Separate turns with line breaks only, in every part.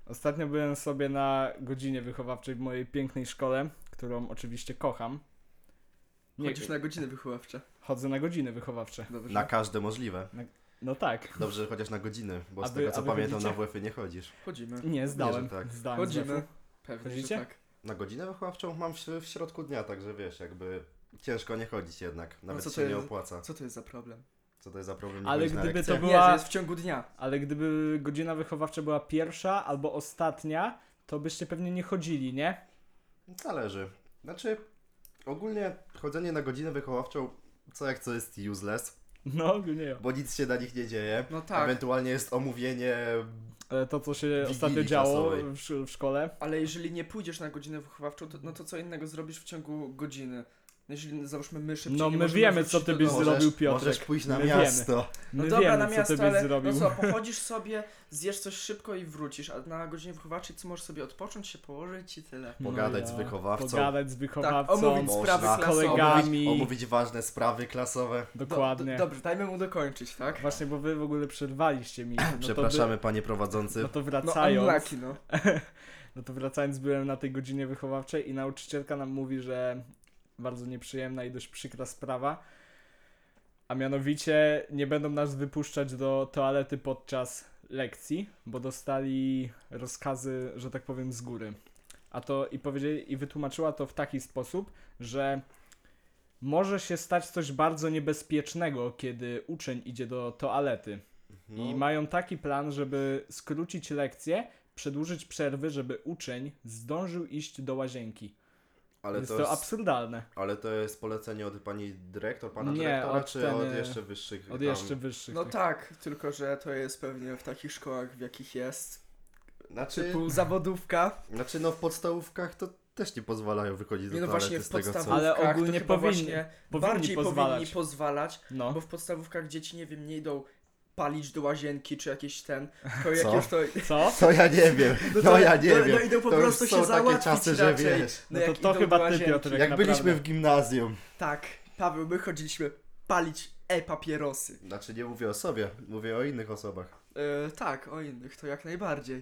Ostatnio byłem sobie na godzinie wychowawczej w mojej pięknej szkole, którą oczywiście kocham.
Chodzisz na godziny wychowawcze.
Chodzę na godziny wychowawcze.
Dobrze.
Na każde możliwe.
No tak.
Dobrze, że chociaż na godziny, bo
A
z
wy-
tego co
a wy
pamiętam
chodzicie?
na WF-y nie chodzisz.
Chodzimy.
Nie, zdałem.
że tak.
Zdałem z
Chodzimy.
WF-u.
Pewnie,
Chodzicie?
że tak.
Na godzinę wychowawczą mam w środku dnia, także wiesz, jakby ciężko nie chodzić jednak, nawet
co to
się nie
jest?
opłaca.
Co to jest za problem?
Co to jest za problem? Nie
Ale
chodzić na
gdyby
lekcje?
to
Nie,
była-
że jest w ciągu dnia.
Ale gdyby godzina wychowawcza była pierwsza albo ostatnia, to byście pewnie nie chodzili, nie?
Zależy. Znaczy, ogólnie chodzenie na godzinę wychowawczą, co jest useless,
No, ogólnie.
bo nic się na nich nie dzieje.
No tak,
Ewentualnie jest omówienie.
To, co się
Wigilii
ostatnio działo
klasowej.
w szkole.
ale jeżeli nie pójdziesz na godzinę wychowawczą, to, no to co innego zrobisz w ciągu godziny. Jeżeli załóżmy my szybciej
No
nie
my
możemy
wiemy,
wrócić
co ty
do
byś
domu.
zrobił, Piotrek.
Możesz pójść na
My
miasto.
No
My
dobra,
wiemy,
na
co
miasto,
ty byś
ale
zrobił.
no co, pochodzisz sobie, zjesz coś szybko i wrócisz, a na godzinie wychowawczej co możesz sobie odpocząć, się położyć i tyle.
Pogadać z wychowawcą.
Pogadać z wychowawcą.
omówić sprawy
z
klasowe.
kolegami.
Omówić ważne sprawy klasowe.
Dokładnie.
Dobrze, dajmy mu dokończyć, tak?
Właśnie, bo wy w ogóle przerwaliście mi. No
Przepraszamy, panie prowadzący.
No to
No
wracając.
unlucky, no.
No to wracając, byłem na tej godzinie wychowawczej i nauczycielka nam mówi, że bardzo nieprzyjemna i dość przykra sprawa, a mianowicie nie będą nas wypuszczać do toalety podczas lekcji, bo dostali rozkazy, że tak powiem, z góry. A to i wytłumaczyła to w taki sposób, że może się stać coś bardzo niebezpiecznego, kiedy uczeń idzie do toalety.
No,
I mają taki plan, żeby skrócić lekcję, przedłużyć przerwy, żeby uczeń zdążył iść do łazienki.
ale
Jest to absurdalne.
Ale to jest polecenie od pani dyrektor, pana
Nie,
dyrektora,
od
czy
ten,
od jeszcze wyższych?
Od
tam?
jeszcze wyższych.
No
tych.
tak, tylko że to jest pewnie w takich szkołach, w jakich jest.
Znaczy,
Typu zawodówka.
no w podstawówkach to też nie pozwalają wychodzić do
Nie, no
toalety
właśnie w
z tego co...
podstawówkach
Ale ogólnie
to chyba
powinni-
właśnie
powinni
bardziej
pozwalać.
powinni pozwalać,
No.
bo w podstawówkach dzieci, nie wiem, nie idą palić do łazienki, czy jakieś tylko jak
Co?
już to...
Co?
To ja nie wiem,
to-
ja nie
no,
wiem.
No idą po
To już
prostu
są
się
takie
załatwić
czasy, że
raczej.
wiesz.
No
jak
to
idą do
chyba ty,
łazienki.
Piotrek,
Jak byliśmy
naprawdę.
w gimnazjum.
Tak, Paweł, my chodziliśmy palić papierosy.
Znaczy nie mówię o sobie, mówię o innych osobach.
Tak, o innych, to jak najbardziej.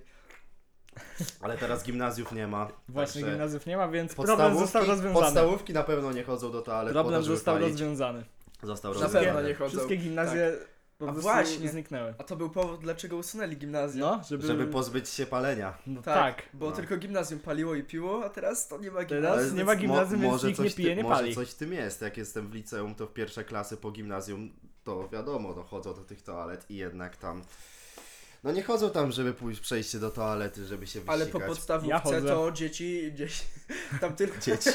Ale teraz gimnazjów nie ma.
Właśnie
także
gimnazjów nie ma, więc problem został rozwiązany.
Podstawówki na pewno nie chodzą do toalet po
Problem
to, żeby
został
palić.
rozwiązany.
Został
Na
rozwiązany.
pewno nie chodzą.
Wszystkie gimnazje po
A
prostu
właśnie.
zniknęły.
A to był powód, dlaczego usunęli gimnazjum.
No,
Żeby pozbyć się palenia.
No
Tak,
tak.
bo
No.
tylko gimnazjum paliło i piło, a teraz to nie ma
Teraz
gimnazjum.
nie ma gimnazjum, więc
może
nikt nie
coś
pije, nie
może
pali.
coś w tym jest. Jak jestem w liceum, to w pierwsze klasy po gimnazjum, to wiadomo, no chodzą do tych toalet i jednak tam... No nie chodzą tam, żeby przejść się do toalety, żeby się wysikać.
Ale po podstawówce
Ja chodzę.
to dzieci tam tylko,
Dzieci.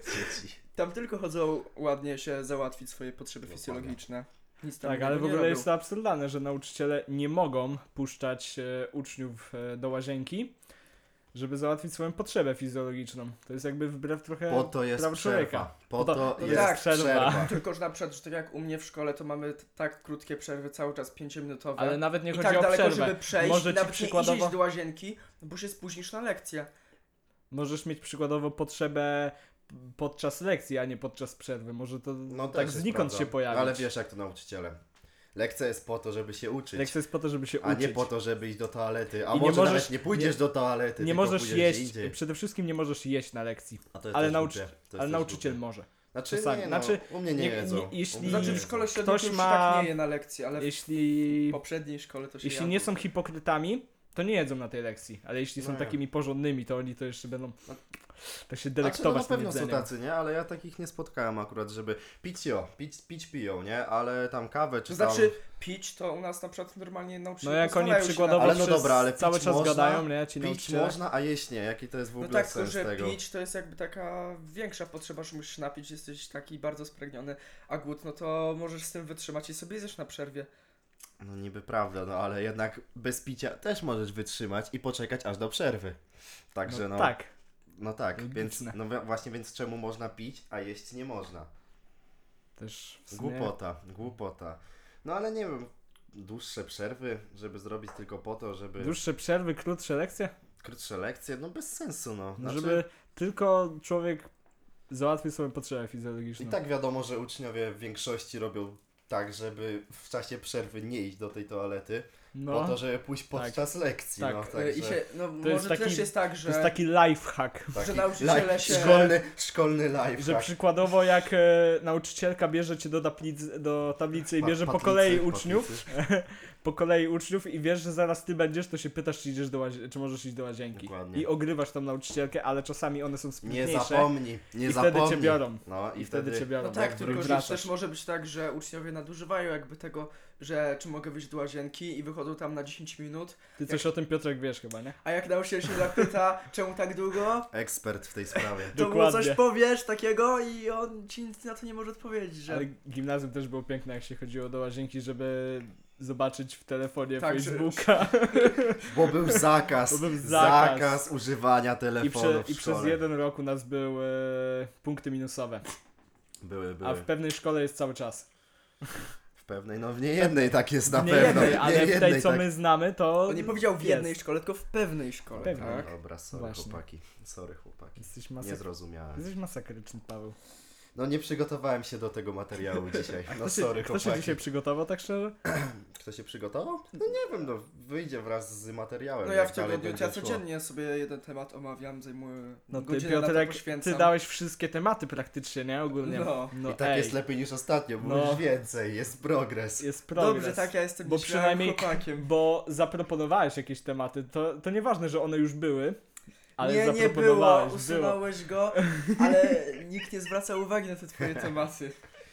tam tylko chodzą ładnie się załatwić swoje potrzeby
Dokładnie.
fizjologiczne. Nic tam
Tak,
innego
ale w
nie
ogóle
robią.
jest to absurdalne, że nauczyciele nie mogą puszczać uczniów do łazienki, żeby załatwić swoją potrzebę fizjologiczną. To jest jakby wbrew trochę
Po to jest
praw
przerwa.
człowieka.
Po to
no
jest
tak,
przerwa.
Tylko, że na przykład, że tak jak u mnie w szkole, to mamy tak krótkie przerwy, cały czas 5-minutowe.
Ale nawet nie
I
chodzi
tak
o
daleko,
przerwę.
żeby przejść
Może
i
ci
nawet
przykładowo-
nie iść do łazienki, bo się spóźnisz na lekcję.
Możesz mieć przykładowo potrzebę podczas lekcji, a nie podczas przerwy. Może to
No też
tak
jest
znikąd
prawda.
się pojawić.
Ale wiesz jak to nauczyciele. Lekcja jest po to, żeby się uczyć.
Lekcja jest po to, żeby się
A
uczyć.
nie po to, żeby iść do toalety. A
I nie
może
możesz-
nawet nie pójdziesz do toalety,
Nie
tylko
możesz
pójdziesz gdzie
jeść,
indziej.
przede wszystkim nie możesz jeść na lekcji.
A to jest
Ale,
też głupie. To jest
ale
też
nauczyciel
głupie.
może.
Znaczy,
czasami.
nie,
Znaczy,
u mnie nie
nie-
jedzą.
nie- jeśli-
U mnie
Znaczy
nie
w szkole
jedzą.
średniej
Ktoś
to już
ma-
tak nie je na lekcji, ale w
Jeśli,
poprzedniej szkole to się
jeśli
jadło.
nie są hipokrytami, to nie jedzą na tej lekcji. Ale jeśli są
No.
takimi porządnymi, to oni to jeszcze będą tak się
Znaczy, no na
delektować tym
pewno są
jedzeniem.
tacy, nie? Ale ja takich nie spotkałem akurat, żeby pić piją, nie? Ale tam kawę czy
To znaczy,
tam...
pić to u nas na przykład normalnie
No
nauczyciele
jak oni
pozwalają się
przykładowo
Ale no
przez
dobra, ale
cały
pić
czas
można,
gadają, nie? Ci
Pić
nauczyciele.
można, a jeść nie. Jaki to jest w
No
ogóle
tak, tylko
sens
że
tego?
pić to jest jakby taka większa potrzeba, że musisz napić, jesteś taki bardzo spragniony, a głód, no to możesz z tym wytrzymać i sobie zjesz na przerwie.
No niby prawda, no ale jednak bez picia też możesz wytrzymać i poczekać aż do przerwy. Także no...
Tak.
No tak, więc
Logiczne.
no właśnie, więc czemu można pić, a jeść nie można?
Też w sumie...
Głupota. No ale nie wiem, dłuższe przerwy, żeby zrobić tylko po to, żeby...
Dłuższe przerwy, krótsze lekcje?
Krótsze lekcje, no bez sensu, no.
No,
Znaczy,
żeby tylko człowiek załatwił swoją potrzebę fizjologiczną.
I tak wiadomo, że uczniowie w większości robią tak, żeby w czasie przerwy nie iść do tej toalety,
No,
po to, żeby pójść podczas lekcji.
Tak.
No,
I
także
się, no
To
może
jest taki-
też jest tak,
to
że...
jest taki lifehack.
taki
że nauczyciele się-
szkolny life.
Że przykładowo jak nauczycielka bierze cię do tablicy i bierze po kolei uczniów i wiesz, że zaraz ty będziesz, to się pytasz, czy możesz iść do łazienki.
Dokładnie.
I ogrywasz tą nauczycielkę, ale czasami one są
Nie
sprytniejsze
zapomnij,
i wtedy cię biorą.
No
I wtedy cię biorą.
No tak,
jak
tylko że
wracasz.
też może być tak, że uczniowie nadużywają jakby tego, że czy mogę wyjść do łazienki i wychodzą tam na 10 minut,
Ty coś o tym, Piotrek, wiesz chyba, nie?
a jak nauczyciel się zapyta, czemu tak długo,
Ekspert w tej sprawie.
to mu
Dokładnie.
coś powiesz takiego i on ci nic na to nie może odpowiedzieć, że...
Ale gimnazjum też było piękne, jak się chodziło do łazienki, żeby zobaczyć w telefonie
Tak, że-
Facebooka.
Bo był zakaz.
Bo był zakaz.
Zakaz używania telefonu w
I przez
szkole.
1 rok u nas były punkty minusowe.
Były.
A w pewnej szkole jest cały czas.
W pewnej, no w niejednej tak jest na
nie
pewno.
jednej, ale w tej,
Niejednej
co
tak.
my znamy, to
On nie powiedział w
jest.
jednej szkole, tylko w pewnej szkole,
Pewnej.
tak?
Dobra, sorry
Właśnie.
chłopaki. Sorry chłopaki.
Jesteś,
Nie zrozumiałem.
Jesteś masakryczny, Paweł.
No nie przygotowałem się do tego materiału dzisiaj. No
Kto
sorry
się
chłopaki.
dzisiaj przygotował, tak szczerze?
Kto się przygotował? No nie wiem, no wyjdzie wraz z materiałem.
No ja
jak
w
dalej
tygodniu,
będzie
ja
szło.
codziennie sobie jeden temat omawiam, zajmuję
No ty,
godzinę na to
Piotrek,
poświęcam.
ty dałeś wszystkie tematy praktycznie, nie? Ogólnie.
No.
I tak jest lepiej niż ostatnio, bo
No.
już więcej, jest progres.
Jest progres.
Dobrze, tak, ja jestem
Bo
nieśmiałym
przynajmniej,
chłopakiem.
bo zaproponowałeś jakieś tematy, to nieważne, że one już były, ale
nie było,
zaproponowałeś,
usunąłeś go, ale nikt nie zwraca uwagi na te twoje tematy.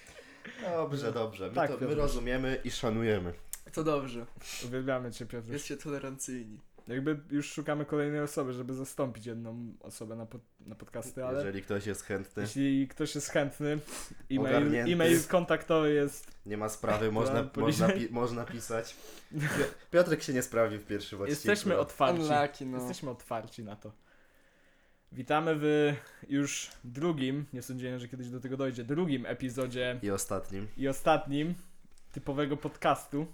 Dobrze. My,
Tak,
my
Piotruś.
rozumiemy i szanujemy.
To dobrze,
Uwielbiamy cię, Piotr.
jesteście tolerancyjni.
Jakby już szukamy kolejnej osoby, żeby zastąpić jedną osobę na podcasty, ale
Jeżeli ktoś jest chętny,
jeśli ktoś jest chętny,
Ogarnięty.
e-mail kontaktowy jest...
nie ma sprawy, można,
poniżej.
można pisać. Piotrek się nie sprawił w pierwszym odcinku.
Jesteśmy otwarci.
Unlucky, no.
Jesteśmy otwarci na to. Witamy w już drugim, nie sądziłem, że kiedyś do tego dojdzie, drugim epizodzie
I ostatnim.
i ostatnim typowego podcastu.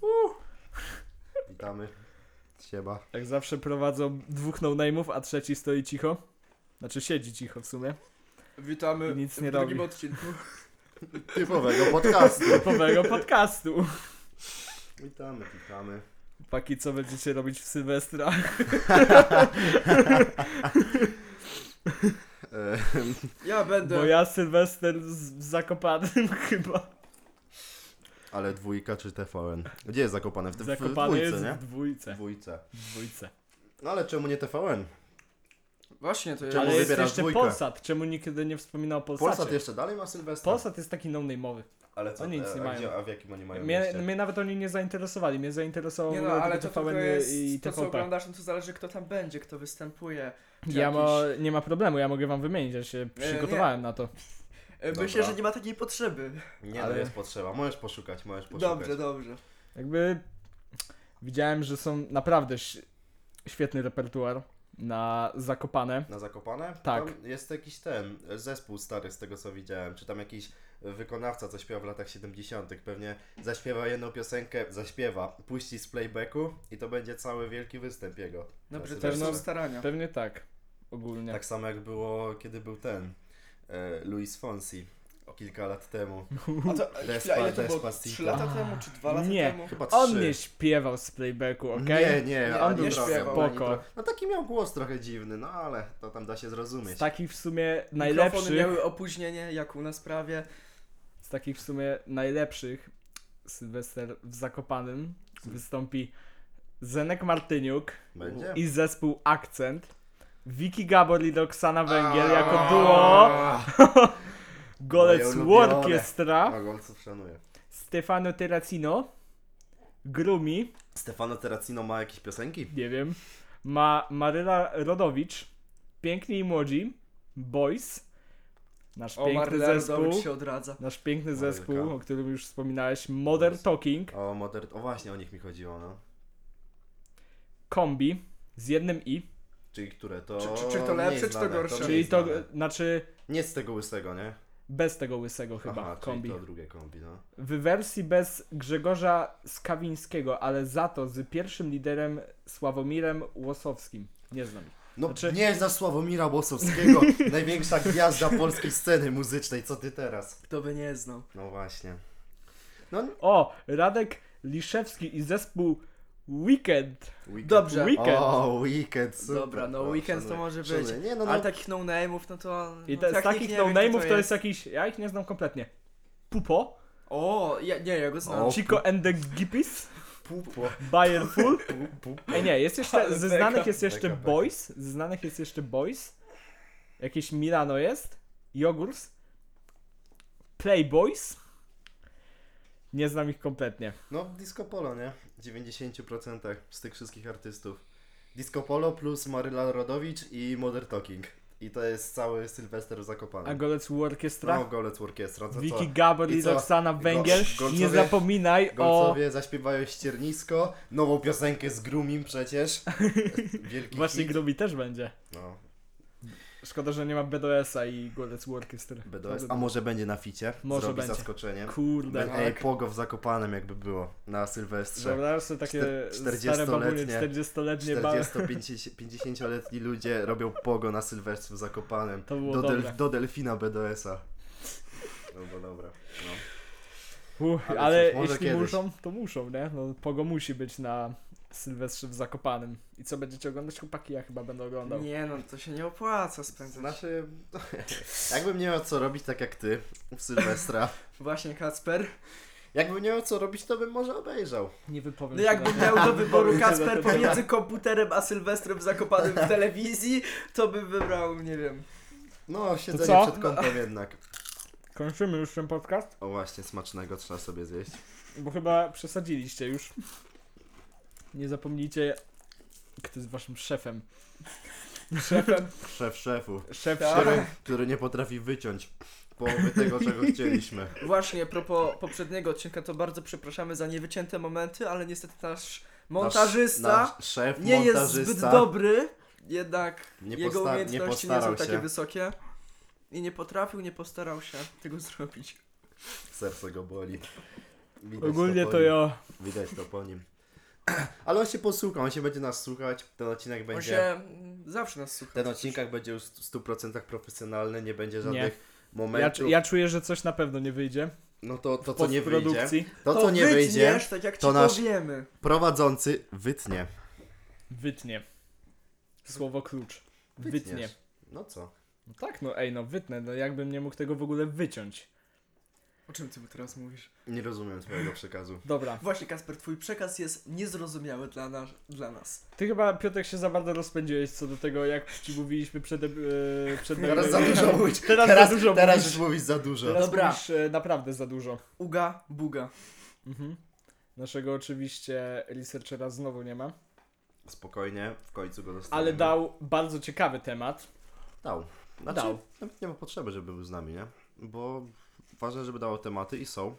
Witamy. Siema.
Jak zawsze prowadzą dwóch no-name'ów, a trzeci stoi cicho. Znaczy siedzi cicho w sumie.
Witamy
I nic
w
nie
drugim
robi.
odcinku.
Typowego podcastu.
Typowego podcastu.
Witamy.
Chłopaki, co będziecie robić w Sylwestra?
Ja będę...
Bo ja Sylwester z Zakopanym chyba.
Ale dwójka czy TVN? Gdzie jest Zakopane? W
Zakopany
dwójce,
jest
nie?
w dwójce.
Dwójce. No ale czemu nie TVN?
Właśnie, to jest...
Czemu
Ale jest
wybierasz
jeszcze
dwójkę?
Polsat. Czemu nigdy nie wspominał o Polsacie?
Polsat jeszcze dalej ma Sylwestra?
Polsat jest taki no-name'owy.
Ale co?
Oni nic nie mają.
A w jakim oni mają
Mnie
mieście?
nawet oni nie zainteresowali. Mnie zainteresował
Nie
w
no,
ogóle
ale
tylko
to tylko
TVN
jest
i
to, co
TVP.
oglądasz, no to zależy kto tam będzie, kto występuje. Czy
Nie ma problemu, ja mogę wam wymienić, ja się przygotowałem na to.
Myślę,
Dobra.
że nie ma takiej potrzeby.
Nie,
ale-
no jest potrzeba. Możesz poszukać.
Dobrze.
Jakby widziałem, że są naprawdę świetny repertuar na Zakopane.
Na Zakopane?
Tak.
Tam jest jakiś zespół stary z tego co widziałem, czy tam jakiś wykonawca, co śpiewał w latach 70. Pewnie zaśpiewa jedną piosenkę, puści z playbacku i to będzie cały wielki występ jego.
Dobrze,
Na
to są
Sylwestrze.
starania.
Pewnie tak, ogólnie.
Tak samo jak było, kiedy był Luis Fonsi kilka lat temu.
A to, chwila, ile to było?
Despacito.
3 lata temu, czy 2 lata
Nie.
temu?
Chyba
On
3.
nie śpiewał z playbacku, okej?
Nie,
on
ani
był
trochę,
śpiewał,
ani
spoko.
trochę. No taki miał głos trochę dziwny, no ale to tam da się zrozumieć.
Z takich w sumie
Mikrofony
najlepszych,
miały opóźnienie, jak u nas prawie.
z takich w sumie najlepszych Sylwester w Zakopanym wystąpi Zenek Martyniuk
Będzie?
i zespół Akcent, Vicky Gabor i Roxana Węgiel jako
Aaaa.
duo, Golec
Moje ulubione.
Orkiestra,
A golców szanuję.
Stefano Terracino, Grumi,
Stefano Terracino ma jakieś piosenki?
nie wiem, Maryla Rodowicz, Piękni i Młodzi, Boys, nasz
O,
piękny
Marley
zespół,
Rodowicz się odradza.
nasz piękny
Marylka.
zespół, o którym już wspominałeś, Modern Talking,
O właśnie o nich mi chodziło, no.
Kombi z jednym i,
Czyli które to...
Czy to lepsze,
mniej
czy to
znane,
gorsze?
mniej
czyli to,
znane.
znaczy
Nie z tego łysego, nie?
bez tego łysego chyba,
Aha,
Kombi.
czyli to drugie kombi, no.
W wersji bez Grzegorza Skawińskiego, ale za to z pierwszym liderem Sławomirem Łosowskim. Nie znam ich.
No
Znaczy-
nie za Sławomira Bosowskiego, największa gwiazda polskiej sceny muzycznej, co ty teraz?
Kto by nie znał.
No właśnie. No
O, Radek Liszewski i zespół Weekend.
Dobrze.
Weekend.
O, Weekend, super.
Dobra, no Weekend to
szanuję.
może być.
Szanuję. Nie, no,
Ale takich no-name'ów, no to...
I
no
te,
to
z
jak
takich
nikt nie wie,
no-name'ów
kto
to jest jakiś... Ja ich nie znam kompletnie. Pupo.
O, ja go znam.
O,
Chico and the Gippies.
Pupo.
Bayern Full.
Pupo.
Ej nie, jest jeszcze...
Ale
Ze
beka.
znanych jest jeszcze
Beka.
Boys. Ze znanych jest jeszcze Boys. Jakieś Milano jest. Jogurs. Playboys. Nie znam ich kompletnie.
No, Disco Polo, nie? W 90% z tych wszystkich artystów. Disco Polo plus Maryla Rodowicz i Modern Talking. I to jest cały Sylwester w Zakopanem.
A Golec Orchestra.
No, Golec Orkiestra. To
Vicky
co?
Gabor
I
i
co?
Roxana Węgiel.
Golcowie-
Nie zapominaj o...
Golcowie zaśpiewają Ściernisko, nową piosenkę z Grumim przecież. Wielki
Właśnie
hit.
Grubi też będzie.
No,
Szkoda, że nie ma BDS-a i Golec Orchestra.
BDS. A może będzie na ficie?
Może
Zrobi
będzie.
zaskoczenie.
Kurde.
Ej, Pogo w Zakopanem jakby było na Sylwestrze.
Wyobraź sobie takie
Czter-
stare babunie,
40-letnie
40-letnie
40-50-letni ludzie robią Pogo na Sylwestrze w Zakopanem.
To było dobre.
Do Delfina BDS-a. No bo dobra. No. Ale
ale
cóż, może
jeśli
kiedyś.
muszą, to muszą, nie? No Pogo musi być na Sylwestrze w Zakopanem. I co będziecie oglądać? Chłopaki, ja chyba będę oglądał.
Nie no, to się nie opłaca spędzać.
Znaczy, jakbym nie miał co robić tak jak ty w Sylwestra.
Właśnie Kacper.
Jakbym nie miał co robić, to bym może obejrzał.
Nie wypowiem
No
się
jakbym
na-
miał do wyboru
wypowiem się na
Kacper
ten
pomiędzy komputerem a Sylwestrem Zakopanym w telewizji, to bym wybrał, nie wiem.
No, siedzenie
co?
przed kąpem jednak.
Kończymy już ten podcast?
O właśnie, smacznego trzeba sobie zjeść.
Bo chyba przesadziliście już. Nie zapomnijcie, kto jest waszym szefem. Szefem?
Szef szefów,
Szef,
Tak.
szef.
który nie potrafi wyciąć połowy tego, czego chcieliśmy.
Właśnie, propos poprzedniego odcinka, to bardzo przepraszamy za niewycięte momenty, ale niestety nasz montażysta
Nasz szef
nie jest
montażysta
zbyt dobry, jednak
Nie
jego
posta-
umiejętności
nie
nie są
postarał
takie
się.
wysokie i nie potrafił, nie postarał się tego zrobić.
Serce go boli. Widać
Ogólnie
po
to
nim.
ja.
Widać to po nim. Ale on się posłucha, on się będzie nas słuchać. Ten odcinek
On
będzie...
się zawsze nas słucha.
Ten odcinek będzie już w 100% profesjonalny, nie będzie żadnych
Ja,
momentów.
ja czuję, że coś na pewno nie wyjdzie.
No to
W
co nie wyjdzie.
postprodukcji.
To co nie wyjdzie,
wytniesz, tak jak ci
to nasz-
powiemy.
prowadzący wytnie.
Wytnie. Słowo klucz.
Wytniesz.
Wytnie.
No co?
No tak, no ej, no wytnę. No jakbym nie mógł tego w ogóle wyciąć.
O czym ty teraz mówisz?
Nie rozumiem twojego przekazu.
Dobra.
Właśnie Kasper, twój przekaz jest niezrozumiały dla nas.
Ty chyba, Piotrek, się za bardzo rozpędziłeś co do tego, jak ci mówiliśmy przed
Teraz za dużo mówić.
Teraz za dużo
Teraz
mówisz.
już mówisz za dużo.
Teraz
Dobra.
mówisz naprawdę za dużo.
Uga, buga.
Mhm. Naszego oczywiście researchera znowu nie ma.
Spokojnie, w końcu go dostaniemy.
Ale dał bardzo ciekawy temat.
Dał. Znaczy,
Dał.
nawet nie ma potrzeby, żeby był z nami, nie? Bo ważne, żeby dało tematy i są.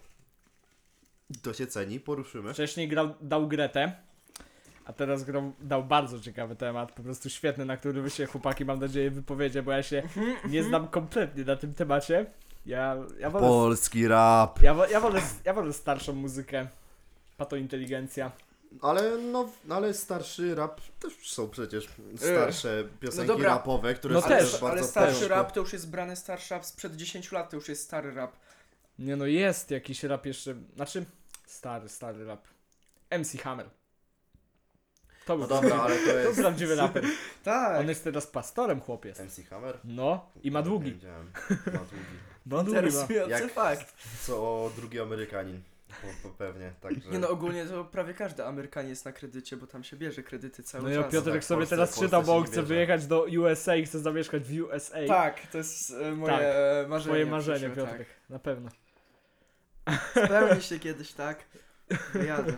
To się ceni, poruszymy.
Wcześniej dał Gretę, a teraz dał bardzo ciekawy temat, po prostu świetny, na który wy się, chłopaki, mam nadzieję, wypowiecie, bo ja się nie znam kompletnie na tym temacie. Ja wolę,
Polski rap.
ja wolę starszą muzykę. Pato inteligencja.
Ale starszy rap też są przecież starsze piosenki
no dobra.
rapowe, które
No
są
też.
bardzo
Ale starszy
ciężko.
rap to już jest brany starszy rap sprzed 10 lat, to już jest stary rap.
Nie no, jest jakiś rap jeszcze, znaczy stary rap. MC Hammer. To był
No dobra, ale to
to
jest
prawdziwy raper.
Tak.
On jest teraz pastorem, chłopiec.
MC Hammer?
No, i ma
Nie
długi.
wiedziałem. Ma długi.
Ma długi ma.
Interesujący
Jak-
fakt.
Co drugi Amerykanin. Pewnie, także...
Nie no, ogólnie to prawie każdy Amerykanin jest na kredycie, bo tam się bierze kredyty cały
No ja
czas.
Piotrek
tak,
sobie
Polsce-
teraz
Polsce
czytał, bo
się
on
nie
chce
bierze.
wyjechać do USA i chce zamieszkać w USA.
Tak, to jest moje
Tak,
marzenie.
Twoje marzenie,
przyszłe,
Piotrek. Na pewno.
Tak. Spełni się kiedyś, tak? Wyjadę.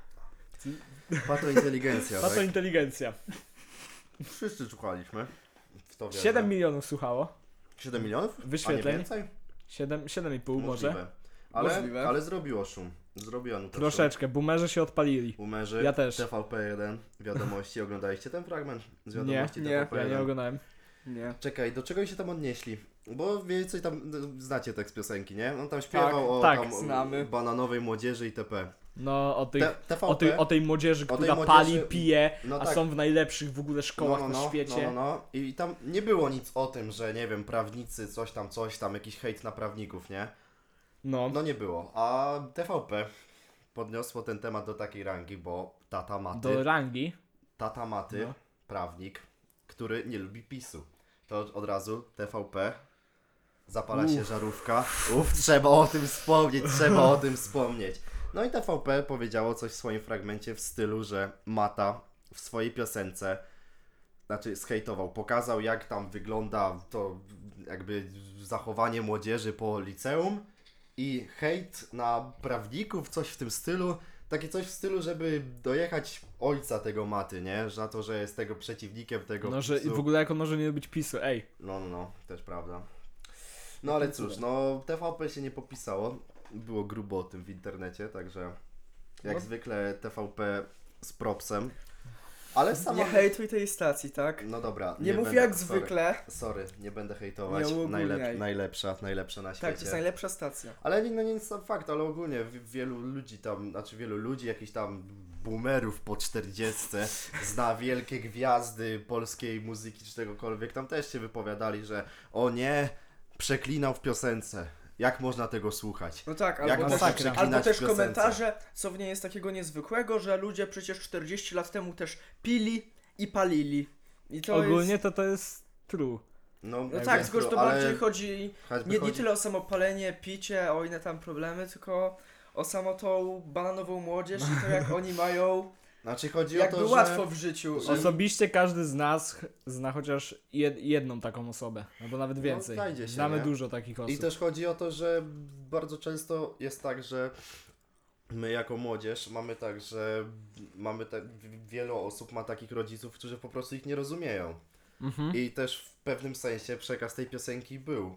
Pato inteligencja,
Pato
tak?
inteligencja.
Wszyscy słuchaliśmy. W to wierzę.
7 milionów słuchało.
7 milionów?
Wyświetleń.
A nie więcej?
7,5 może.
Możliwe. Ale,
Możliwe.
ale zrobiło szum. Zrobiła nuta szum.
Troszeczkę. Boomerzy się odpalili.
Umerzy,
Ja też.
TVP1, wiadomości. Oglądaliście ten fragment z
Nie,
wiadomości
nie,
TVP1?
Ja nie oglądałem.
Nie.
Czekaj, do czego się tam odnieśli? Bo wiecie, tam znacie tekst piosenki, nie? On tam śpiewał o
tak,
tam,
znamy.
bananowej młodzieży itp.
No,
TVP,
o tej młodzieży,
o tej
która
młodzieży-
pali, pije,
no
a
tak.
są w najlepszych w ogóle szkołach na świecie.
No. I tam nie było nic o tym, że nie wiem, prawnicy, coś tam, jakiś hejt na prawników, nie?
No.
No nie było. A TVP podniosło ten temat do takiej rangi, bo tata Maty,
Do rangi.
tata Maty,
No.
prawnik, który nie lubi PiS-u. To od razu TVP, zapala się żarówka. Trzeba o tym wspomnieć. No i TVP powiedziało coś w swoim fragmencie w stylu, że Mata w swojej piosence, znaczy zhejtował, pokazał jak tam wygląda to jakby zachowanie młodzieży po liceum i hejt na prawników, coś w tym stylu. Takie coś w stylu, żeby dojechać ojca tego Maty, nie? Za to, że jest tego przeciwnikiem tego
No, że
PiS-u.
w ogóle jak on może nie lubić PiS-u, ej.
No, też prawda. No ale cóż, no TVP się nie popisało. Było grubo o tym w internecie, także jak
No.
zwykle TVP z propsem. Ale sama...
Nie hejtuj tej stacji, tak?
No dobra.
Nie mów
będę-
jak
sorry,
zwykle.
Sorry, nie będę hejtować.
Nie uogólniaj.
Najlepsza na
Tak,
świecie.
to jest najlepsza stacja.
Ale no nie jest sam fakt, ale ogólnie wielu ludzi tam, wielu ludzi, jakichś tam boomerów po 40 zna wielkie gwiazdy polskiej muzyki czy czegokolwiek, tam też się wypowiadali, że o nie, przeklinał w piosence. Jak można tego słuchać?
No tak,
Jak
albo
można
też,
przeklinać
albo też
w piosence?
komentarze, co w niej jest takiego niezwykłego, że ludzie przecież 40 lat temu też pili i palili. I to
Ogólnie
jest...
to jest true.
No
jakby
tak, tylko że to
ale
bardziej chodzi
choćby
nie
chodzi-
tyle o samopalenie, picie, o inne tam problemy, tylko o samą tą bananową młodzież i to jak oni mają
Znaczy chodzi o
jakby
to,
łatwo
że...
w życiu.
Osobiście każdy z nas zna chociaż jedną taką osobę, albo nawet więcej.
znajdzie się,
Znamy
nie?
dużo takich osób.
I też chodzi o to, że bardzo często jest tak, że my jako młodzież mamy tak, że wielu osób ma takich rodziców, którzy po prostu ich nie rozumieją.
Mhm.
I też w pewnym sensie przekaz tej piosenki był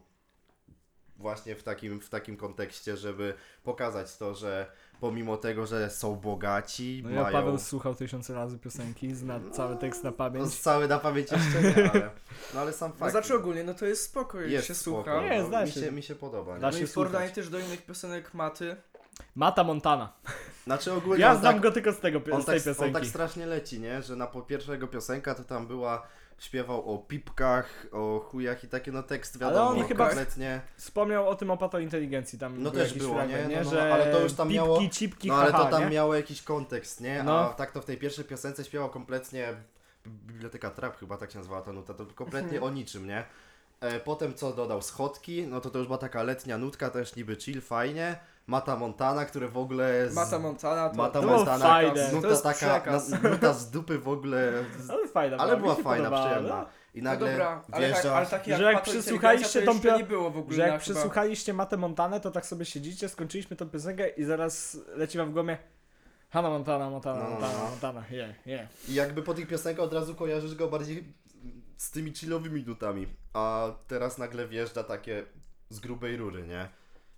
właśnie w takim kontekście, żeby pokazać to, że pomimo tego, że są bogaci,
No ja
mają...
Paweł słuchał 1000 razy piosenki, zna cały tekst na
No,
pamięć.
cały na pamięć jeszcze nie, ale... No ale sam
No
fakt...
znaczy ogólnie, no to jest spoko, jak
jest
się
spoko,
słucha.
Nie,
no,
zda
mi
się.
się. Mi się podoba. Nie?
Da
No
się
i w porównaniu
słuchać.
też do innych piosenek Maty.
Mata Montana.
Znaczy ogólnie
Ja
on
znam
tak,
go tylko z tej
on
piosenki.
tak strasznie leci, nie? Że na pierwszego piosenka to tam była... Śpiewał o pipkach, o chujach i takie, no tekst
Ale
wiadomo,
on chyba-
kompletnie...
Wspomniał o tym o patointeligencji, tam
No
był
też
jakiś
było,
fragment,
nie?
nie?
No,
Że
ale to już tam
pipki,
miało-
cipki,
No ale
haha,
to tam
nie?
miało jakiś kontekst, nie?
No.
A tak to w tej pierwszej piosence śpiewał kompletnie... Biblioteka Trap chyba tak się nazywała ta nuta, to kompletnie o niczym, nie? Potem co dodał? Schodki, no to już była taka letnia nutka, też niby chill, fajnie. Mata Montana, które w ogóle...
Mata Montana to...
Mata
to było
Montana,
fajne.
To
nuta
jest
taka,
przekaz.
nuta z dupy w ogóle...
Ale fajna
Ale
mi
była
się
fajna,
podobała,
przyjemna. I
No
nagle
dobra, ale,
wjeżdża...
ale takie jak
Że jak
Pato
przesłuchaliście
Inteligencja, to
tą
jeszcze
pio-
nie było w ogóle
Że jak
chyba.
przesłuchaliście Matę Montanę, to tak sobie siedzicie, skończyliśmy tą piosenkę i zaraz leci wam w głowie Hannah Montana, Montana, yeah.
I jakby po tych piosenkach od razu kojarzysz go bardziej z tymi chillowymi nutami. A teraz nagle wjeżdża takie z grubej rury, nie?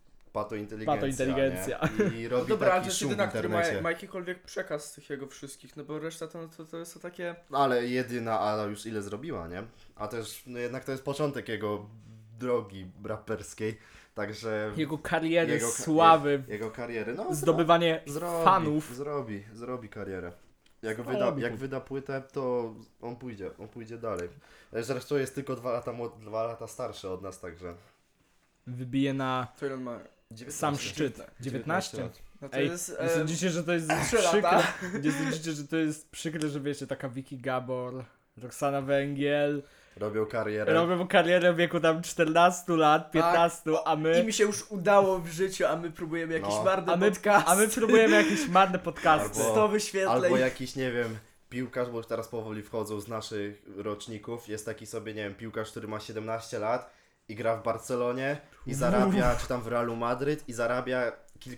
Patointeligencja. Nie? I robi
No dobra, ale to
taki
jest
szum w
jedyna, który
internecie.
ma jakikolwiek przekaz z tych jego wszystkich, no bo reszta to jest to takie...
Ale jedyna, a już ile zrobiła, nie? A też, no jednak to jest początek jego drogi raperskiej, także
Jego kariery,
Jego-
sławy,
jego kariery, no
zdobywanie
zrobi,
fanów.
Zrobi karierę. Jak
Zrobi.
wyda płytę, to on pójdzie dalej. Zresztą jest tylko 2 lata starszy od nas, także...
Wybije na
To ile on ma?
19.
sam szczyt. 19?
lat.
No to
Ej,
jest...
nie sądzicie, że to jest
3
przykre?
lata.
Nie sądzicie, że to jest przykre, że wiecie, taka Vicky Gabor, Roxana Węgiel
Robią karierę.
robią karierę w wieku tam 14 lat, 15, a
Im
my...
się już udało w życiu, a my próbujemy jakieś
No.
marne
A my,
podcasty.
a my próbujemy jakieś marne podcasty.
Albo-
100 wyświetleń.
Albo jakiś, nie wiem, piłkarz, bo już teraz powoli wchodzą z naszych roczników. Jest taki sobie, nie wiem, piłkarz, który ma 17 lat i gra w Barcelonie i zarabia, czy tam w Realu Madryt i zarabia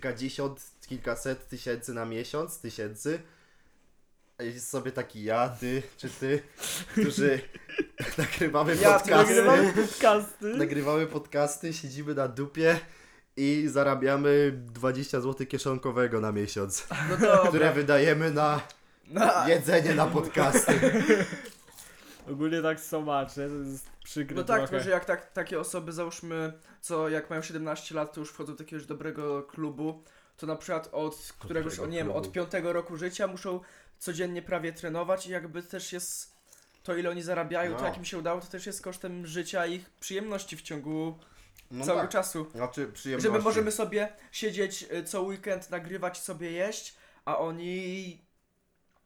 kilkaset tysięcy na miesiąc, A jest sobie taki ty, czy ty, którzy nagrywamy podcasty. Nagrywamy podcasty, siedzimy na dupie i zarabiamy 20 zł kieszonkowego na miesiąc,
No dobra.
które wydajemy na
No,
jedzenie na podcasty.
Ogólnie tak somacznie, to jest przykre
no tak,
trochę.
tylko że jak takie osoby, załóżmy, co jak mają 17 lat, to już wchodzą do jakiegoś dobrego klubu, to na przykład od któregoś,
Dobrego
nie wiem,
klubu.
od 5 roku życia muszą codziennie prawie trenować i jakby też jest to, ile oni zarabiają, to
No.
jak im się udało, to też jest kosztem życia ich przyjemności w ciągu
No
całego
tak,
czasu.
znaczy przyjemności.
Że my możemy sobie siedzieć co weekend, nagrywać, sobie jeść, a oni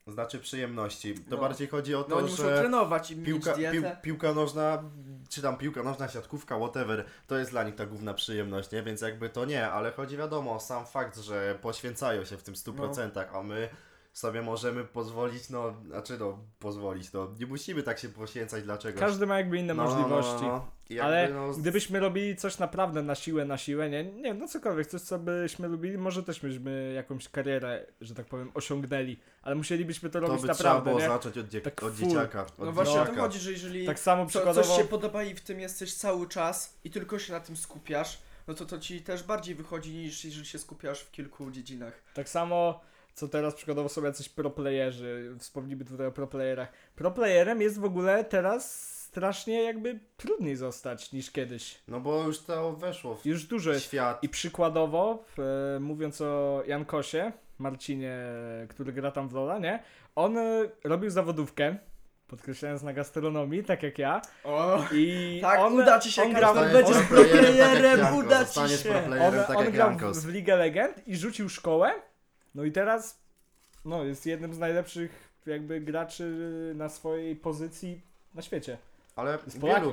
Znaczy przyjemności. To
No.
bardziej chodzi o
No
to,
oni muszą
że
trenować i mieć dietę.
piłka nożna, czy tam piłka nożna, siatkówka, whatever, to jest dla nich ta główna przyjemność, nie? Więc jakby to nie, ale chodzi wiadomo o sam fakt, że poświęcają się w tym 100%, a my sobie możemy pozwolić, pozwolić, nie musimy tak się poświęcać, dlaczego?
Każdy ma jakby inne możliwości.
I
Ale
jakby,
gdybyśmy robili coś naprawdę na siłę, nie wiem, no cokolwiek, coś co byśmy lubili, może też byśmy jakąś karierę, że tak powiem, osiągnęli, ale musielibyśmy to
to
robić
by trzeba
naprawdę,
było
nie?
zacząć od
Tak full.
dzieciaka. Od
No właśnie o to
dzieciaka.
chodzi, że jeżeli
Tak samo przykładowo,
coś się podoba i w tym jesteś cały czas i tylko się na tym skupiasz, no to ci też bardziej wychodzi niż jeżeli się skupiasz w kilku dziedzinach.
tak samo co teraz przykładowo są jacyś proplayerzy, wspomnijmy tutaj o proplayerach. Proplayerem jest w ogóle teraz strasznie jakby trudniej zostać niż kiedyś.
No bo już to weszło w
Już dużo jest.
świat.
I przykładowo, mówiąc o Jankosie, Marcinie, który gra tam w Lola, nie? On robił zawodówkę, podkreślając na gastronomii, tak jak ja.
O,
I
tak,
on,
uda ci się,
on grał,
Kacper,
on,
będziesz
Zostaniesz
proplayerem,
Janko,
uda ci
zostaniesz
się.
proplayerem tak
on
jak
grał
Jankos.
w Ligę Legend i rzucił szkołę. No i teraz jest jednym z najlepszych jakby graczy na swojej pozycji na świecie.
Ale
Z Polakiem.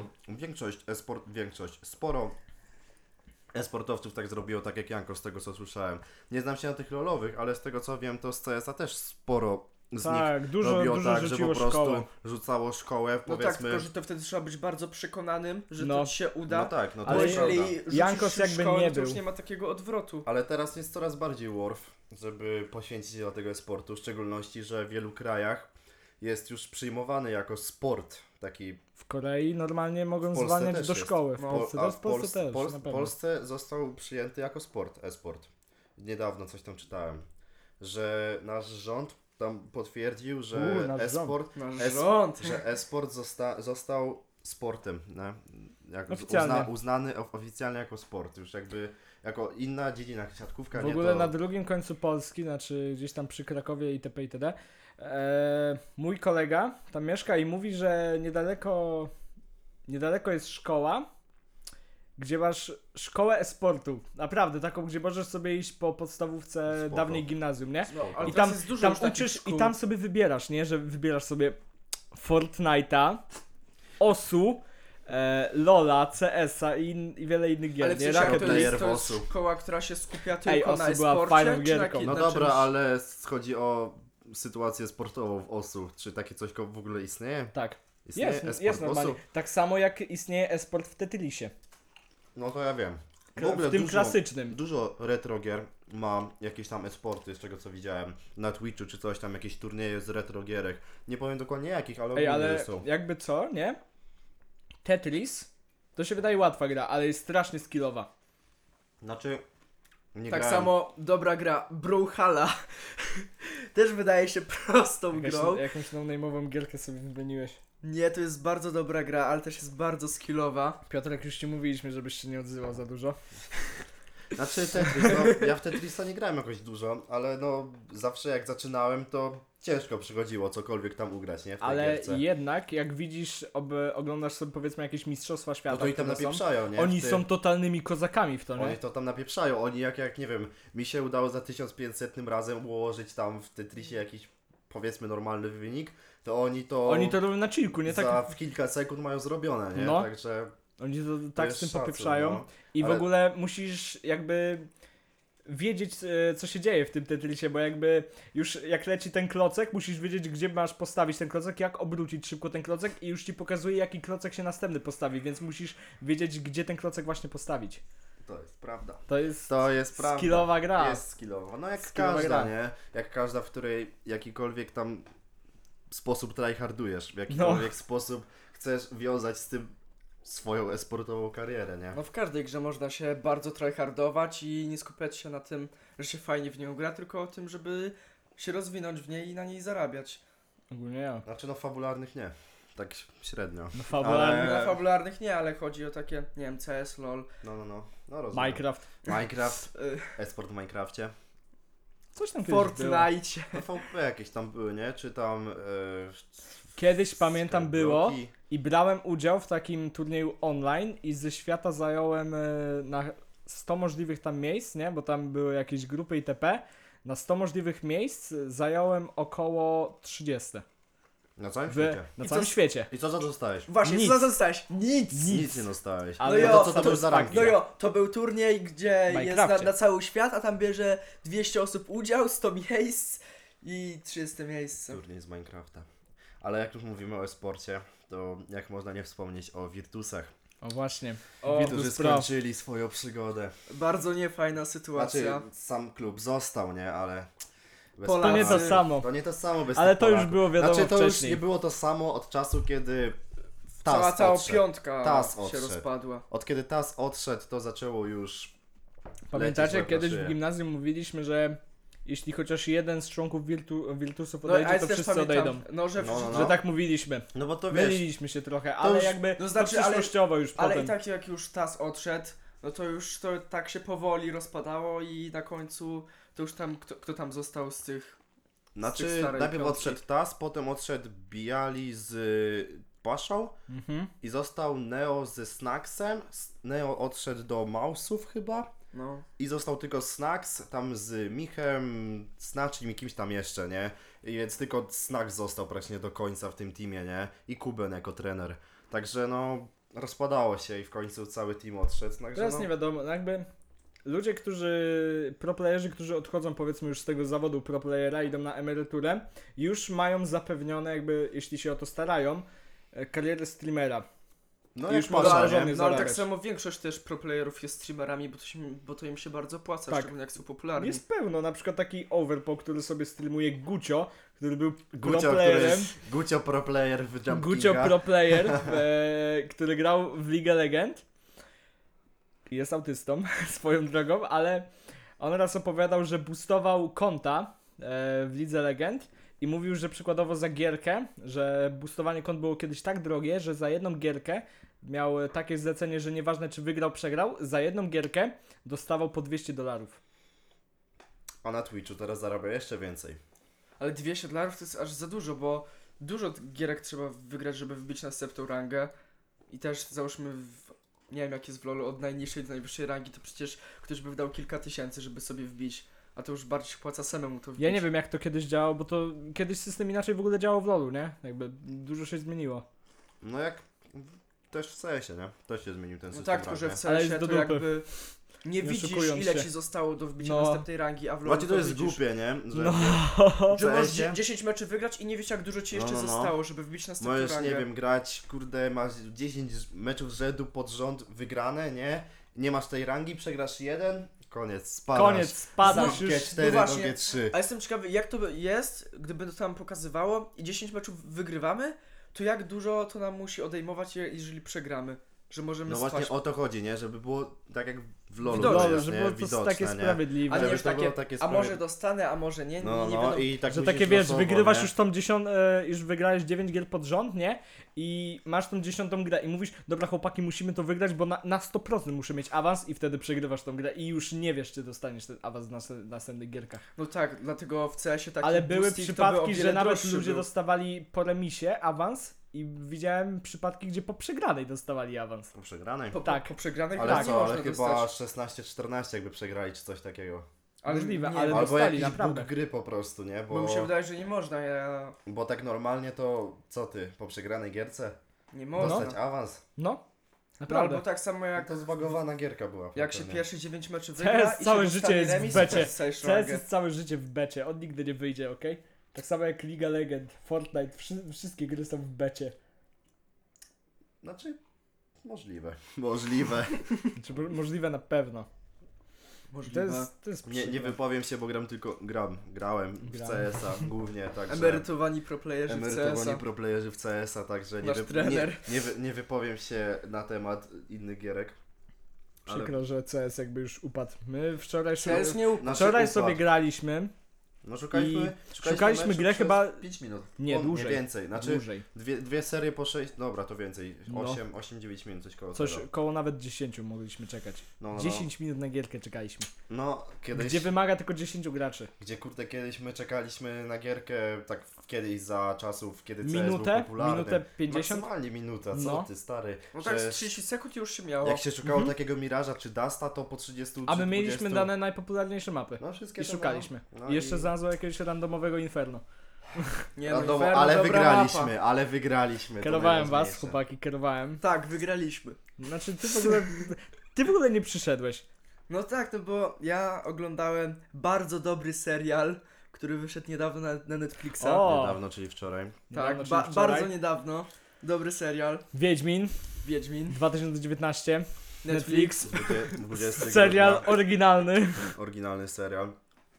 sporo e-sportowców tak zrobiło, tak jak Janko, z tego co słyszałem. Nie znam się na tych lolowych, ale z tego co wiem, to z CS-a też sporo z nich
Tak, dużo
robiło tak, że
rzuciło
po prostu
szkołę.
rzucało szkołę,
No tak,
powiedzmy.
tylko że to wtedy trzeba być bardzo przekonanym, że
No.
to ci się uda.
No tak, no to
Bo
Ale
jest
jeżeli
prawda.
rzucisz
Jankos
już
jakby
szkołę,
nie
no to już
był.
nie ma takiego odwrotu.
Ale teraz jest coraz bardziej worth, żeby poświęcić się dla tego sportu, w szczególności, że w wielu krajach jest już przyjmowany jako sport, taki
W Korei normalnie mogą
W Polsce
zwalniać
też
do
jest.
szkoły. W
No,
Polsce też, w Polsce też, na
w
pewno.
Polsce został przyjęty jako sport, e-sport. Niedawno coś tam czytałem, że nasz rząd tam potwierdził, że
nasz
e-sport,
Nasz
Es-
rząd.
że e-sport został sportem, nie?
Oficjalnie.
Uznany oficjalnie jako sport, już jakby jako inna dziedzina, siatkówka,
W
nie
ogóle
to...
na drugim końcu Polski, znaczy gdzieś tam przy Krakowie itp. itd. Mój kolega tam mieszka i mówi, że niedaleko jest szkoła, gdzie masz szkołę e-sportu. Naprawdę, taką, gdzie możesz sobie iść po podstawówce
Spoko.
dawnej gimnazjum, nie?
No, ale
I
teraz
tam,
jest dużo
tam
już takich
uczysz
szkół.
i tam sobie wybierasz, nie? Że wybierasz sobie Fortnite'a, OSU, Lola, CS-a i wiele innych gier,
Ale w
nie?
sensie, jak
Rocket
to
League.
jest,
Player
to jest
Wosu.
szkoła, która się skupia
Ej,
tylko
Osu
na
była
e-sporcie,
fajną
czy na
gierką.
ki-
No
na
dobra,
czymś-
ale chodzi o sytuację sportową w OSU. Czy takie coś w ogóle istnieje?
Tak,
Istnieje
jest
e-sport w
normalnie.
OSU?
Tak samo jak istnieje e-sport w Tetrisie.
No to ja wiem.
W tym klasycznym.
Dużo retro gier ma jakieś tam e-sporty, z czego co widziałem. Na Twitchu czy coś tam, jakieś turnieje z retro gierek. Nie powiem dokładnie jakich, ale
Ej,
ogólnie
ale
są.
jakby co, nie? Tetris to się wydaje łatwa gra, ale jest strasznie skillowa.
Znaczy, nie
Tak
grałem.
samo dobra gra Brawlhalla też wydaje się prostą grą.
Jakąś no-name'ową gierkę sobie wymieniłeś.
Nie, to jest bardzo dobra gra, ale też jest bardzo skillowa.
Piotrek, już ci mówiliśmy, żebyś się nie odzywał za dużo.
Znaczy Tetris, no ja w Tetrisa nie grałem jakoś dużo, ale no zawsze jak zaczynałem to ciężko przychodziło cokolwiek tam ugrać, nie? W tej
Ale
gierce.
jednak, jak widzisz, oglądasz sobie powiedzmy jakieś mistrzostwa świata,
No to i tam
które są,
napieprzają, nie?
oni
W tym-
są totalnymi kozakami w to, nie?
Oni to tam napieprzają, oni jak nie wiem, mi się udało za 1500 razem ułożyć tam w Tetrisie jakiś powiedzmy normalny wynik, to oni to,
Oni to robią na chillku, nie?
za
Tak,
w kilka sekund mają zrobione, nie?
No.
Także
oni to
to
tak
jest
z tym
szacun,
popieprzają.
no.
I w
Ale-
ogóle musisz jakby wiedzieć, co się dzieje w tym Tetrisie, bo jakby już jak leci ten klocek, musisz wiedzieć, gdzie masz postawić ten klocek, jak obrócić szybko ten klocek i już ci pokazuje, jaki klocek się następny postawi, więc musisz wiedzieć, gdzie ten klocek właśnie postawić.
To jest prawda.
To jest
prawda.
skillowa gra.
Jest skillowa. No jak
Skillowa
każda,
gra.
nie? Jak każda, w której jakikolwiek tam sposób tryhardujesz, w jakikolwiek sposób chcesz wiązać z tym swoją esportową karierę, nie?
No w każdej grze można się bardzo tryhardować i nie skupiać się na tym, że się fajnie w nią gra, tylko o tym, żeby się rozwinąć w niej i na niej zarabiać.
Ogólnie ja.
Znaczy no fabularnych nie. Tak średnio.
No fabularny.
Ale-
Na fabularnych nie, ale chodzi o takie, nie wiem, CS, LOL.
No rozumiem.
Minecraft.
Minecraft,
y,
esport w Minecrafcie.
Coś tam kiedyś było.
Fortnite.
No VP jakieś tam były, nie? Czy tam...
Kiedyś pamiętam było
Skybloki.
i brałem udział w takim turnieju online i ze świata zająłem na 100 możliwych tam miejsc, nie? Bo tam były jakieś grupy itp. Na 100 możliwych miejsc zająłem około 30.
Na całym
W,
świecie.
na
I
całym
co-
świecie.
I co za dostałeś?
Właśnie,
Nic.
co dostałeś? Nic!
Nic nie dostałeś.
Ale
no
no
jo,
to co to był za ranking?
No jo, to był turniej, gdzie jest
Minecrafcie.
na cały świat, a tam bierze 200 osób udział, 100 miejsc i 30 miejsce.
Turniej z Minecrafta. Ale jak już mówimy o sporcie, to jak można nie wspomnieć o Virtusach,
O właśnie.
O,
Virtus
którzy
Pro.
skończyli swoją przygodę.
bardzo niefajna sytuacja.
Znaczy, sam klub został, nie? Ale... bez
Polacy.
To nie to
Polaków.
samo.
To nie to samo bez
Ale
tych
to już
Polaków.
było wiadomo
Znaczy, to już
wcześniej.
nie było to samo od czasu, kiedy TAS
Cała
odszedł.
piątka
TAS
się
odszedł.
rozpadła.
Od kiedy TAS odszedł, to zaczęło już...
Pamiętacie,
lecieć
kiedyś
łeb na
w
szyję.
gimnazjum mówiliśmy, że jeśli chociaż jeden z członków Virtusów
No,
odejdzie,
ale
to
też
wszyscy
pamiętam,
odejdą.
no, że,
No, no, no.
Że tak mówiliśmy.
No bo to wiesz,
Myliliśmy się trochę,
to
ale
już-
jakby
no znaczy,
to
ale-
przyszłościowo już
ale
potem.
i tak jak już TAS odszedł, no to już to tak się powoli rozpadało i na końcu to już tam, kto tam został z tych... tych
znaczy
starej
najpierw
piątki.
odszedł TAS, potem odszedł Biali z Paszą
Mhm.
i został Neo ze Snacksem. Neo odszedł do Mausów chyba
No.
i został tylko Snacks tam z Michem, Snaczym i kimś tam jeszcze, nie? I więc tylko Snacks został praktycznie do końca w tym teamie, nie? I Kuben jako trener. Także no rozpadało się i w końcu cały team odszedł. Także
Teraz
no,
nie wiadomo, jakby ludzie, proplayerzy, którzy odchodzą powiedzmy już z tego zawodu proplayera, idą na emeryturę, już mają zapewnione jakby, jeśli się o to starają, karierę streamera.
no
już
jak
można,
można,
żadnych
nie?
No ale tak
zarabiać.
samo większość też proplayerów jest streamerami, bo to im się bardzo opłaca,
Tak.
szczególnie jak są popularni.
Jest pełno, na przykład taki Overpo, który sobie streamuje Gucio, który był
Gucio,
proplayerem.
Gucio pro player w Jump
Gucio
Kinga.
pro player, który grał w League Legend. Jest autystą swoją drogą, ale on raz opowiadał, że boostował konta w Lidze Legend i mówił, że przykładowo za gierkę, że boostowanie kont było kiedyś tak drogie, że za jedną gierkę miał takie zlecenie, że nieważne czy wygrał, przegrał, za jedną gierkę dostawał po $200.
A na Twitchu teraz zarabia jeszcze więcej.
Ale $200 to jest aż za dużo, bo dużo gierek trzeba wygrać, żeby wbić następną rangę. I też załóżmy, nie wiem jak jest w LoLu, od najniższej do najwyższej rangi, to przecież ktoś by wydał kilka tysięcy, żeby sobie wbić. A to już bardziej się opłaca samemu to wbić.
Ja nie wiem jak to kiedyś działało, bo to kiedyś system inaczej w ogóle działał w LoLu, nie? Jakby dużo się zmieniło.
No jak też w CS-ie, nie? Też się zmienił ten
No
system
tak, tylko że w
rangi.
Ale jest
CS-ie
do
to
dupy.
jakby nie widzisz
oszukując
ile
się.
ci zostało do wbicia
No.
następnej rangi, a w LoLu
Właśnie to jest
widzisz,
głupie, nie? Że
No.
że możesz
CS-ie
10 meczy wygrać i nie wiesz jak dużo ci jeszcze
No, no, no.
zostało, żeby wbić następną
możesz,
rangę.
nie wiem, grać, kurde, masz 10 meczów z rzędu pod rząd wygrane, nie? Nie masz tej rangi, przegrasz jeden, koniec, spadasz.
Koniec, spadasz
No,
już.
G4
no
do
właśnie.
G3.
A jestem ciekawy, jak to jest, gdyby to tam pokazywało i 10 meczów wygrywamy, to jak dużo to nam musi odejmować, jeżeli przegramy? Że możemy
No
spaść.
właśnie o to chodzi, nie? Żeby było tak jak w LoLu,
Widoczne.
to
Dobrze,
jest,
żeby
nie?
było to
Widoczne,
takie
nie?
sprawiedliwe.
A nie
żeby
już
to było
takie,
takie
a może
sprawiedliwe.
dostanę, a może nie,
No,
nie
no
będą...
i tak
Że
musisz
takie wiesz,
losowo,
wygrywasz
nie?
już tą już wygrałeś 9 gier pod rząd, nie? I masz tą 10 grę i mówisz, dobra chłopaki, musimy to wygrać, bo na 100% muszę mieć awans i wtedy przegrywasz tą grę i już nie wiesz, czy dostaniesz ten awans w następnych gierkach.
No tak, dlatego w CS-ie taki
Ale były
boosting to by o
przypadki,
wiele
że nawet
droższy
ludzie
był.
dostawali po remisie awans i widziałem przypadki, gdzie po przegranej dostawali awans.
Po przegranej.
Tak.
Po przegranych
Ale
tak, nie
co,
można
ale chyba
dostać.
16-14 jakby przegrali, czy coś takiego.
Możliwe,
nie,
ale
bo-
Albo
dostali,
jakiś
naprawdę.
bóg gry po prostu, nie?
Bo mi się wydaje, że nie można, ja...
Bo tak normalnie to co ty, po przegranej gierce?
Nie można.
Dostać awans?
No,
No
naprawdę.
albo tak samo
Jak
jak...
to zbagowana gierka była.
Jak się
potem, nie?
pierwsze 9 meczy
CS
wygra i
całe
się
życie
dostanie
jest w
remis,
becie.
to też stajesz
CS
rangę.
jest całe życie w becie, on nigdy nie wyjdzie, okej? Tak samo jak League Legend, Fortnite, wszystkie gry są w becie.
Znaczy, możliwe. Możliwe.
Czy możliwe na pewno.
Możliwe.
To jest
Nie
przykre.
wypowiem się, bo grałem w
Gram.
CS-a głównie, także...
Emerytowani proplayerzy w
Emerytowani
CS-a.
proplayerzy w CS-a, także
Nasz trener.
nie wypowiem się na temat innych gierek. Ale
Przykro, że CS jakby już upadł. My wczoraj,
CS nie upadł.
naszy
wczoraj
układ.
sobie graliśmy,
No szukaliśmy
szukaliśmy
meczu
grę
przez
chyba-
5 minut.
Nie,
O,
dłużej.
Nie więcej, znaczy
dłużej.
dwie serie po 6, dobra to więcej,
No.
8-9 minut, coś koło
Coś
tego.
koło nawet 10 mogliśmy czekać.
No,
10 minut na gierkę czekaliśmy.
No, kiedyś,
Gdzie wymaga tylko 10 graczy.
gdzie kurde kiedyś my czekaliśmy na gierkę tak w kiedyś za czasów, kiedy CS był
Minutę?
popularny.
Minutę 50?
Maksymalnie minuta, co
No.
ty stary.
No tak,
Że
z 30 sekund już się miało.
jak się szukało takiego Miraża czy Dusta, to po 30
A
czy
my mieliśmy
20...
dane najpopularniejsze mapy.
No wszystkie
I
to
szukaliśmy.
no.
I jeszcze znalazło jakiegoś randomowego Inferno.
Nie,
Wiadomo,
Inferno,
ale
dobra
wygraliśmy,
mapa.
ale wygraliśmy. to
Kierowałem was,
najważniejsze.
chłopaki, kierowałem.
Tak, wygraliśmy.
Znaczy, ty w ogóle nie przyszedłeś.
No tak, no bo ja oglądałem bardzo dobry serial, który wyszedł niedawno na Netflixa.
O!
Niedawno, czyli wczoraj.
Tak,
Niedawno, czyli wczoraj.
bardzo niedawno. Dobry serial.
Wiedźmin
Wiedźmin.
2019.
Netflix.
20
Serial
grudnia.
oryginalny.
Oryginalny serial.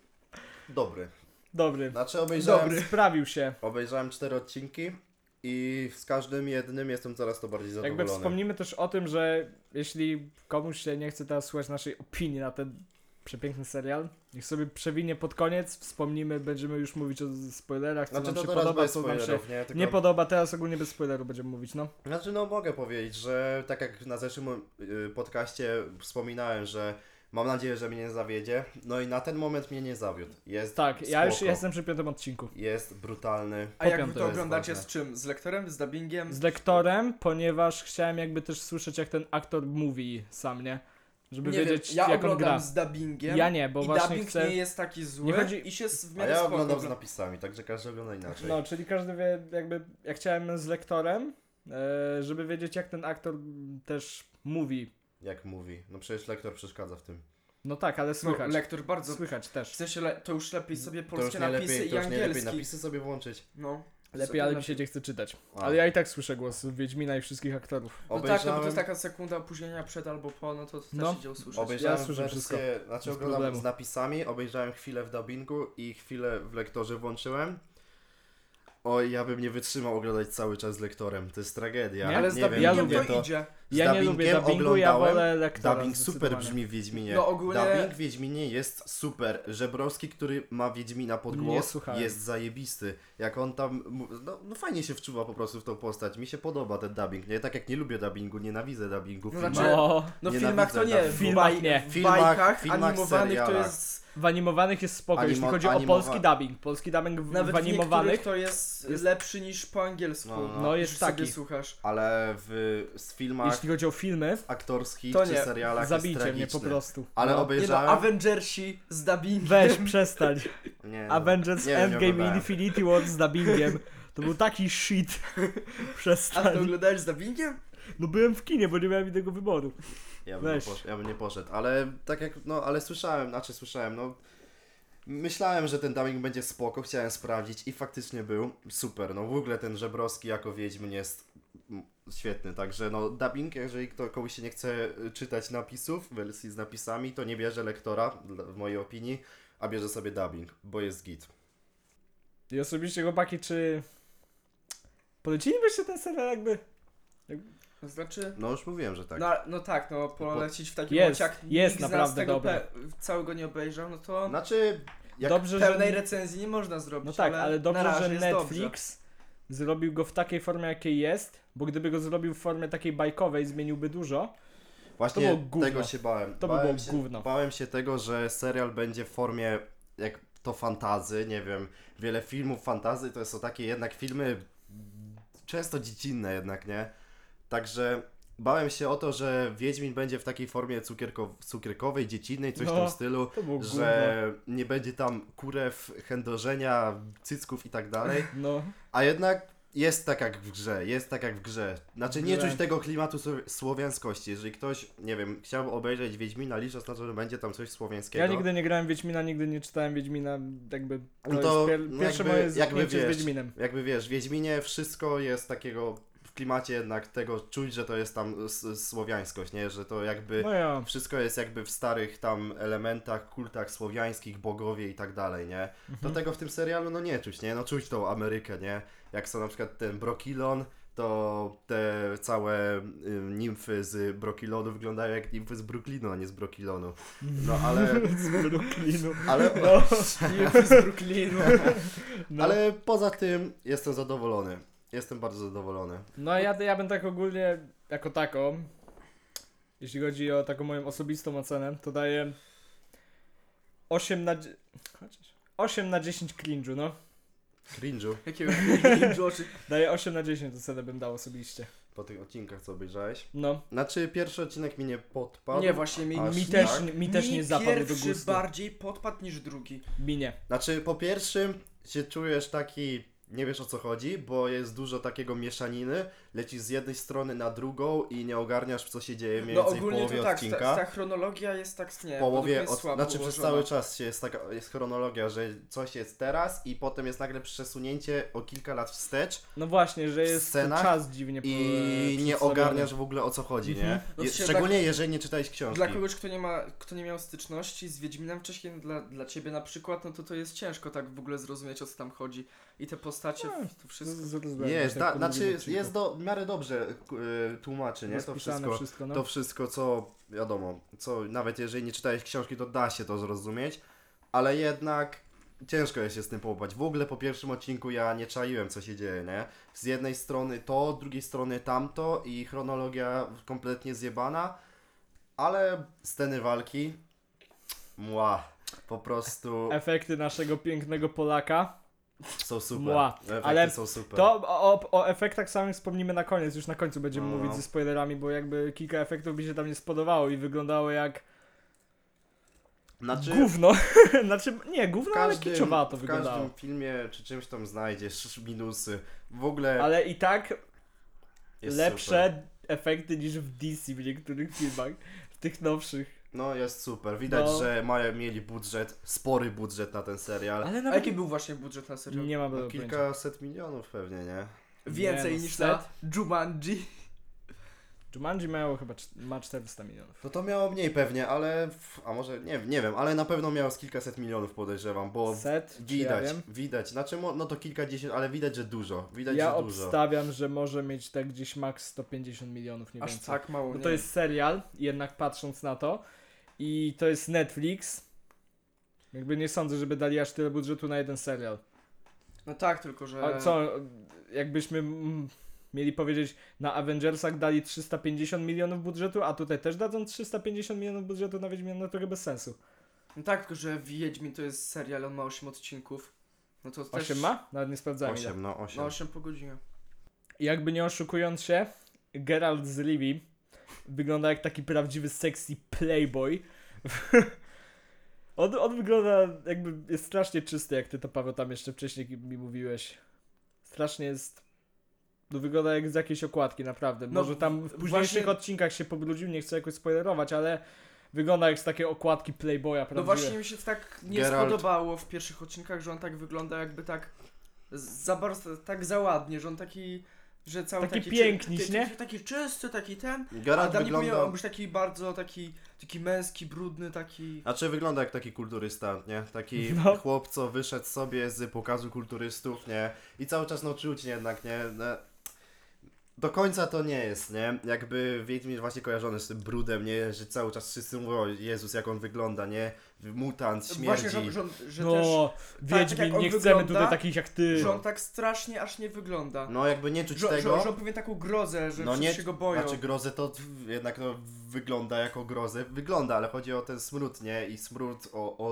Dobry.
Dobry.
Znaczy obejrzałem,
Sprawił się.
obejrzałem 4 odcinki i z każdym jednym jestem coraz to bardziej
Jakby
zadowolony.
wspomnimy też o tym, że jeśli komuś się nie chce teraz słuchać naszej opinii na ten przepiękny serial, niech sobie przewinie pod koniec, wspomnimy, będziemy już mówić o spoilerach, co
Znaczy
nam
to
się
teraz
podoba,
bez
co nam się
spoilerów, nie? Tylko...
nie podoba, teraz ogólnie bez spoileru będziemy mówić, no.
Znaczy no mogę powiedzieć, że tak jak na zeszłym podcaście wspominałem, że mam nadzieję, że mnie nie zawiedzie. No i na ten moment mnie nie zawiódł. Jest
Tak, ja już
spoko.
jestem przy 5. odcinku.
Jest brutalny.
A jak wy
piąte
to
jest
oglądacie
ważne.
z czym? Z lektorem? Z dubbingiem?
Z lektorem, ponieważ chciałem jakby też słyszeć, jak ten aktor mówi sam, nie? Żeby
Nie
wiedzieć,
wiem, ja
jak on
oglądam
gra.
z dubbingiem.
Ja nie, bo
I
właśnie
dubbing
chcę...
nie jest taki zły
Nie chodzi-
i się w
A
miarę
ja
spoko
oglądam z
ogląda.
napisami, także każdy ogląda inaczej.
No, czyli każdy wie, jakby, ja chciałem z lektorem, żeby wiedzieć, jak ten aktor też mówi.
Jak mówi. No przecież lektor przeszkadza w tym.
No tak, ale
No,
słychać.
lektor bardzo...
Słychać
W
też.
sensie to już lepiej sobie
To już
polskie
nie
napisy
lepiej,
i
to już nie lepiej
angielski.
napisy sobie włączyć.
No.
Lepiej, ale mi się nie chce czytać.
A.
Ale ja i tak słyszę głos Wiedźmina i wszystkich aktorów.
No tak, no bo to jest taka sekunda opóźnienia przed albo po, no to też
No.
idzie usłyszeć.
Obejrzałem
Ja słyszę wszystko.
wersję, znaczy
Bez
oglądam
problemu.
z napisami, obejrzałem chwilę w dubbingu i chwilę w lektorze włączyłem. Oj, ja bym nie wytrzymał oglądać cały czas z lektorem, to jest tragedia.
Nie?
Ale z
nie wiem,
dubbingiem
lubię
to
to.
idzie.
Z
Ja nie lubię
dubbingiem
dubbingu, ja
oglądałem.
wolę lektora.
Dubbing super
zdecydowanie.
brzmi w Wiedźminie.
No ogólnie-
Dubbing w Wiedźminie jest super. Żebrowski, który ma Wiedźmina pod
Nie
głos,
słuchałem.
jest zajebisty. Jak on tam, no fajnie się wczuwa po prostu w tą postać. Mi się podoba ten dubbing, nie? Tak jak nie lubię dubbingu, nienawidzę dubbingu. w
No
filmach.
znaczy-
No,
No w
Nienawidzę
filmach to nie,
dubbingu.
w,
W filmach
baj-
nie.
w
Filmach-
bajkach
filmach,
animowanych to
serialach.
jest...
w animowanych jest spoko, jeśli chodzi o polski dubbing. Polski dubbing
Nawet
w animowanych
to jest,
jest-
lepszy niż po angielsku.
No, jest
już sobie
taki.
słuchasz.
Ale z filmach
jeśli chodzi o filmy,
aktorskich
To
czy
nie.
serialach
zabijcie
jest
mnie po
tragiczny.
prostu.
Ale
No.
Nie no,
obejrzałem...
Avengersi z dubbingiem.
Weź, przestań.
Nie, no.
Avengers
Nie wiem, nie
Endgame
oglądałem.
Infinity War z dubbingiem. To był taki shit.
A ty
Przestań.
oglądałeś z dubbingiem?
No byłem w kinie, bo nie miałem innego wyboru. Weź.
Ja bym nie poszedł, ale tak jak, no ale słyszałem, no myślałem, że ten dubbing będzie spoko, chciałem sprawdzić i faktycznie był super, no w ogóle ten Żebrowski jako Wiedźmin jest świetny, także no dubbing, jeżeli komuś się nie chce czytać napisów, wersji z napisami, to nie bierze lektora, w mojej opinii, a bierze sobie dubbing, bo jest git.
I osobiście, chłopaki, czy polecilibyście ten serial jakby?
To znaczy...
No już mówiłem, że tak.
No tak, no polecić w takim
Jest,
jak
jest
nikt z nas
naprawdę
tego
dobry.
całego nie obejrzał, no to
Znaczy, jak
Dobrze,
pełnej
że...
recenzji nie można zrobić,
No tak, ale
na
dobrze,
razie
że
jest
Netflix zrobił go w takiej formie, jakiej jest, bo gdyby go zrobił w formie takiej bajkowej, zmieniłby dużo.
Właśnie
To było gówno.
tego się bałem.
To by
bałem
było
się,
gówno.
Bałem się tego, że serial będzie w formie jak to fantazy, nie wiem, wiele filmów fantazy to są takie jednak filmy często dziecinne jednak, nie? Także bałem się o to, że Wiedźmin będzie w takiej formie cukierkowej, dziecinnej, coś w
No,
tym stylu,
To było
że nie będzie tam kurew, chędożenia, cycków i tak dalej,
gówno. No.
a jednak jest tak jak w grze, Znaczy nie
Grze.
czuć tego klimatu słowiańskości. Jeżeli ktoś, nie wiem, chciałby obejrzeć Wiedźmina, licząc na to, że będzie tam coś słowiańskiego.
Ja nigdy nie grałem w Wiedźmina, nigdy nie czytałem Wiedźmina, jakby to,
No to,
jest
no
pierwsze
jakby-
moje
jakby
zetknięcie z
wiesz,
Wiedźminem.
Jakby wiesz, w Wiedźminie wszystko jest takiego w klimacie jednak tego czuć, że to jest tam słowiańskość, nie? Że to jakby
No ja.
wszystko jest jakby w starych tam elementach, kultach słowiańskich, bogowie i tak dalej, nie? To tego w tym serialu no nie czuć, nie? No czuć tą Amerykę, nie? Jak są na przykład ten Brokilon, to te całe nimfy z Brokilonu wyglądają jak nimfy z Brooklynu, a nie z Brokilonu. No ale...
Z Brooklynu.
ale
No.
Nimfy z Brooklynu.
No.
ale poza tym jestem zadowolony. Jestem bardzo zadowolony.
No ja bym tak ogólnie, jako tako, jeśli chodzi o taką moją osobistą ocenę, to daję 8 na 10 cringe'u, no.
Cringe'u
Jakiego cringe'u, czy...
Daję 8 na 10, to cenę bym dał osobiście.
po tych odcinkach, co obejrzałeś.
No,
Znaczy, pierwszy odcinek mi nie podpadł.
Nie, właśnie
Aż
mi też nie zapadł do
pierwszy
gustu.
bardziej podpadł niż drugi.
Mi nie.
Znaczy, po pierwszym się czujesz taki, nie wiesz o co chodzi, bo jest dużo takiego mieszaniny, lecisz z jednej strony na drugą i nie ogarniasz, co się dzieje mniej
No
więcej w
ogólnie
połowie
to tak,
odcinka.
ta chronologia jest tak, nie,
W połowie,
według mnie jest słabo
znaczy przez
ułożona.
cały czas jest chronologia, że coś jest teraz i potem jest nagle przesunięcie o kilka lat wstecz
No właśnie, że jest
scenach
czas dziwnie
i nie
przedstawiony.
ogarniasz w ogóle o co chodzi,
Mhm.
nie?
No to się
Szczególnie jeżeli nie czytałeś książki.
Dla kogoś, kto nie miał styczności z Wiedźminem wcześniej, dla ciebie na przykład, no to jest ciężko tak w ogóle zrozumieć, o co tam chodzi. I te postacie,
No,
to wszystko.
Jest, znaczy jest w miarę dobrze tłumaczy, nie?
No.
To wszystko, co wiadomo, co nawet jeżeli nie czytałeś książki, to da się to zrozumieć, ale jednak ciężko jest się z tym połapać. W ogóle po pierwszym odcinku ja nie czaiłem, co się dzieje, nie? Z jednej strony to, z drugiej strony tamto i chronologia kompletnie zjebana, ale sceny walki, po prostu
Efekty naszego pięknego Polaka.
są super.
Mła.
Efekty
Ale
są super.
To o efektach samych wspomnimy na koniec, już na końcu będziemy
No.
mówić ze spoilerami, bo jakby kilka efektów mi się tam nie spodobało i wyglądało jak
Znaczy,
gówno. Znaczy, nie gówno, ale kiczowato
w
wyglądało.
każdym filmie czy czymś tam znajdziesz minusy. W ogóle
Ale i tak
jest
lepsze
super.
efekty niż w DC w niektórych filmach, w tych nowszych.
No jest super. Widać,
No.
że mieli budżet, spory budżet na ten serial.
Ale
A
nawet
jaki był właśnie budżet na serial?
nie mam
No,
pojęcia.
kilkaset milionów pewnie, nie?
Więcej
Nie, no,
niż
set.
na Jumanji.
Jumanji miało chyba ma 400 milionów.
No to miało mniej pewnie, ale... A może, nie wiem, ale na pewno miało z kilkaset milionów podejrzewam, bo
Set? Czy ja wiem?
widać. Znaczy, no to kilkadziesiąt, ale widać, że dużo. Widać,
Ja
że dużo.
obstawiam, że może mieć tak gdzieś max 150 milionów, nie
Aż
więcej.
tak mało,
Bo
nie?
to jest serial, jednak patrząc na to. I to jest Netflix. Jakby nie sądzę, żeby dali aż tyle budżetu na jeden serial.
No tak, tylko że...
A co, jakbyśmy mieli powiedzieć, na Avengersach dali 350 milionów budżetu, a tutaj też dadzą 350 milionów budżetu na Wiedźmina, no to chyba bez sensu.
No tak, tylko że Wiedźmin to jest serial, on ma 8 odcinków. No to też...
8 ma? Nawet nie sprawdzałem ile.
8, no 8.
No 8 po godzinie.
I jakby nie oszukując się, Geralt z Rivii wygląda jak taki prawdziwy sexy playboy. on wygląda jakby jest strasznie czysty, jak ty to, Paweł, tam jeszcze wcześniej mi mówiłeś. Strasznie jest... No wygląda jak z jakiejś okładki, naprawdę.
No,
Może tam w późniejszych
właśnie-
odcinkach się pobrudził, nie chcę jakoś spoilerować, ale wygląda jak z takiej okładki playboya, prawdziwe.
No właśnie mi się tak nie
Geralt.
spodobało w pierwszych odcinkach, że on tak wygląda jakby tak za bardzo, tak za ładnie, że on taki, że cały
Taki
taki
piękniś, nie?
Taki czysty, taki ten, a
Geralt
dla mnie powinien
wygląda...
on być taki bardzo, taki męski, brudny, taki...
Znaczy wygląda jak taki kulturysta, nie? Taki
No.
chłop, co wyszedł sobie z pokazu kulturystów, nie? I cały czas no czuć jednak, nie? No, do końca to nie jest, nie? Jakby Wiedźmin właśnie kojarzony z tym brudem, nie? Że cały czas wszyscy mówią, o Jezus, jak on wygląda, nie? Mutant, śmierdzi.
Właśnie, że też,
No,
tak
Wiedźmin,
jak on
nie chcemy
wygląda,
tutaj takich jak ty.
że on tak strasznie aż nie wygląda.
No jakby nie czuć
Że
tego.
on powinien taką grozę, że
No
wszyscy
nie,
się go boją.
znaczy grozę to jednak no, wygląda jako grozę. Wygląda, ale chodzi o ten smród, nie? I smród,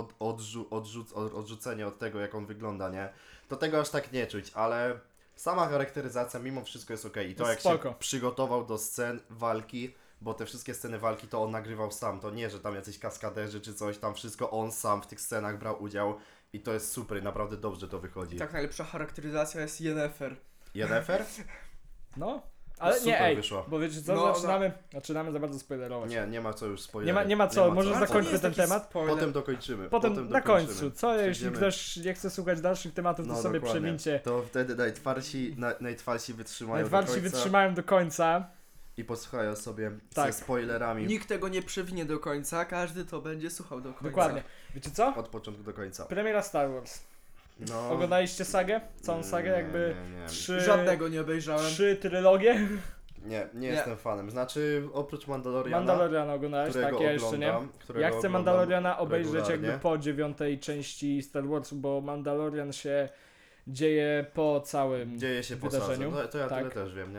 odrzucenie od tego, jak on wygląda, nie? To tego aż tak nie czuć, ale sama charakteryzacja mimo wszystko jest okej. I to
No
jak
spoko.
się przygotował do scen walki, bo te wszystkie sceny walki to on nagrywał sam. To nie, że tam jacyś kaskaderzy czy coś, tam wszystko on sam w tych scenach brał udział. I to jest super i naprawdę dobrze to wychodzi.
Tak, najlepsza charakteryzacja jest Yennefer.
Yennefer?
No, ale
Super
nie, ej,
wyszła.
bo wiecie co,
No,
zaczynamy za bardzo spoilerować.
Nie ma co już spoilerować.
Nie ma co, może
Ale to
zakończmy
nie jest
ten
taki
temat.
spoiler.
Potem dokończymy.
Potem na
dokończymy.
końcu, co jeśli
Przejdziemy-
ktoś nie chce słuchać dalszych tematów, to
No,
sobie
dokładnie.
przewincie.
To wtedy najtwarsi wytrzymają
Najtwarci
do końca
wytrzymają do końca.
i posłuchają sobie
Tak.
ze spoilerami
Nikt tego nie przewinie do końca, każdy to będzie słuchał do końca.
Dokładnie. Wiecie co?
od początku do końca.
Premiera Star Wars.
No,
Oglądaliście sagę? Całą sagę? Jakby
Nie.
Żadnego nie obejrzałem.
3 trylogie.
Nie jestem fanem. Znaczy, oprócz Mandaloriana,
Mandaloriana oglądałeś?
którego
Tak, ja jeszcze nie.
oglądam, którego
Ja chcę
oglądam
Mandaloriana obejrzeć
regularnie.
jakby po 9. części Star Warsu, bo Mandalorian się dzieje po całym
Dzieje się po
wydarzeniu.
sadze. No, to ja
Tak.
tyle też wiem, nie?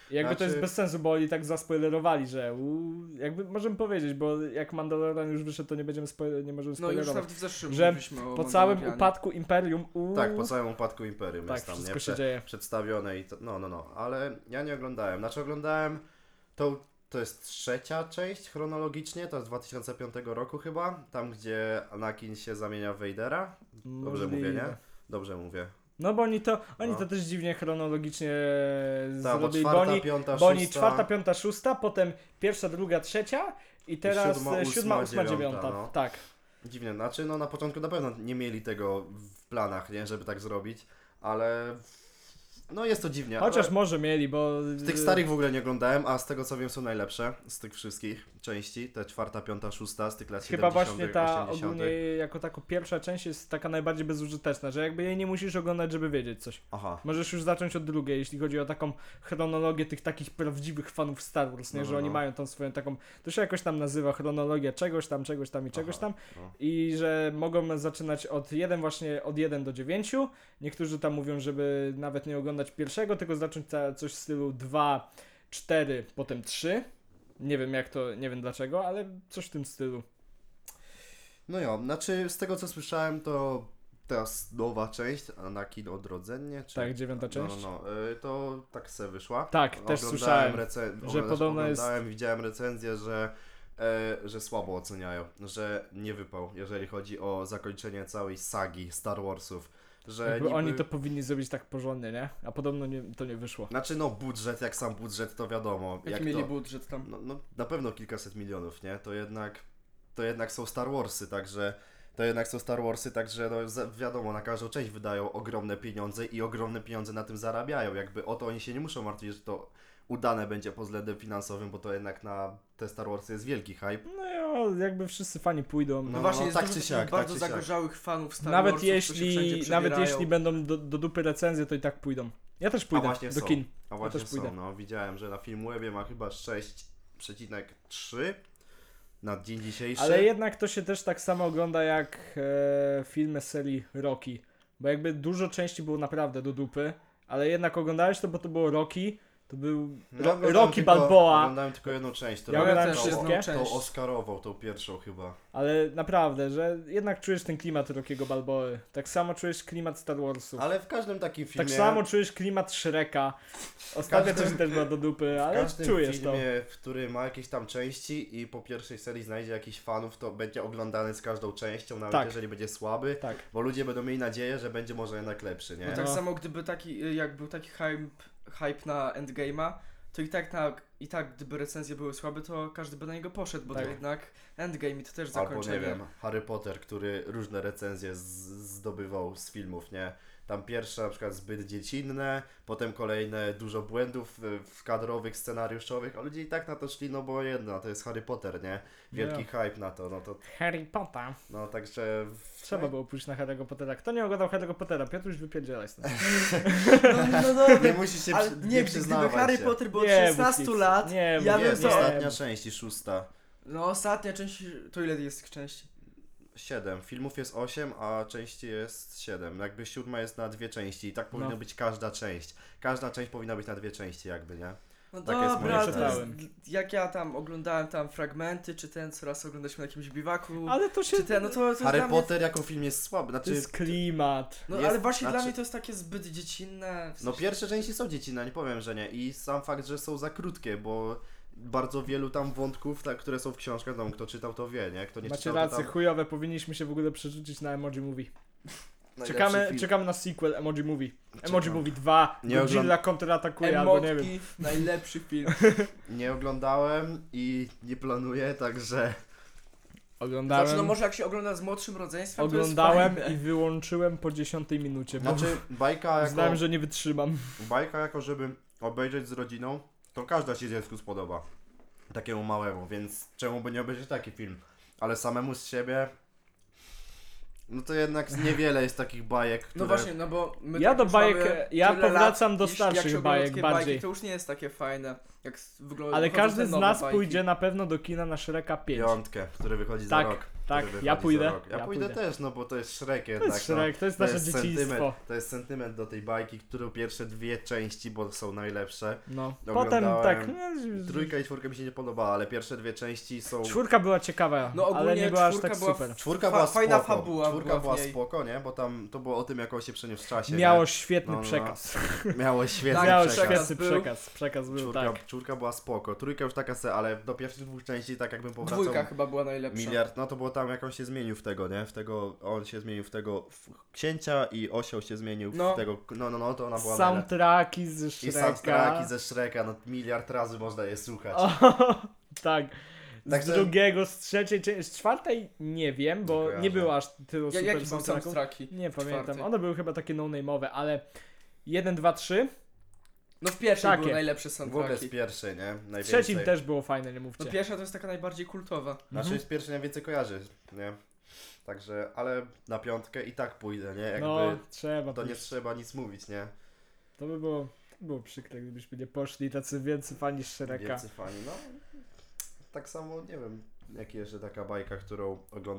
Jakby to jest
Znaczy-
bez sensu, bo oni tak zaspoilerowali, że jakby możemy powiedzieć, bo jak Mandalorian już wyszedł, to nie możemy
No już
spoilerować.
nawet w zeszłym
Że
mówiliśmy o
Po całym
Mandalorianie.
upadku Imperium,
Tak, po całym upadku Imperium
tak,
jest tam,
wszystko
nie?
się dzieje.
Przedstawione i to, no, ale ja nie oglądałem. Znaczy oglądałem, to jest trzecia część chronologicznie, to jest z 2005 roku chyba, tam gdzie Anakin się zamienia w Vadera. Dobrze mówię, nie?
Możliwe.
Dobrze mówię.
No bo oni to
No.
też dziwnie chronologicznie
Tak, bo
zrobili,
czwarta, piąta,
bo oni
szósta,
4., 5., 6., potem 1., 2., 3. i teraz
siódma,
7., 8.,
ósma,
9.
dziewiąta, no.
Tak.
Dziwnie, znaczy no na początku na pewno nie mieli tego w planach, nie, żeby tak zrobić, ale no jest to dziwnie.
Chociaż
ale
może mieli, bo
z tych starych w ogóle nie oglądałem, a z tego co wiem są najlepsze z tych wszystkich części, te 4., 5., 6. z tych lat
chyba
70.,
właśnie ta
80.
ogólnie jako taka pierwsza część jest taka najbardziej bezużyteczna, że jakby jej nie musisz oglądać, żeby wiedzieć coś.
Aha.
Możesz już zacząć od drugiej, jeśli chodzi o taką chronologię tych takich prawdziwych fanów Star Wars, nie?
No,
Że
no,
oni
no.
mają tą swoją taką, to się jakoś tam nazywa chronologia czegoś tam i czegoś
Aha,
tam
no.
i że mogą zaczynać od 1 do 9. Niektórzy tam mówią, żeby nawet nie oglądać pierwszego, tylko zacząć coś w stylu 2, 4, potem 3. Nie wiem jak to, nie wiem dlaczego, ale coś w tym stylu.
No ja, znaczy z tego co słyszałem to teraz nowa część, Anakin Odrodzenie, czy...
Tak, 9. część.
To tak se wyszła.
Tak, też słyszałem, że podobno jest...
Widziałem recenzję, że słabo oceniają, że nie wypał, jeżeli chodzi o zakończenie całej sagi Star Warsów. Że
Jakby
niby...
oni to powinni zrobić tak porządnie, nie? A podobno to nie wyszło.
Znaczy no budżet, jak sam budżet to wiadomo.
Jaki
jak
mieli
to...
budżet tam?
No na pewno kilkaset milionów, nie? To jednak są Star Warsy, także... no, wiadomo, na każdą część wydają ogromne pieniądze i ogromne pieniądze na tym zarabiają. Jakby o to oni się nie muszą martwić, że to udane będzie pod względem finansowym, bo to jednak na te Star Warsy jest wielki hype.
No ja, jakby wszyscy fani pójdą.
No,
właśnie, jest
tak
dużo
czy
takich
siak,
bardzo
tak czy siak.
zagorzałych fanów Star
Nawet
Warsów, co się wszędzie
nawet
przebierają.
jeśli będą do dupy recenzje, to i tak pójdą. Ja też pójdę
właśnie
do
są.
kin.
A właśnie
też pójdę.
są, no widziałem, że na Filmwebie ma chyba 6,3 na dzień dzisiejszy.
Ale jednak to się też tak samo ogląda jak filmy z serii Rocky. Bo jakby dużo części było naprawdę do dupy, ale jednak oglądałeś to, bo to było Rocky. To był
oglądałem
Rocky
tylko-
Balboa,
Oglądałem tylko jedną część,
Ja
Ja
oglądałem
też
wszystkie.
jedną część.
tą Oscarową, tą pierwszą chyba.
ale naprawdę, że jednak czujesz ten klimat Rockiego Balboy. Tak samo czujesz klimat Star Warsów.
Ale w każdym takim filmie...
Tak samo czujesz klimat Shreka. Ostatnia
każdym-
część też była do dupy,
W
ale
każdym
czujesz to.
filmie, który ma jakieś tam części i po pierwszej serii znajdzie jakichś fanów, to będzie oglądany z każdą częścią, nawet
Tak.
jeżeli będzie słaby,
Tak.
bo ludzie będą mieli nadzieję, że będzie może jednak lepszy, nie?
No tak
No.
samo gdyby jak był taki hype na Endgame'a, to i tak gdyby recenzje były słabe, to każdy by na niego poszedł, bo
Tak.
to jednak Endgame i to też
Albo
zakończenie.
nie wiem, Harry Potter, który różne recenzje zdobywał z filmów, nie? Tam pierwsze na przykład zbyt dziecinne, potem kolejne dużo błędów kadrowych, scenariuszowych, a ludzie i tak na to szli, no bo jedno, to jest Harry Potter, nie? Wielki hype na to, no to,
Harry Potter.
no także...
Trzeba było pójść na Harry'ego Pottera. Kto nie oglądał Harry'ego Pottera? Piotruś, wypierdzielaj stąd.
No dobra.
Nie musisz się
Ale
nie
nie, gdyby
przyznawać
Harry
się.
Potter był od
Nie,
16
mów nic.
lat,
Nie,
ja
mów
bym
Jest
nie.
to...
ostatnia część i 6.
No ostatnia część, to ile jest tych części?
7. Filmów jest 8, a części jest 7. Jakby 7 jest na 2 części i tak powinno
No.
być każda część. Każda część powinna być na 2 części jakby, nie?
No
Tak jest
dobra,
moje
to
zdanie.
jest, jak ja tam oglądałem tam fragmenty, czy ten, co raz oglądaliśmy na jakimś biwaku,
Ale to się...
czy ten, no to
Harry
dla mnie,
Potter jako film jest słaby,
To
znaczy...
jest klimat.
no
jest-
ale właśnie dla
znaczy-
mnie to jest takie zbyt dziecinne. w
No
sensie-
pierwsze części są dziecinne, nie powiem, że nie. I sam fakt, że są za krótkie, bo bardzo wielu tam wątków, które są w książkach, tam kto czytał to wie, nie? Kto nie
Macie
czytał
rację,
to tam...
chujowe, powinniśmy się w ogóle przerzucić na Emoji Movie.
najlepszy film.
Czekamy na sequel Emoji Movie.
Czekam.
Emoji Movie 2,
Nie
Godzilla kontratakuje, albo nie wiem.
Emotki, najlepszy film.
Nie oglądałem i nie planuję, także...
Oglądałem,
Znaczy no może jak się ogląda z młodszym rodzeństwem,
oglądałem
to
i
jest
wyłączyłem po 10 minucie, bo
Znaczy bajka
uznałem,
jako...
że nie wytrzymam.
Bajka jako żeby obejrzeć z rodziną, to każda się dziecku spodoba. Takiemu małemu, więc czemu by nie obejrzeć taki film? Ale samemu z siebie... No to jednak niewiele jest takich bajek, które...
No właśnie, no bo my
Ja
tak
do
już
bajek,
mamy
ja
tyle
powracam
lat,
do
jeśli- jak się
starszych
ogląda
bajek
takie
bardziej.
Bajki, to już nie jest takie fajne. Jak wygląda.
Ale
wychodzą
każdy
te
z
nowe
nas
bajki.
pójdzie na pewno do kina na Shreka 5.
Piątkę, który wychodzi
Tak,
za rok.
tak,
który
ja
wychodzi za
pójdę,
rok. Ja
ja
pójdę
pójdę.
też, no bo to jest Shrek
To
jednak.
jest Shrek, to jest nasze dzieciństwo.
To jest sentyment do tej bajki, którą pierwsze dwie części, bo są najlepsze.
No.
Oglądałem.
Potem tak.
Trójka i czwórka mi się nie podobała, ale pierwsze dwie części są...
Czwórka była ciekawa,
No ogólnie
ale nie była aż
czwórka
tak
była
super.
Czwórka była
fajna
spoko.
fabuła
Czwórka była
w niej.
spoko, nie? Bo tam to było o tym, jak on się przeniósł w czasie.
Miało
nie?
świetny
No, no.
przekaz.
Miało świetny
Tak,
Miało
przekaz.
świetny
był.
przekaz był,
Czwórka,
tak.
czwórka była spoko. Trójka już taka ale do pierwszych dwóch części tak jakbym powracał...
Dwójka chyba była najlepsza.
Miliard, no to było tam jak on się zmienił w tego, nie? On się zmienił w tego księcia i osioł się zmienił
No.
w tego, no to ona była najlepsza.
Soundtracki ze
I
Shreka.
soundtracki ze Shreka, no miliard razy można je słuchać.
O, tak. Z
Także-
drugiego, z trzeciej, z czwartej nie wiem, bo
kojarzę.
nie było aż tylu super
Jakie były
soundtracków.
soundtracki?
Nie pamiętam.
Czwarty.
One były chyba takie no-name'owe, ale 1, 2, 3.
No w pierwszej
Takie.
były najlepsze
W ogóle
soundtracki.
z pierwszej, nie?
W
Najwięcej.
trzecim też było fajne, nie mówcie.
No pierwsza to jest taka najbardziej kultowa.
Znaczy z pierwszej najwięcej kojarzy, nie? Także, ale na piątkę i tak pójdę, nie? Jakby
No, trzeba.
to nie
pójść.
trzeba nic mówić, nie?
To by było przykre, gdybyśmy nie poszli tacy więcej fani Shreka.
Wielcy fani, no. Tak samo, nie wiem, jaka jeszcze taka bajka, którą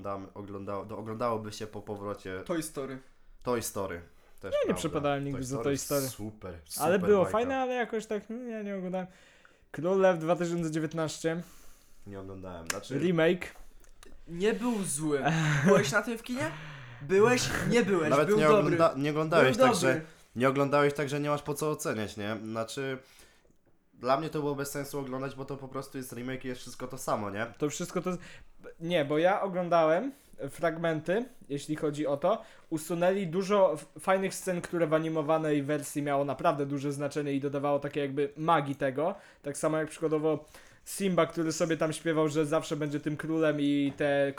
oglądałoby się po powrocie
Toy Story.
Toy Story. Też
Ja nie
prawda.
przypadałem nigdy za Toy Story.
Super,
Ale
super
było
bajka.
fajne, ale jakoś tak, ja nie oglądałem. Król Lew 2019,
Nie oglądałem. Znaczy,
remake.
Nie był zły. Byłeś na tym w kinie? Byłeś? Nie byłeś.
nawet
był
nie,
dobry.
nie oglądałeś,
Był
także
dobry.
nie oglądałeś, także nie masz po co oceniać, nie? Znaczy, dla mnie to było bez sensu oglądać, bo to po prostu jest remake i jest wszystko to samo, nie?
To wszystko to... Nie, bo ja oglądałem fragmenty, jeśli chodzi o to. Usunęli dużo fajnych scen, które w animowanej wersji miało naprawdę duże znaczenie i dodawało takie jakby magii tego. Tak samo jak przykładowo Simba, który sobie tam śpiewał, że zawsze będzie tym królem i te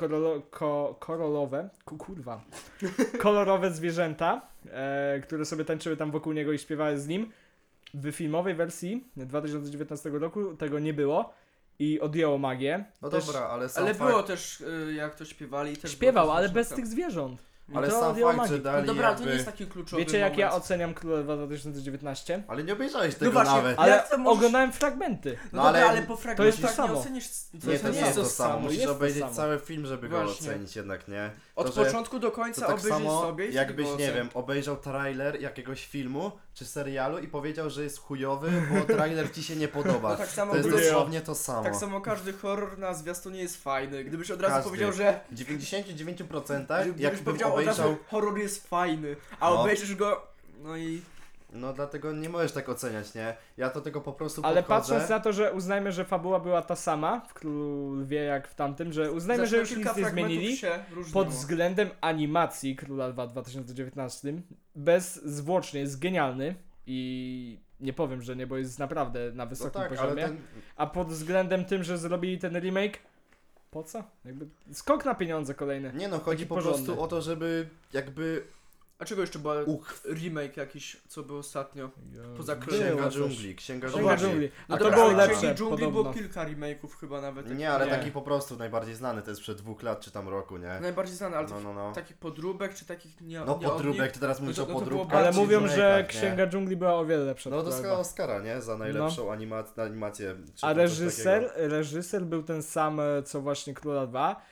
kolorowe zwierzęta, które sobie tańczyły tam wokół niego i śpiewały z nim. W filmowej wersji 2019 roku tego nie było i odjęło magię.
No
Też
dobra, ale sam
Ale
fakt,
było też, jak to śpiewali. Też
śpiewał,
było to
ale bez
smaczne.
tych zwierząt. I
ale
to
sam
odjęło
fakt, że
magię.
dali
No dobra, ale to
jakby...
nie jest taki kluczowy
Wiecie jak ja
moment.
oceniam Króla 2019?
Ale nie obejrzałeś tego
No właśnie,
nawet.
Ale
Ale
jak to możesz-
oglądałem fragmenty.
No
No
dobra,
ale
ale po
to
fragmencie
jest to
tak nie
samo.
ocenisz...
Nie, to nie jest to samo. Musisz
jest to
obejrzeć
samo.
cały film, żeby go
Właśnie.
ocenić jednak, nie?
Od
To, że-
początku do
To
końca
tak
obejrzyj
samo,
sobie i
jakbyś,
wtedy go
nie
ocen.
wiem, obejrzał trailer jakiegoś filmu czy serialu i powiedział, że jest chujowy, bo trailer ci się nie podoba.
No tak samo
To jest
ogólnie-
dosłownie to samo.
Tak samo każdy horror na zwiastunie jest fajny. Gdybyś od razu
Każdy.
powiedział, że...
W 99%
Gdybyś
jakbym
powiedział od razu,
obejrzał...
horror jest fajny, a
No.
obejrzysz go... No i...
No dlatego nie możesz tak oceniać, nie? Ja do tego po prostu
Ale
podchodzę.
patrząc na to, że uznajmy, że fabuła była ta sama w Królu Lwie jak w tamtym, że uznajmy, że
Zresztą
już
kilka
nic nie
fragmentów
zmienili
się różniło.
pod względem animacji Króla Lwa w 2019 bezzwłocznie jest genialny i nie powiem, że nie, bo jest naprawdę na
No
wysokim
tak, ale
poziomie.
ten...
A pod względem tym, że zrobili ten remake, po co? Jakby skok na pieniądze kolejny.
Nie no, chodzi
Taki
po
porządny.
prostu o to, żeby jakby...
A czego jeszcze była remake jakiś, co był ostatnio? Poza
Było
Księga
coś.
dżungli, Księga
Księga
dżungli.
dżungli. A
No
to
dobra,
było
ale
lepsze,
Księgi dżungli
podobno.
było kilka remake'ów chyba nawet.
Nie, ale
Nie.
taki po prostu najbardziej znany, to jest przed 2 lat czy tam roku, nie?
Najbardziej znany, ale
No.
takich podróbek czy takich nie
No
nie od nich?
podróbek, ty teraz mówisz
No
o
to było
podróbkach.
Ale
bardziej
czy
mówią, że
remake'ach, nie?
Księga Dżungli była o wiele lepsza.
No
od
dostała
Króla Lwa.
Oscara, nie? Za najlepszą animację. Czy
A
tam coś takiego.
reżyser był ten sam, co właśnie Króla 2.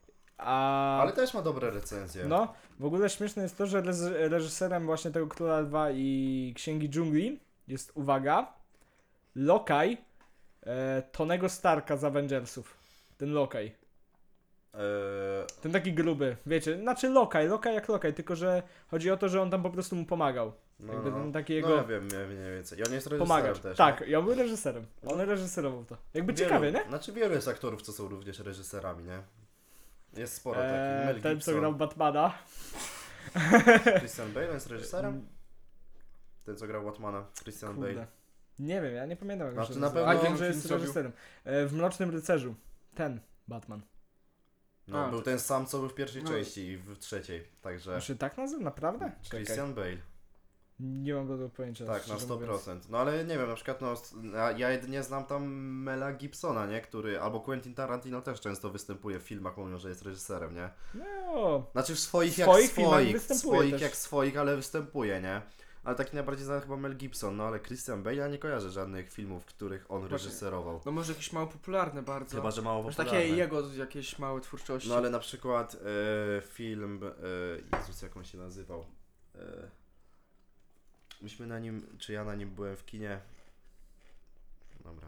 A
Ale też ma dobre recenzje.
no, w ogóle śmieszne jest to, że reżyserem właśnie tego Króla Lwa i Księgi Dżungli jest, uwaga, Lokaj Tonego Starka z Avengersów. Ten Lokaj.
Eee,
Ten taki gruby, wiecie, znaczy Lokaj jak Lokaj, tylko że chodzi o to, że on tam po prostu mu pomagał. Jakby ten taki
No
jego
ja wiem mniej więcej. I on jest reżyserem
pomagać.
też.
Tak,
nie?
ja był reżyserem. On reżyserował to. Jakby
Wielu-
ciekawie, nie?
Znaczy wielu jest aktorów, co są również reżyserami, nie? Jest sporo takich. Mel
Ten, co
Gibson,
grał Batmana.
Christian Bale jest reżyserem? Ten, co grał Batmana, Christian
Kurde.
Bale.
Nie wiem, ja nie pamiętam jak
Znaczy,
się
na
nazywa.
pewno
A wiem,
on
że
film
jest
zrobił.
reżyserem. W Mrocznym Rycerzu. Ten Batman.
No,
A,
był
to-
ten sam, co był w pierwszej
No.
części i w trzeciej, także...
On się tak nazywa? Naprawdę? Czekaj.
Christian Bale.
Nie mam tego pojęcia.
Tak, na
szczerze
100%.
mówiąc.
No ale nie wiem, na przykład ja jedynie znam tam Mela Gibsona, nie? Który, albo Quentin Tarantino też często występuje w filmach, mimo że jest reżyserem, nie?
No,
Znaczy w swoich
W swoich
jak
filmach
swoich,
występuje
swoich
też.
jak swoich, ale występuje, nie? Ale taki najbardziej znany chyba Mel Gibson, no ale Christian Bale, ja nie kojarzę żadnych filmów, których on reżyserował.
No może jakieś mało popularne bardzo.
Chyba, że mało
Może
popularne.
takie jego jakieś małe twórczości.
No ale na przykład film, Jezus, jak on się nazywał? Myśmy na nim, czy ja na nim byłem w kinie? Dobra.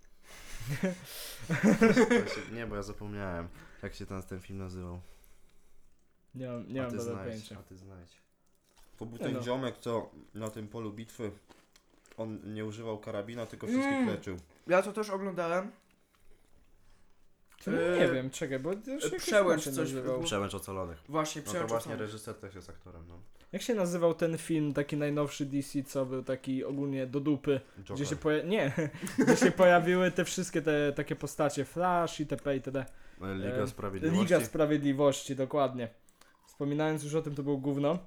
Nie, bo ja zapomniałem, jak się ten film nazywał.
Nie mam
znajdź,
pojęcia.
a ty znajdź. To był
Nie
ten
no.
ziomek, co na tym polu bitwy, on nie używał karabina, tylko wszystkich leczył.
Ja to też oglądałem.
Nie wiem, czekaj, bo już jakiś
Przełęcz
się
coś
nazywał.
Przełęcz Ocalonych.
Właśnie,
No to
Przełęcz
właśnie
Ocalonych.
reżyser też jest aktorem, no.
Jak się nazywał ten film, taki najnowszy DC, co był taki ogólnie do dupy,
Joker.
gdzie się gdzie się pojawiły te wszystkie te takie postacie, Flash itp. itd.
Liga Sprawiedliwości.
Liga Sprawiedliwości, dokładnie. Wspominając już o tym, to było gówno,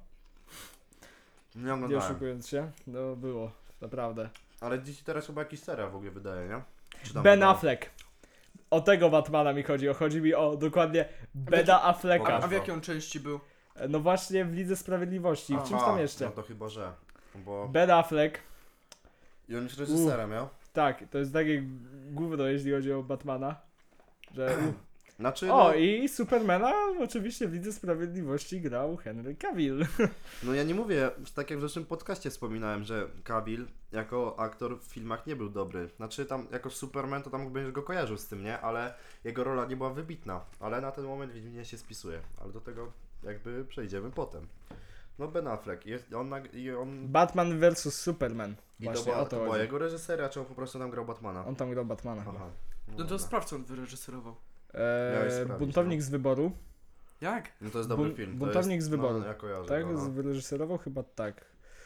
Nie
nie
oglądałem.
oszukując się. No było, naprawdę.
Ale dzisiaj teraz chyba jakiś serial w ogóle wydaje, nie? Czy tam
Ben
wydało?
Affleck. O tego Batmana mi chodzi. Chodzi mi o dokładnie Bena Afflecka.
Pokaż.
A w jakiej on części był?
No właśnie w Lidze Sprawiedliwości. W czymś tam jeszcze.
No to chyba, że. Bo...
Ben Affleck.
I on już reżysera miał?
Tak, to jest takie gówno, jeśli chodzi o Batmana. Że...
Znaczy,
O,
no,
i Supermana oczywiście w Lidze Sprawiedliwości grał Henry Cavill.
no ja nie mówię, tak jak w zeszłym podcaście wspominałem, że Cavill jako aktor w filmach nie był dobry. Znaczy tam jako Superman to tam będziesz go kojarzył z tym, nie? Ale jego rola nie była wybitna. Ale na ten moment mnie się spisuje. Ale do tego jakby przejdziemy potem. No Ben Affleck, on
Batman vs Superman.
i to
Właśnie
była,
o to
to była
chodzi.
jego reżyseria, czy on po prostu tam grał Batmana?
On tam grał Batmana chyba.
Aha.
No
dobra.
to sprawdź, co on wyreżyserował.
Miałeś sprawdzić,
Buntownik z wyboru.
Jak?
No to jest dobry film. To
Buntownik
jest,
z wyboru.
No, ja kojarzę
Tak,
go, no.
wyreżyserował chyba tak.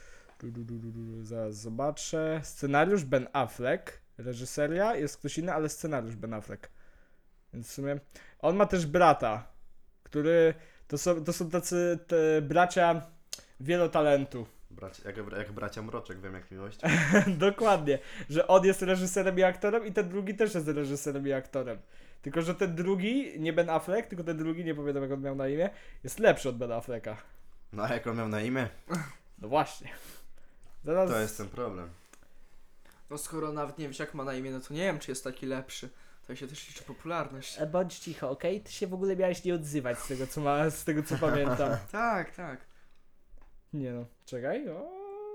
Zaraz zobaczę. Scenariusz Ben Affleck. Reżyseria jest ktoś inny, ale scenariusz Ben Affleck. Więc w sumie... On ma też brata, który... To są tacy bracia wielotalentu.
Jak bracia Mroczek, wiem jak miłość.
Dokładnie. Że on jest reżyserem i aktorem i ten drugi też jest reżyserem i aktorem. Tylko, że ten drugi, nie Ben Affleck, tylko ten drugi, nie pamiętam jak on miał na imię, jest lepszy od Ben Afflecka.
No a jak on miał na imię?
No właśnie. Zaraz...
To jest ten problem.
No skoro nawet nie wiesz jak ma na imię, no to nie wiem czy jest taki lepszy. Tak się też liczy popularność.
Bądź cicho, okej? Ty się w ogóle miałeś nie odzywać z tego co pamiętam.
Tak, tak.
Nie no, czekaj. O...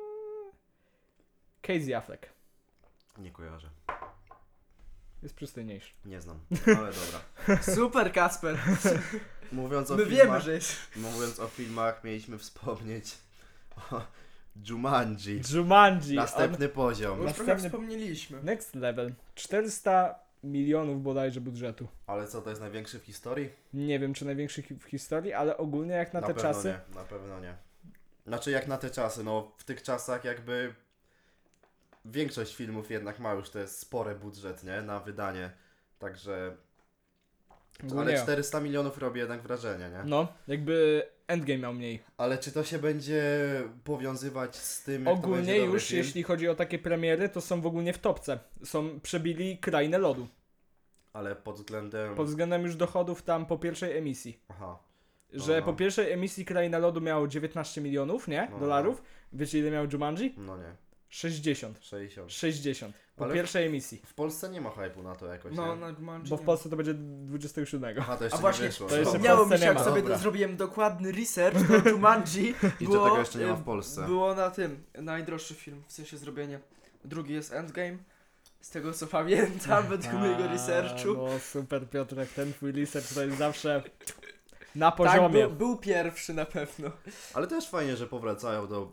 Casey Affleck.
Nie kojarzę.
Jest przystojniejszy.
Nie znam. Ale dobra.
Super, Kasper.
Mówiąc o
My
filmach,
wiemy, że jest.
mówiąc o filmach, mieliśmy wspomnieć o Jumanji.
Jumanji.
Następny poziom.
Bo już trochę
Następny-
wspomnieliśmy.
Next level. 400 milionów bodajże budżetu.
Ale co, to jest największy w historii?
Nie wiem, czy największy w historii, ale ogólnie jak na te
pewno
czasy.
Nie, na pewno nie. Znaczy jak na te czasy, no w tych czasach jakby większość filmów jednak ma już te spore budżet, nie? Na wydanie. Także...
Ogólnie.
Ale 400 milionów robi jednak wrażenie, nie?
No, jakby Endgame miał mniej.
Ale czy to się będzie powiązywać z tym, jak to
Ogólnie
będzie dobry
już,
film?
jeśli chodzi o takie premiery, to są w ogóle w topce. Przebili Krainę Lodu.
Ale pod względem...
Pod względem już dochodów tam po pierwszej emisji.
Aha.
Że
No.
po pierwszej emisji Kraina Lodu miało 19 milionów, nie?
No.
Dolarów. Wiecie ile miał Jumanji?
No nie.
60.
60.
60. Po
Ale
pierwszej emisji.
W Polsce nie ma hype'u na to jakoś,
No,
nie?
na Jumanji
Bo w
nie.
Polsce to będzie 27.
Aha, to jeszcze
A właśnie,
nie wyszło.
to jeszcze
Dobra.
w
Wspomniało mi
Polsce
się,
nie
jak
ma.
sobie
Dobra.
zrobiłem dokładny research do Jumanji.
I że tego jeszcze nie ma w Polsce.
Było na tym, najdroższy film, w sensie zrobienie. Drugi jest Endgame. Z tego co pamiętam, według mojego researchu.
No super Piotrek, ten twój research to jest zawsze na
Tak,
poziomie.
był pierwszy na pewno.
Ale też fajnie, że powracają do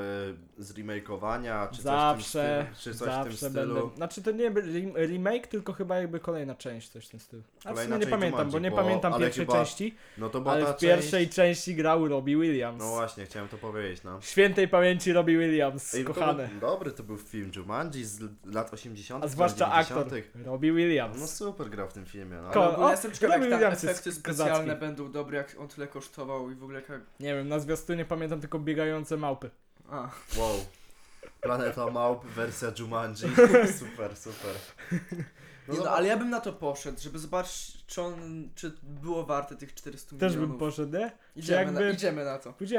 zremakeowania, czy
Zawsze,
coś w tym stylu. Czy coś w tym
zawsze
stylu.
będę. Znaczy to nie remake, tylko chyba jakby kolejna część, coś w tym stylu. A w
Kolejna
sumie nie
część
pamiętam,
Jumanji,
bo nie
bo-
pamiętam
ale
pierwszej
chyba
części,
No to była
ale
ta
w pierwszej części grał Robbie Williams.
No właśnie, chciałem to powiedzieć, no.
Świętej pamięci Robbie Williams,
Ej, to
kochany.
był dobry to był film Jumanji z lat 80.
A zwłaszcza
lat
aktor
90.
Robbie Williams.
No super grał w tym filmie, no.
Ko-
Ale ogólnie
o,
jestem ciekaw
Robbie
jak tam
Williams jest
efekty specjalne
kozacki.
będą dobre, jak on tyle kosztował i w ogóle jak...
Nie wiem, na zwiastunie pamiętam tylko biegające małpy.
A.
Wow. Planeta Małp, wersja Jumanji. Super, super.
Nie, no, ale ja bym na to poszedł, żeby zobaczyć, czy było warte tych 400
Też
milionów.
bym poszedł, nie?
Idziemy,
jakby-
idziemy na to.
Pójdziemy.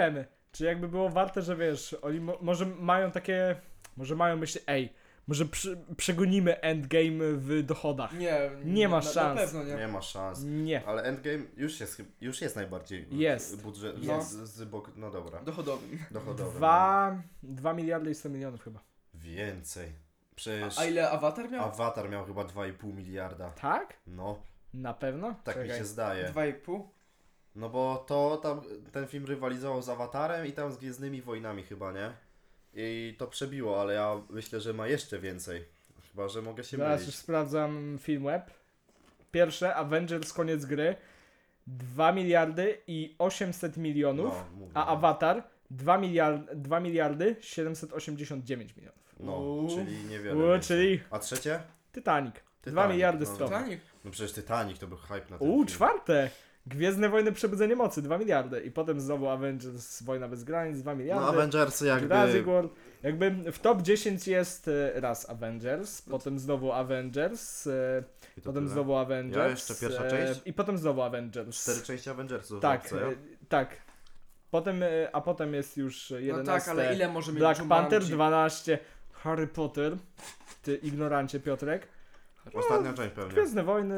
Czy jakby było warte, że wiesz, oni może mają takie, może mają myśli, może przegonimy Endgame w dochodach. Nie ma szans.
Na pewno nie.
Nie ma szans.
Nie.
Ale Endgame już jest najbardziej
Jest.
budżet.
Jest.
No dobra.
Dochodowym.
Dochodowy.
2 miliardy i 100 milionów chyba.
Więcej. Przecież
A ile Avatar miał?
Avatar miał chyba 2,5 miliarda.
Tak?
No,
Na pewno?
tak mi się zdaje.
2,5?
No bo to tam ten film rywalizował z Avatarem i tam z Gwiezdnymi Wojnami chyba, nie? I to przebiło, ale ja myślę, że ma jeszcze więcej. Chyba, że mogę się
Zaraz już
mylić.
sprawdzam Filmweb. Pierwsze, Avengers koniec gry. 2 miliardy i 800 milionów.
No, mówię.
A Avatar 2 miliardy 789 milionów.
No, czyli niewiele
O,
więcej.
czyli
A trzecie?
Titanic. 2
Titanic,
miliardy
no.
100.
Titanic.
No przecież Titanic to był hype na ten film.
Czwarte. Gwiezdne Wojny Przebudzenie Mocy 2 miliardy. I potem znowu Avengers Wojna bez granic 2 miliardy.
No Avengersy
Jurassic
jakby...
World. Jakby w top 10 jest raz Avengers, potem znowu Avengers,
I to
potem
tyle.
znowu Avengers.
Ja jeszcze pierwsza część?
I potem znowu Avengers.
4 części Avengersów.
Tak,
co ja?
tak. Potem, a potem jest już
No
11.
tak, ale ile może mieć
Black
Jumanji?
Panther 12. Harry Potter. Ty ignorancie Piotrek.
Ostatnia część pewnie.
Gwiezdne Wojny.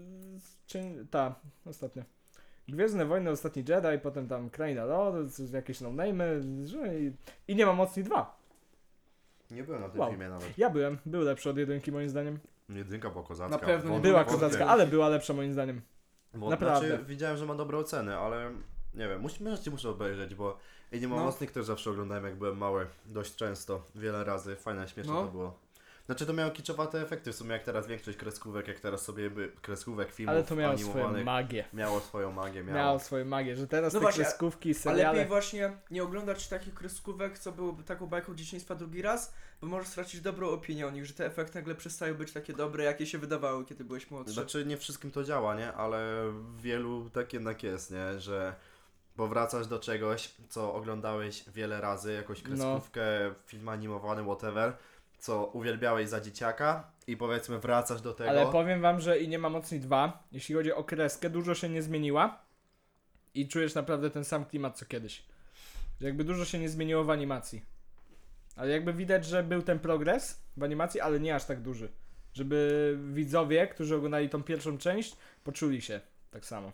Ostatnia. Gwiezdne Wojny, Ostatni Jedi, potem tam Kraina Lodu, jakieś no-name'y i nie ma Mocni 2.
Nie byłem na tym
Wow.
filmie nawet.
Ja był lepszy od jedynki moim zdaniem.
Jedynka była kozacka.
Na pewno nie
Była
wątpię.
kozacka, ale była lepsza moim zdaniem.
Bo,
Naprawdę.
Znaczy, widziałem, że ma dobre oceny, ale nie wiem, muszę obejrzeć, bo nie mam
No.
mocnych też zawsze oglądałem jak byłem mały, dość często, wiele razy, fajne, śmieszne
No.
to było. Znaczy to miało kiczowate efekty w sumie, jak teraz większość kreskówek, jak teraz sobie kreskówek, filmów
Ale to miało swoją
animowanych,
magię.
miało swoją magię,
Miało swoją magię, że teraz
No
te
właśnie,
kreskówki,
A
seriale...
lepiej właśnie nie oglądać takich kreskówek, co były taką bajką dzieciństwa drugi raz, bo możesz stracić dobrą opinię o nich, że te efekty nagle przestają być takie dobre, jakie się wydawały, kiedy byłeś młodszy.
Znaczy nie wszystkim to działa, nie? Ale w wielu tak jednak jest, nie? Że powracasz do czegoś, co oglądałeś wiele razy, jakąś kreskówkę, film animowany, whatever, co uwielbiałeś za dzieciaka i powiedzmy wracasz do tego.
Ale powiem wam, że i nie ma Mocni 2, jeśli chodzi o kreskę, dużo się nie zmieniła i czujesz naprawdę ten sam klimat co kiedyś. Że jakby dużo się nie zmieniło w animacji. Ale jakby widać, że był ten progres w animacji, ale nie aż tak duży. Żeby widzowie, którzy oglądali tą pierwszą część, poczuli się tak samo.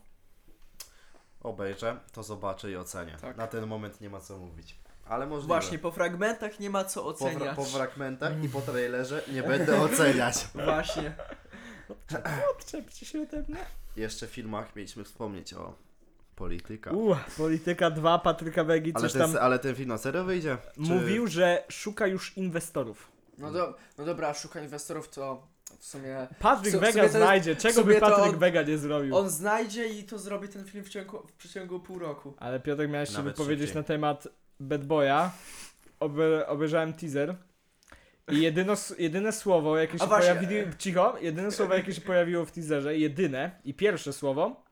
Obejrzę, to zobaczę i ocenię.
Tak.
Na ten moment nie ma co mówić. Ale możliwe.
Właśnie, po fragmentach nie ma co oceniać.
Po fragmentach i po trailerze nie będę oceniać.
Właśnie.
Odczepcie się ode mnie.
Jeszcze w filmach mieliśmy wspomnieć o Polityka.
Polityka 2, Patryka Wegi, coś tam
Ale ten film na serio wyjdzie? Czy...
mówił, że szuka już inwestorów.
No dobra, szuka inwestorów to w sumie...
Patryk
W
Wega
sumie to jest-
znajdzie,
w
czego
sumie
by
to
Patryk
on-
Wega nie zrobił.
On znajdzie i to zrobi ten film w przeciągu pół roku.
Ale Piotrek miałeś się
Nawet
wypowiedzieć
szybciej.
na temat Bad Boya. Obejrzałem teaser. I jedyne słowo, jakie się
A właśnie,
pojawiło... Cicho, jedyne słowo, jakie się pojawiło w teaserze, jedyne i pierwsze słowo...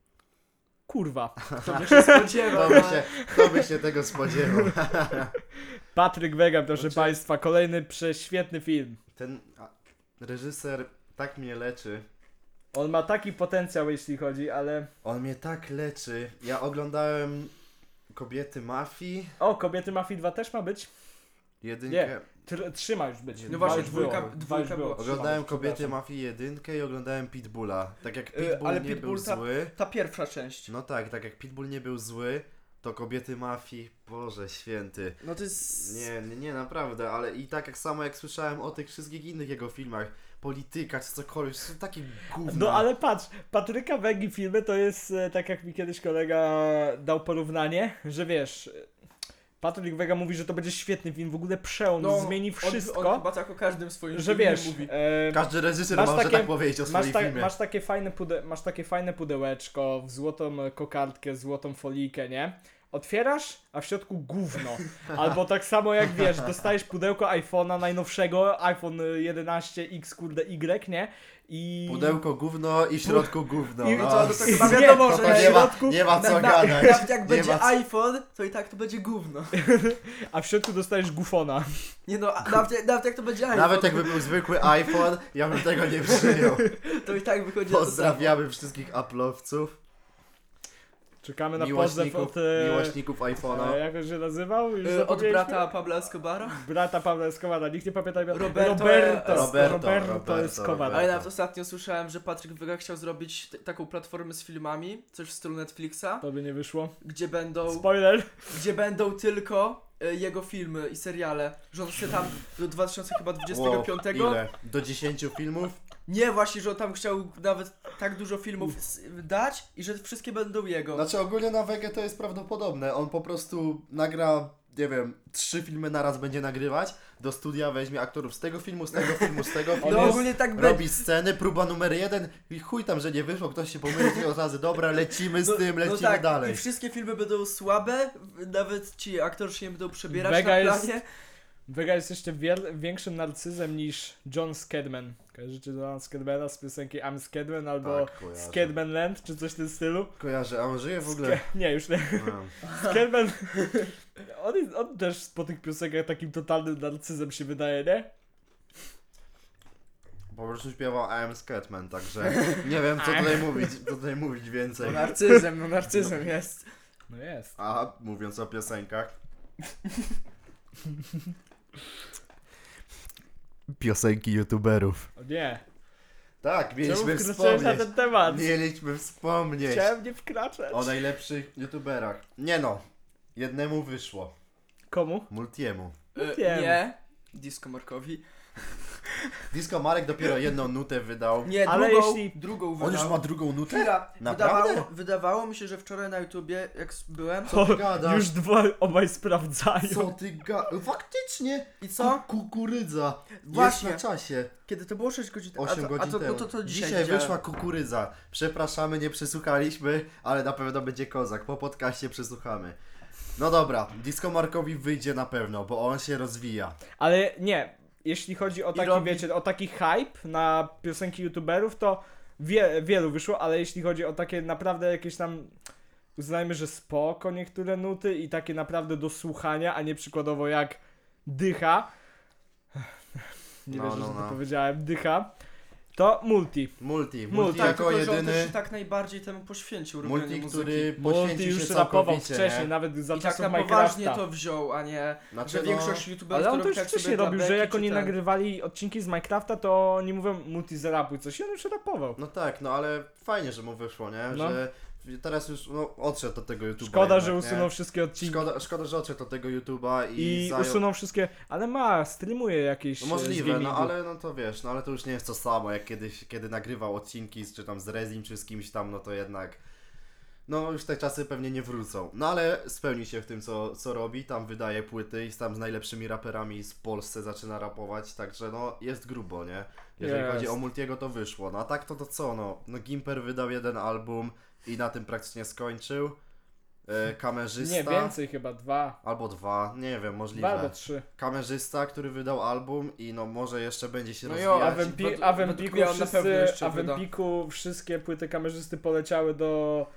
Kurwa.
Kto by się spodziewał?
Kto by się tego spodziewał?
Patryk Wega, proszę
Znaczy-
państwa, kolejny prześwietny film.
Ten reżyser tak mnie leczy.
On ma taki potencjał, jeśli chodzi, ale...
On mnie tak leczy. Ja oglądałem Kobiety Mafii,
O, Kobiety Mafii 2 też ma być?
jedynkę.
3 ma już być.
No
Dwa
właśnie,
już było.
dwójka
Dwa już
była.
było.
Oglądałem
Przepraszam.
Kobiety Mafii jedynkę i oglądałem Pitbulla. Tak jak Pitbull
ale
nie
Pitbull
był
ta-
zły.
Ta pierwsza część.
No tak jak Pitbull nie był zły, to Kobiety Mafii, Boże święty.
No to jest...
Nie, naprawdę, ale i tak jak samo jak słyszałem o tych wszystkich innych jego filmach, Polityka czy cokolwiek, to są takie gówna.
No ale patrz, Patryka Wegi filmy to jest, tak jak mi kiedyś kolega dał porównanie, że wiesz, Patryk Wega mówi, że to będzie świetny film, w ogóle przełom, zmieni wszystko,
On chyba tak o każdym swoim
że
filmie
wiesz,
mówi.
Każdy reżyser
masz
może
takie-
tak powiedzieć o swoim filmie.
masz takie fajne pudełeczko, w złotą kokardkę, złotą folijkę, nie? Otwierasz, a w środku gówno. Albo tak samo jak wiesz, dostajesz pudełko iPhone'a najnowszego, iPhone 11X kurde Y, nie? I...
Pudełko gówno i w środku gówno.
I
no.
to chyba
Nie,
wiadomo,
To
że
to
na
nie ma,
środku...
nie ma co
Nawet
gadać.
jak
Nie
będzie
ma co-
iPhone, to i tak to będzie gówno.
A w środku dostajesz gufona.
Nie no, nawet jak to będzie iPhone,
Nawet jakby był zwykły iPhone, ja bym tego nie przyjął.
to i tak wychodzi na to samo.
Pozdrawiamy wszystkich Apple'owców.
Czekamy na pozzew od...
Miłośników iPhone'a.
Jak on się nazywał? Już
Od
zapomnieliśmy?
brata Pablo Escobara?
Brata Pawła Escobara, nikt nie pamięta imienia.
Roberto
Escobar.
Ale nawet ostatnio słyszałem, że Patryk Wyga chciał zrobić taką platformę z filmami, coś w stylu Netflixa,
To by nie wyszło.
gdzie będą tylko jego filmy i seriale. Że on chce tam do 2025.
Ile? Do 10 filmów?
Nie, właśnie, że on tam chciał nawet tak dużo filmów dać i że wszystkie będą jego.
Znaczy ogólnie na Wege to jest prawdopodobne. On po prostu nagra, nie wiem, 3 filmy naraz będzie nagrywać, do studia weźmie aktorów z tego filmu, z tego filmu, z tego filmu.
No ogólnie tak będzie.
Robi sceny, próba numer 1 i chuj tam, że nie wyszło, ktoś się pomylił od razy, dobra, lecimy z tym, lecimy
tak,
dalej.
i wszystkie filmy będą słabe, nawet ci aktorzy się nie będą przebierać
Vega
na
jest-
planie.
Vega jest jeszcze większym narcyzem niż John Scadman. Kojarzycie Johna Scadmana z piosenki I'm Scadman albo
Tak, kojarzę.
Scadman Land, czy coś w tym stylu?
Kojarzę, a on żyje w ogóle?
Nie, już nie.
No.
Scadman... on też po tych piosenkach takim totalnym narcyzem się wydaje, nie?
Po prostu śpiewał I am Scatman, także nie wiem co tutaj mówić więcej.
Narcyzem jest.
No jest.
A mówiąc o piosenkach. Piosenki youtuberów.
O nie.
Tak,
Czemu
mieliśmy
wkraczałeś na
wspomnieć.
ten temat?
Mieliśmy wspomnieć
Chciałem nie wkraczać.
o najlepszych youtuberach. Nie no, jednemu wyszło.
Komu?
Multiemu.
Wiem.
Nie. Disco Markowi.
Disco Marek dopiero jedną nutę wydał.
Nie,
Ale
drugą
On
wydał.
już ma drugą nutę?
Chwila,
Naprawdę?
wydawało mi się, że wczoraj na YouTubie, jak byłem,
Co ty gadasz?
Już obaj sprawdzają.
Co ty Faktycznie!
i co?
Kukurydza.
Właśnie.
Jest na czasie.
Kiedy to było 6 godzin temu?
8 godzin temu.
No to dzisiaj
Dzisiaj
widziałem.
wyszła kukurydza. Przepraszamy, nie przesłuchaliśmy, ale na pewno będzie kozak. Po podcaście przesłuchamy. No dobra, Disco Markowi wyjdzie na pewno, bo on się rozwija.
Ale nie, jeśli chodzi o taki,
robi-
wiecie, o taki hype na piosenki youtuberów, to wielu wyszło, ale jeśli chodzi o takie naprawdę jakieś tam, uznajmy, że spoko niektóre nuty i takie naprawdę do słuchania, a nie przykładowo jak Dycha, nie
No,
wierzę,
no,
że to
no.
powiedziałem, Dycha, to Multi.
Multi
Tak,
jako
tylko, że on
jedyny.
też się tak najbardziej temu poświęcił robieniu
Multi,
muzyki.
który
Multi
poświęcił
już
się
rapował
całkowicie,
wcześniej,
nie?
nawet za
I tak
czasów
na poważnie
Minecrafta.
to wziął, a nie,
Znaczy,
że
no,
większość youtuberów
Ale on
to
to już
robi tak
wcześniej
sobie dla
robił, że
beki,
jak
czy
oni
ten.
nagrywali odcinki z Minecrafta, to oni mówią Multi zarapuj coś i on już rapował.
No tak, no ale fajnie, że mu wyszło, nie?
No.
Że teraz już odszedł od tego YouTube'a.
Szkoda,
jednak,
że
nie?
usunął wszystkie odcinki.
Szkoda, że odszedł od tego YouTube'a
I
zajął...
usunął wszystkie, ale streamuje jakieś
No
z
możliwe, no
gamingu.
ale no to wiesz, no ale to już nie jest to samo jak kiedyś, kiedy nagrywał odcinki czy tam z Rezim czy z kimś tam, no to jednak no już te czasy pewnie nie wrócą. No ale spełni się w tym co robi, tam wydaje płyty i tam z najlepszymi raperami z Polsce zaczyna rapować, także no jest grubo, nie? Jeżeli
Jest.
chodzi o Multiego to wyszło, no a tak to co no, no Gimper wydał jeden album i na tym praktycznie skończył. Kamerzysta.
Nie, więcej chyba, 2.
Albo 2, nie wiem, możliwe.
2 albo 3.
Kamerzysta, który wydał album i no może jeszcze będzie się
No
rozwijać.
jo,
A w
według
Empiku
mnie on na pewno jeszcze wyda.
wszystkie płyty kamerzysty poleciały do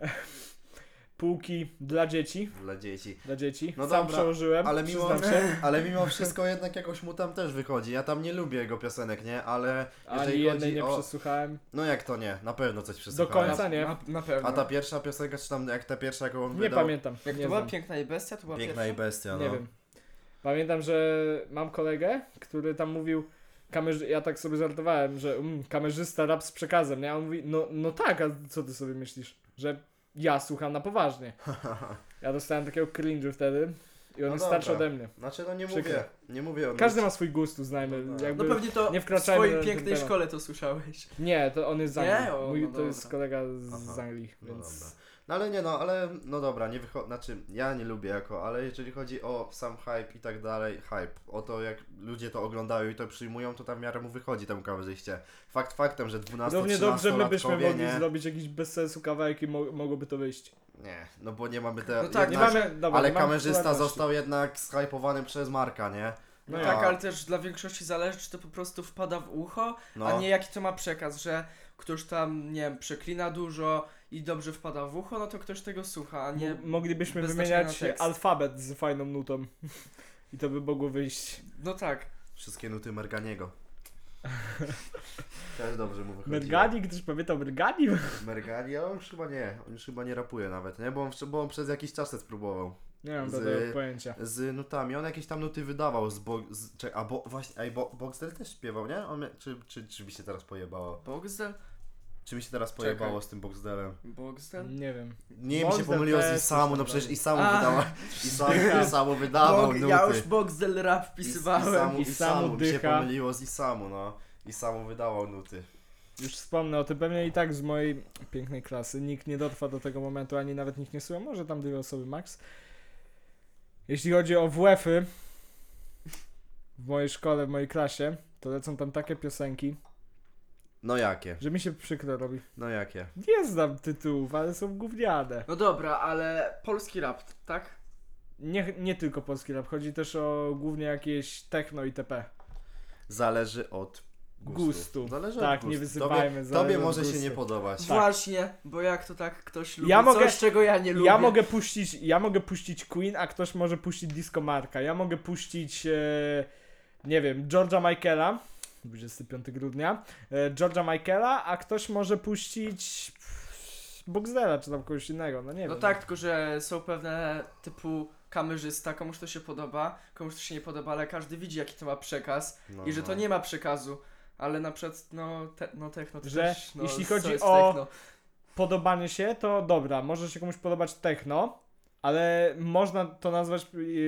półki dla dzieci.
Dla dzieci.
Dla dzieci.
No
Sam
dobra,
przełożyłem,
ale
przyznam się.
Ale mimo wszystko jednak jakoś mu tam też wychodzi. Ja tam nie lubię jego piosenek, nie? Ale
Ani
jeżeli
jednej
chodzi
nie
o...
przesłuchałem.
No jak to nie? Na pewno coś przesłuchałem.
końca nie.
Na pewno.
A ta pierwsza piosenka, czy tam jak ta pierwsza, jaką on
Nie
wydał?
pamiętam.
Jak
nie
to była
znam.
Piękna i Bestia, to była
Piękna i
pierwsza?
bestia, no.
Nie wiem. Pamiętam, że mam kolegę, który tam mówił, ja tak sobie żartowałem, że kamerzysta rap z przekazem, nie? A on mówi, no tak, a co ty sobie myślisz? Że ja słucham na poważnie. Ja dostałem takiego cringe'u wtedy i on
No
jest starszy
dobra.
ode mnie.
Znaczy no
Przykre.
nie mówię o
Każdy ma swój gust, uznajmy.
No tak.
Jakby
No pewnie to
nie
w
wkraczajmy
swojej
na ten
pięknej
temat.
szkole to słyszałeś.
Nie, to on jest z
Nie?
Anglii.
O,
Mój,
no
to
dobra.
jest kolega z
Aha.
Anglii,
No
więc...
dobra. No ale nie no, ale no dobra, nie znaczy ja nie lubię jako, ale jeżeli chodzi o sam hype i tak dalej, o to jak ludzie to oglądają i to przyjmują, to tam w miarę mu wychodzi temu kamerzyście. Faktem, że 12
Równie dobrze my byśmy
latkowie,
mogli
nie?
zrobić jakiś bez sensu kawałek i mogłoby to wyjść.
Nie, no bo nie mamy te...
No tak,
Nie
jednak,
mamy, dobra,
ale
nie mamy
kamerzysta
popularności.
został jednak zhypowany przez Marka, nie?
No
No
ja.
tak, ale też dla większości zależy, czy to po prostu wpada w ucho,
No.
a nie jaki to ma przekaz, że ktoś tam, nie wiem, przeklina dużo i dobrze wpada w ucho, no to ktoś tego słucha, a nie...
Moglibyśmy
bez znaczenia
wymieniać
na tekst.
alfabet z fajną nutą. I to by mogło wyjść.
No tak.
Wszystkie nuty Merganiego. Też dobrze mu wychodzi.
Mergani? Ktoś pamiętał Mergani?
Mergani? A on już chyba nie rapuje nawet, nie? Bo on przez jakiś czas spróbował.
Nie mam
Z-
żadnego pojęcia.
Z nutami, on jakieś tam nuty wydawał Boxdel też śpiewał, nie? Czy mi się teraz pojebało?
Boxdel?
Czy mi się teraz
Czekaj.
pojebało z tym Boxdelem?
Boxdel?
Nie wiem.
Nie, mi się
Boxdel
pomyliło z
też
Isamu,
coś
no
tam
przecież
robi.
Isamu
A.
wydała. Isamu wydawał nuty.
Ja już Boxdel rap wpisywałem.
Isamu
mi się
dycha.
pomyliło z Isamu, no. Isamu wydawał nuty.
Już wspomnę o tym, pewnie i tak z mojej pięknej klasy nikt nie dotrwa do tego momentu, ani nawet nikt nie słucha, może tam 2 osoby max. Jeśli chodzi o WF-y w mojej szkole, w mojej klasie, to lecą tam takie piosenki,
No jakie?
że mi się przykro robi.
No jakie?
Nie znam tytułów, ale są gówniane.
No dobra, ale polski rap, tak?
Nie tylko polski rap, chodzi też o głównie jakieś techno itp.
Zależy od
Gustu.
Zależy
Tak,
od gustu.
nie wysypajmy,
Tobie
zależy od
może się
gustu.
nie podobać.
Tak.
Właśnie, bo jak to tak ktoś lubi
Ja
coś,
mogę-
czego ja nie lubię.
Ja mogę puścić Queen, a ktoś może puścić Disco Marka. Ja mogę puścić, nie wiem, George'a Michaela, 25 grudnia, George'a Michaela, a ktoś może puścić Boxdela, czy tam kogoś innego, no nie
No
wiem.
tak, tylko że są pewne typu kamerzysta, komuś to się podoba, komuś to się nie podoba, ale każdy widzi jaki to ma przekaz
No,
i że to
no.
nie ma przekazu. Ale na przykład, techno to
Że
też, no,
jeśli
co
chodzi
jest
o-
techno?
Podobanie się, to dobra, może się komuś podobać techno, ale można to nazwać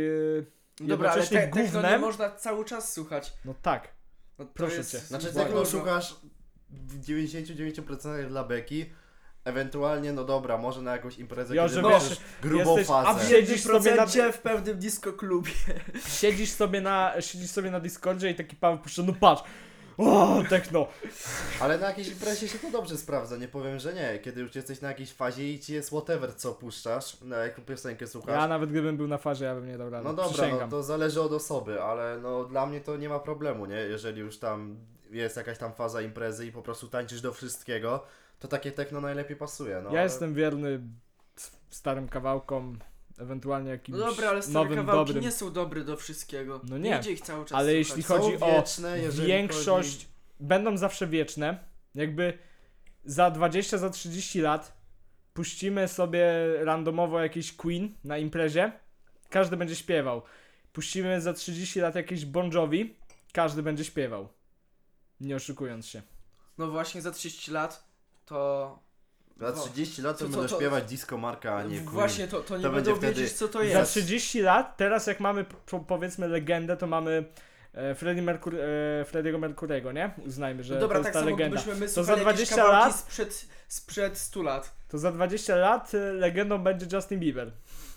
Dobra, ale
jednocześnie
techno nie
gównem.
można cały czas słuchać.
No tak.
No, to
Proszę
jest
cię.
Znaczy
za
techno
dużo.
szukasz w 99% dla beki. Ewentualnie, no dobra, może na jakąś imprezę,
Ja,
kiedy
że
masz
wiesz,
grubą
jesteś-
fazę.
a
W
Siedzisz sobie na-
1% w pewnym disco klubie.
Siedzisz sobie na Discordzie i taki Paweł puszcza, no patrz, o, techno.
Ale na jakiejś imprezie się to dobrze sprawdza, nie powiem, że nie. Kiedy już jesteś na jakiejś fazie i ci jest whatever, co puszczasz, na jaką piosenkę słuchasz.
Ja nawet gdybym był na farze, ja bym nie dał rady.
No dobra, no
Przysięgam.
to zależy od osoby, ale no dla mnie to nie ma problemu, nie? Jeżeli już tam jest jakaś tam faza imprezy i po prostu tańczysz do wszystkiego, to takie techno najlepiej pasuje, no.
Ja
ale-
jestem wierny starym kawałkom, ewentualnie jakimś
No dobra, ale stare
nowym,
kawałki
dobrym.
nie są dobre do wszystkiego.
No
Nie
nie.
idzie ich cały czas
Ale
słuchać.
jeśli
Są
chodzi o
wieczne, jeżeli
większość,
chodzi-
będą zawsze wieczne. Jakby za 20, za 30 lat puścimy sobie randomowo jakiś Queen na imprezie, każdy będzie śpiewał. Puścimy za 30 lat jakieś Bon Jovi, każdy będzie śpiewał. Nie oszukując się.
No właśnie, za 30 lat to...
Za 30 lat to
to-
będę
to-
śpiewać disco Marka, a nie Queen.
Właśnie, to nie
To
będą
będzie wtedy-
wiedzieć co to
Za
jest.
30 lat, teraz jak mamy powiedzmy legendę, to mamy Freddie'ego Mercurego, nie? Uznajmy, że
No dobra,
to jest
tak
ta
samo
legenda.
gdybyśmy my
To za
słuchali jakieś
20
kawałki
lat-
sprzed 100 lat.
To za 20 lat legendą będzie Justin Bieber.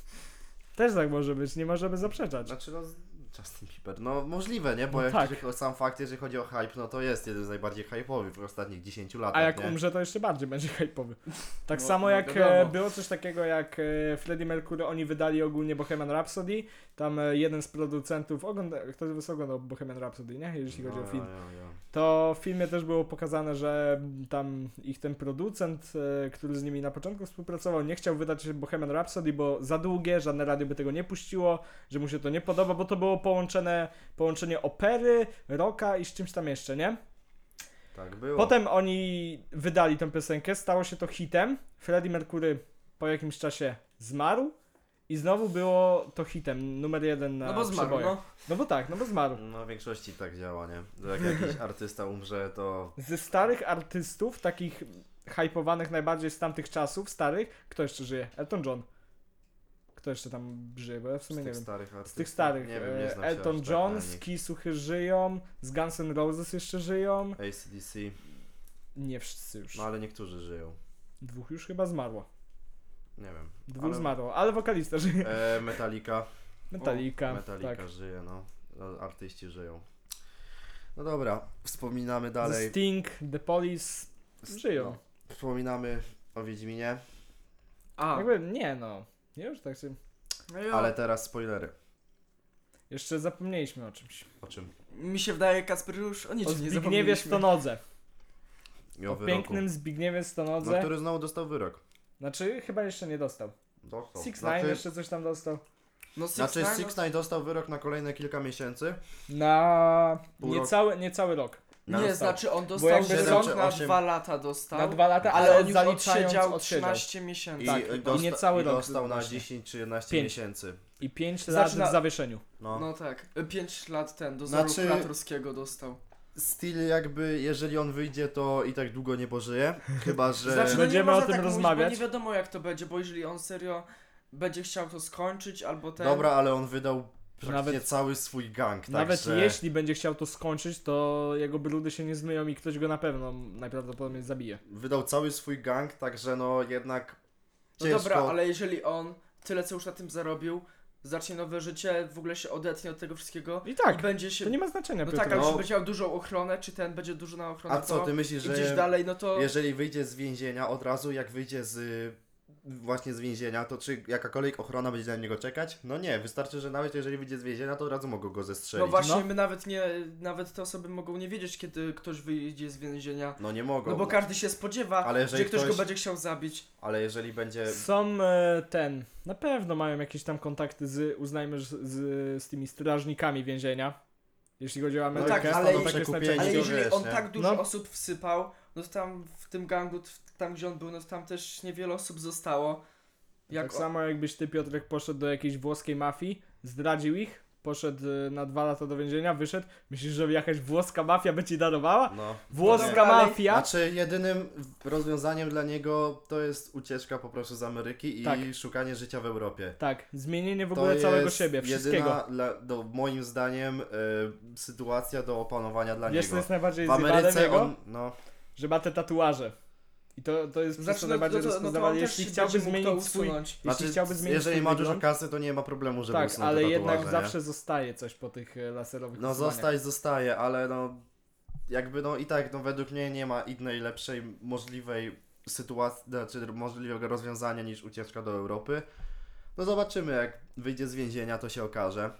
Też tak może być, nie możemy zaprzeczać.
Znaczy no, Justin Bieber, no możliwe, nie? Bo
No
jak
tak.
sam fakt, jeżeli chodzi o hype, no to jest jeden z najbardziej hype'owych w ostatnich 10 latach,
A jak
nie?
umrze, to jeszcze bardziej będzie hype'owy. Tak
No,
samo
no
jak
wiadomo.
było coś takiego jak Freddie Mercury, oni wydali ogólnie Bohemian Rhapsody. Tam jeden z producentów, ktoś z was oglądał Bohemian Rhapsody, nie? Jeśli chodzi o film.
No.
To w filmie też było pokazane, że tam ich ten producent, który z nimi na początku współpracował, nie chciał wydać Bohemian Rhapsody, bo za długie, żadne radio by tego nie puściło, że mu się to nie podoba, bo to było połączenie opery, rocka i z czymś tam jeszcze, nie?
Tak było.
Potem oni wydali tę piosenkę, stało się to hitem, Freddie Mercury po jakimś czasie zmarł i znowu było to hitem, numer 1 na
No bo zmarł,
przebojach.
no.
No bo tak, no bo zmarł.
No w większości tak działa, nie? Że jak jakiś artysta umrze, to...
Ze starych artystów, takich hypowanych najbardziej z tamtych czasów, starych, kto jeszcze żyje? Elton John. Kto jeszcze tam żyje? Bo ja w
Z
sumie nie
tych
wiem.
starych artystów.
Z tych starych.
Nie wiem, nie znam się
Elton
aż tak
John,
na
z
nich.
Kissuchy żyją, z Guns N' Roses jeszcze żyją.
AC/DC,
Nie wszyscy już.
no ale niektórzy żyją.
2 już chyba zmarło.
Nie wiem.
2
Ale-
zmarło, ale wokalista żyje.
Metallica.
Metallica,
Metallica
tak.
żyje, no. Artyści żyją. No dobra, wspominamy
The
dalej.
Sting, The Police żyją.
No, wspominamy o Wiedźminie,
A,
Jakby nie no. Nie już tak się...
no jo.
ale teraz spoilery.
Jeszcze zapomnieliśmy o czymś.
O czym?
Mi się wydaje, Kasper, już o
O
niczym nie
Zbigniewie
zapomnieliśmy.
Stonodze.
I
O
o wyroku.
pięknym Zbigniewie
No,
Stonodze.
który znowu dostał wyrok.
Znaczy chyba jeszcze nie dostał.
Dostał.
6ix9ine jeszcze coś tam dostał.
No,
Znaczy
6ix9ine,
6ix9ine dostał wyrok na kolejne kilka miesięcy.
Na
Pół roku.
niecały rok.
No,
Nie,
dostał.
znaczy on
Bo
dostał
jakby
wyrok
sąd-
na
osiem-
2 lata dostał,
Na 2 lata,
ale on już
zaliczając
odsiedział 13 miesięcy.
Tak, i nie cały rok
dostał na
właśnie.
10 czy 11
Pięć.
miesięcy.
I 5
Znaczy
lat w zawieszeniu.
No.
No tak, 5 lat dozoru
Znaczy-
kuratorskiego dostał.
Styl jakby, jeżeli on wyjdzie, to i tak długo nie pożyje. Chyba, że...
Znaczy, no
Będziemy
nie można
o tym
tak
rozmawiać.
Mówić, bo nie wiadomo jak to będzie, bo jeżeli on serio będzie chciał to skończyć, albo ten...
Dobra, ale on wydał praktycznie
Nawet-
cały swój gang,
Nawet
także...
jeśli będzie chciał to skończyć, to jego brudy się nie zmyją i ktoś go na pewno najprawdopodobniej zabije.
Wydał cały swój gang, także no jednak
No
ciężko...
dobra, ale jeżeli on tyle co już na tym zarobił, zacznie nowe życie, w ogóle się odetnie od tego wszystkiego
I tak,
i będzie się...
to nie ma znaczenia.
No
Piotr.
tak, ale
No.
czy będzie miał dużą ochronę, czy ten będzie dużo na ochronę,
A co,
to
ty myślisz,
i gdzieś
że
dalej, no to...
jeżeli wyjdzie z więzienia od razu, jak wyjdzie właśnie z więzienia, to czy jakakolwiek ochrona będzie na niego czekać? No nie, wystarczy, że nawet jeżeli wyjdzie z więzienia, to od razu mogą go zestrzelić.
No właśnie,
No.
my nawet te osoby mogą nie wiedzieć, kiedy ktoś wyjdzie z więzienia.
No nie mogą.
No bo każdy się spodziewa,
Ale
że
jeżeli
ktoś go
ktoś-
będzie chciał zabić.
Ale jeżeli będzie...
Są na pewno mają jakieś tam kontakty uznajmy, że z tymi strażnikami więzienia. Jeśli chodzi o Amerykę,
tak,
to
ale
tak
jeśli-
jest
ale
Ale
najczęściej.
jeżeli
wiesz,
on
nie?
tak dużo
No.
osób wsypał, no to tam w tym gangu, tam gdzie on był, no to tam też niewiele osób zostało. Jak
Tak samo jakbyś ty, Piotrek, poszedł do jakiejś włoskiej mafii, zdradził ich, poszedł na 2 lata do więzienia, wyszedł. Myślisz, że jakaś włoska mafia by ci darowała?
No.
Włoska
No, ale-
mafia?
Znaczy jedynym rozwiązaniem dla niego to jest ucieczka po prostu z Ameryki i
Tak.
szukanie życia w Europie.
Tak, zmienienie w
To
ogóle całego
jest
siebie, wszystkiego.
jedyna, moim zdaniem, sytuacja do opanowania dla
Wiesz, co
niego.
jest najbardziej
W
zjebane
Ameryce
jego?
on, no,
Że ma te tatuaże. I to jest
Znaczy,
przez to najbardziej
no to
rozpoznawane.
on
Jeśli
też
chciałby
będzie mógł to
zmienić swój...
usunąć.
Jeśli chciałby zmienić
jeżeli
swój
ma dużo
wygląd,
kasy, to nie ma problemu, żeby
tak,
usunąć
ale
te
jednak
tatuaże, nie?
zawsze zostaje coś po tych laserowych
No
usuwaniach.
zostaje, ale no jakby no i tak, no według mnie nie ma innej lepszej możliwej sytuacji, znaczy możliwego rozwiązania niż ucieczka do Europy. No zobaczymy, jak wyjdzie z więzienia, to się okaże.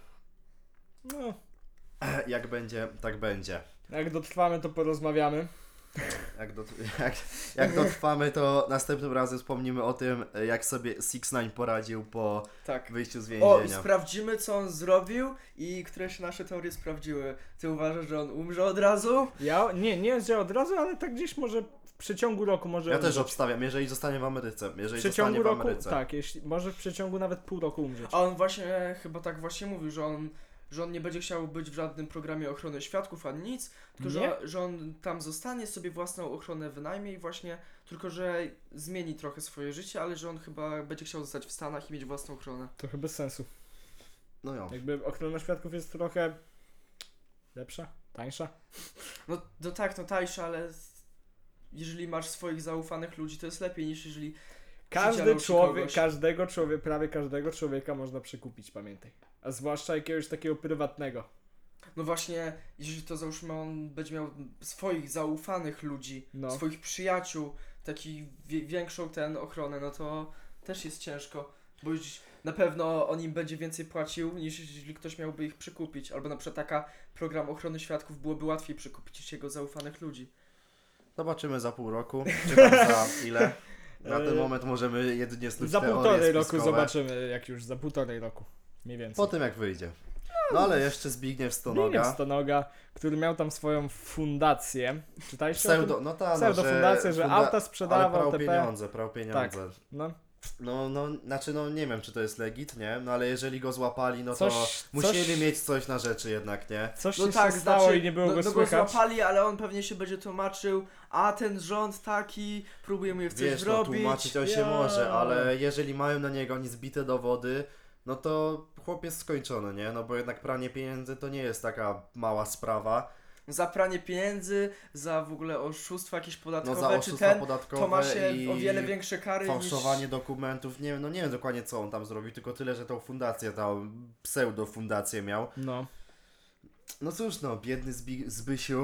No,
Jak będzie, tak będzie.
jak dotrwamy, to porozmawiamy.
Jak, jak dotrwamy, to następnym razem wspomnimy o tym, jak sobie 6ix9ine poradził po
Tak.
wyjściu z
O, i
więzienia.
sprawdzimy co on zrobił i które się nasze teorie sprawdziły. Ty uważasz, że on umrze od razu?
Ja nie, że od razu, ale tak gdzieś może w przeciągu roku może
Ja też
umrzeć.
obstawiam, jeżeli zostanie w Ameryce.
W
Jeżeli
przeciągu
zostanie w
roku,
Ameryce.
tak, może w przeciągu nawet pół roku umrzeć.
A on właśnie, chyba tak właśnie mówił, że on nie będzie chciał być w żadnym programie ochrony świadków ani nic, tylko że on tam zostanie, sobie własną ochronę wynajmie i właśnie, tylko że zmieni trochę swoje życie, ale że on chyba będzie chciał zostać w Stanach i mieć własną ochronę.
Trochę bez sensu.
No jo.
Jakby ochrona świadków jest trochę lepsza, tańsza.
No tak, no tańsze, ale jeżeli masz swoich zaufanych ludzi, to jest lepiej niż jeżeli przydzielą ci kogoś.
prawie każdego człowieka można przekupić, pamiętaj. A zwłaszcza jakiegoś takiego prywatnego.
No właśnie, jeżeli to załóżmy on będzie miał swoich zaufanych ludzi,
No.
swoich przyjaciół, taki większą ochronę, no to też jest ciężko, bo już na pewno on im będzie więcej płacił niż jeżeli ktoś miałby ich przekupić, albo na przykład program ochrony świadków byłoby łatwiej przekupić niż jego zaufanych ludzi.
Zobaczymy za pół roku, czy tam za ile. Na ten
Eee,
moment możemy jedynie snuć
Za
teorie
półtorej roku
spiskowe.
zobaczymy, jak już za półtorej roku. Mniej więcej.
Po tym jak wyjdzie. No ale jeszcze Zbigniew
Zbigniew
Stonoga.
Stonoga, który miał tam swoją fundację. Czytaliście o tym?
No tak,
Pseudofundację, że auta sprzedawał,
ale
TP.
prał pieniądze.
No.
Znaczy nie wiem czy to jest legit, nie? No ale jeżeli go złapali, no to
Coś-
musieli mieć coś na rzeczy jednak, nie?
Coś
No
się
tak,
stało
znaczy,
i nie było
no
go
go
słychać.
złapali, ale on pewnie się będzie tłumaczył, a ten rząd taki, próbuje mu je w coś
Wiesz, no
zrobić.
tłumaczyć on się
Ja.
może, ale jeżeli mają na niego niezbite dowody, no to chłop jest skończony, nie? No bo jednak pranie pieniędzy to nie jest taka mała sprawa.
Za pranie pieniędzy, za w ogóle oszustwa jakieś
No
podatkowe,
za
czy
oszustwa
ten,
podatkowe
to ma się
i
o wiele większe kary
fałszowanie
niż...
dokumentów, nie wiem dokładnie co on tam zrobił, tylko tyle, że tą fundację, tą pseudofundację miał.
No.
No cóż, no, biedny Zbysiu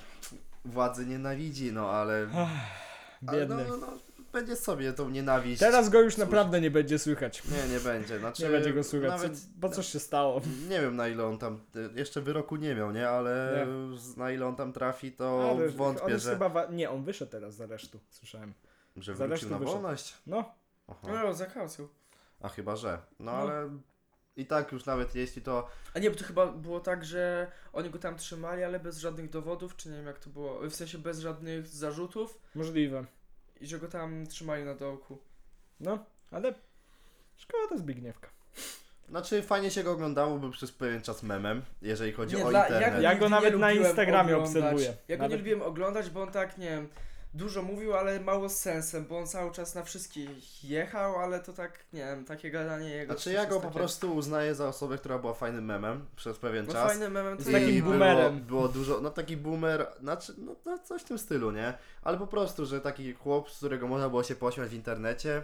władzy nienawidzi, no ale... ale
Biedny.
no, będzie sobie tą nienawiść.
Teraz go już naprawdę nie będzie słychać.
Nie będzie, znaczy...
Nie będzie go słychać.
Nawet,
Bo coś się stało.
nie wiem na ile on tam, jeszcze wyroku nie miał, nie? Ale na ile on tam trafi, to
Ale on
wątpię,
jest
że...
chyba nie, on wyszedł teraz z aresztu, słyszałem.
Że
za
wrócił na
resztę wyszedł.
wolność?
No.
Aha.
No, za kaucją.
A chyba, że. No
No.
ale i tak już nawet jeśli to...
A nie, bo to chyba było tak, że oni go tam trzymali, ale bez żadnych dowodów, czy nie wiem jak to było, w sensie bez żadnych zarzutów
Możliwe.
i że go tam trzymali na dołku.
No, ale szkoda Zbigniewka.
Znaczy fajnie się go oglądało, był przez pewien czas memem, jeżeli chodzi o
ja
internet.
go
Ja
nigdy
go nawet
nie
na
lubiłem
Instagramie
oglądać.
obserwuję.
Ja go
Nawet-
nie lubiłem oglądać, bo on tak, nie wiem, dużo mówił, ale mało z sensem, bo on cały czas na wszystkich jechał, ale to tak, nie wiem, takie gadanie jego...
Znaczy
to
ja
jest
go po
takie-
prostu uznaję za osobę, która była fajnym memem przez pewien
No
czas.
fajny memem to
Jest takim boomerem.
Było dużo, no taki boomer, znaczy, no coś w tym stylu, nie? Ale po prostu, że taki chłop, z którego można było się pośmiać w internecie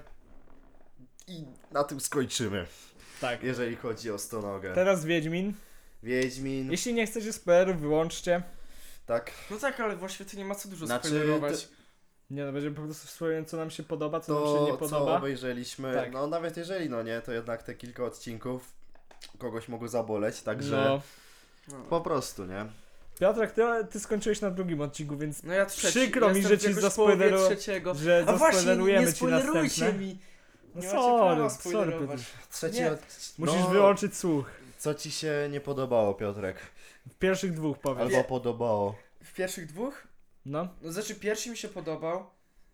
i na tym skończymy,
Tak.
jeżeli chodzi o stonogę.
Teraz Wiedźmin.
Wiedźmin,
Jeśli nie chcecie spoilerów, wyłączcie.
tak?
No tak, ale właściwie to nie ma co dużo
Znaczy,
spoilerować.
Nie no, będziemy po prostu wspominać, co nam się podoba, co nam się nie
To, co
podoba.
obejrzeliśmy,
Tak.
no nawet jeżeli, no nie, to jednak te kilka odcinków kogoś mogło zaboleć, także
No.
No.
po prostu, nie?
Piotrek, ty skończyłeś na drugim odcinku, więc
No ja trzeci,
Przykro mi,
jestem
że ci
jakoś w połowie
zaspoileru-
trzeciego.
że
A właśnie,
zaspoilerujemy
nie
ci
spoilerujcie
następne.
mi.
No
Nie macie prawa
sorry,
spoilerować.
Piotr.
Trzeci
Nie.
Musisz
no,
wyłączyć słuch.
Co ci się nie podobało, Piotrek?
W pierwszych dwóch powiedz.
Albo podobało?
W pierwszych dwóch?
No.
No znaczy pierwszy mi się podobał.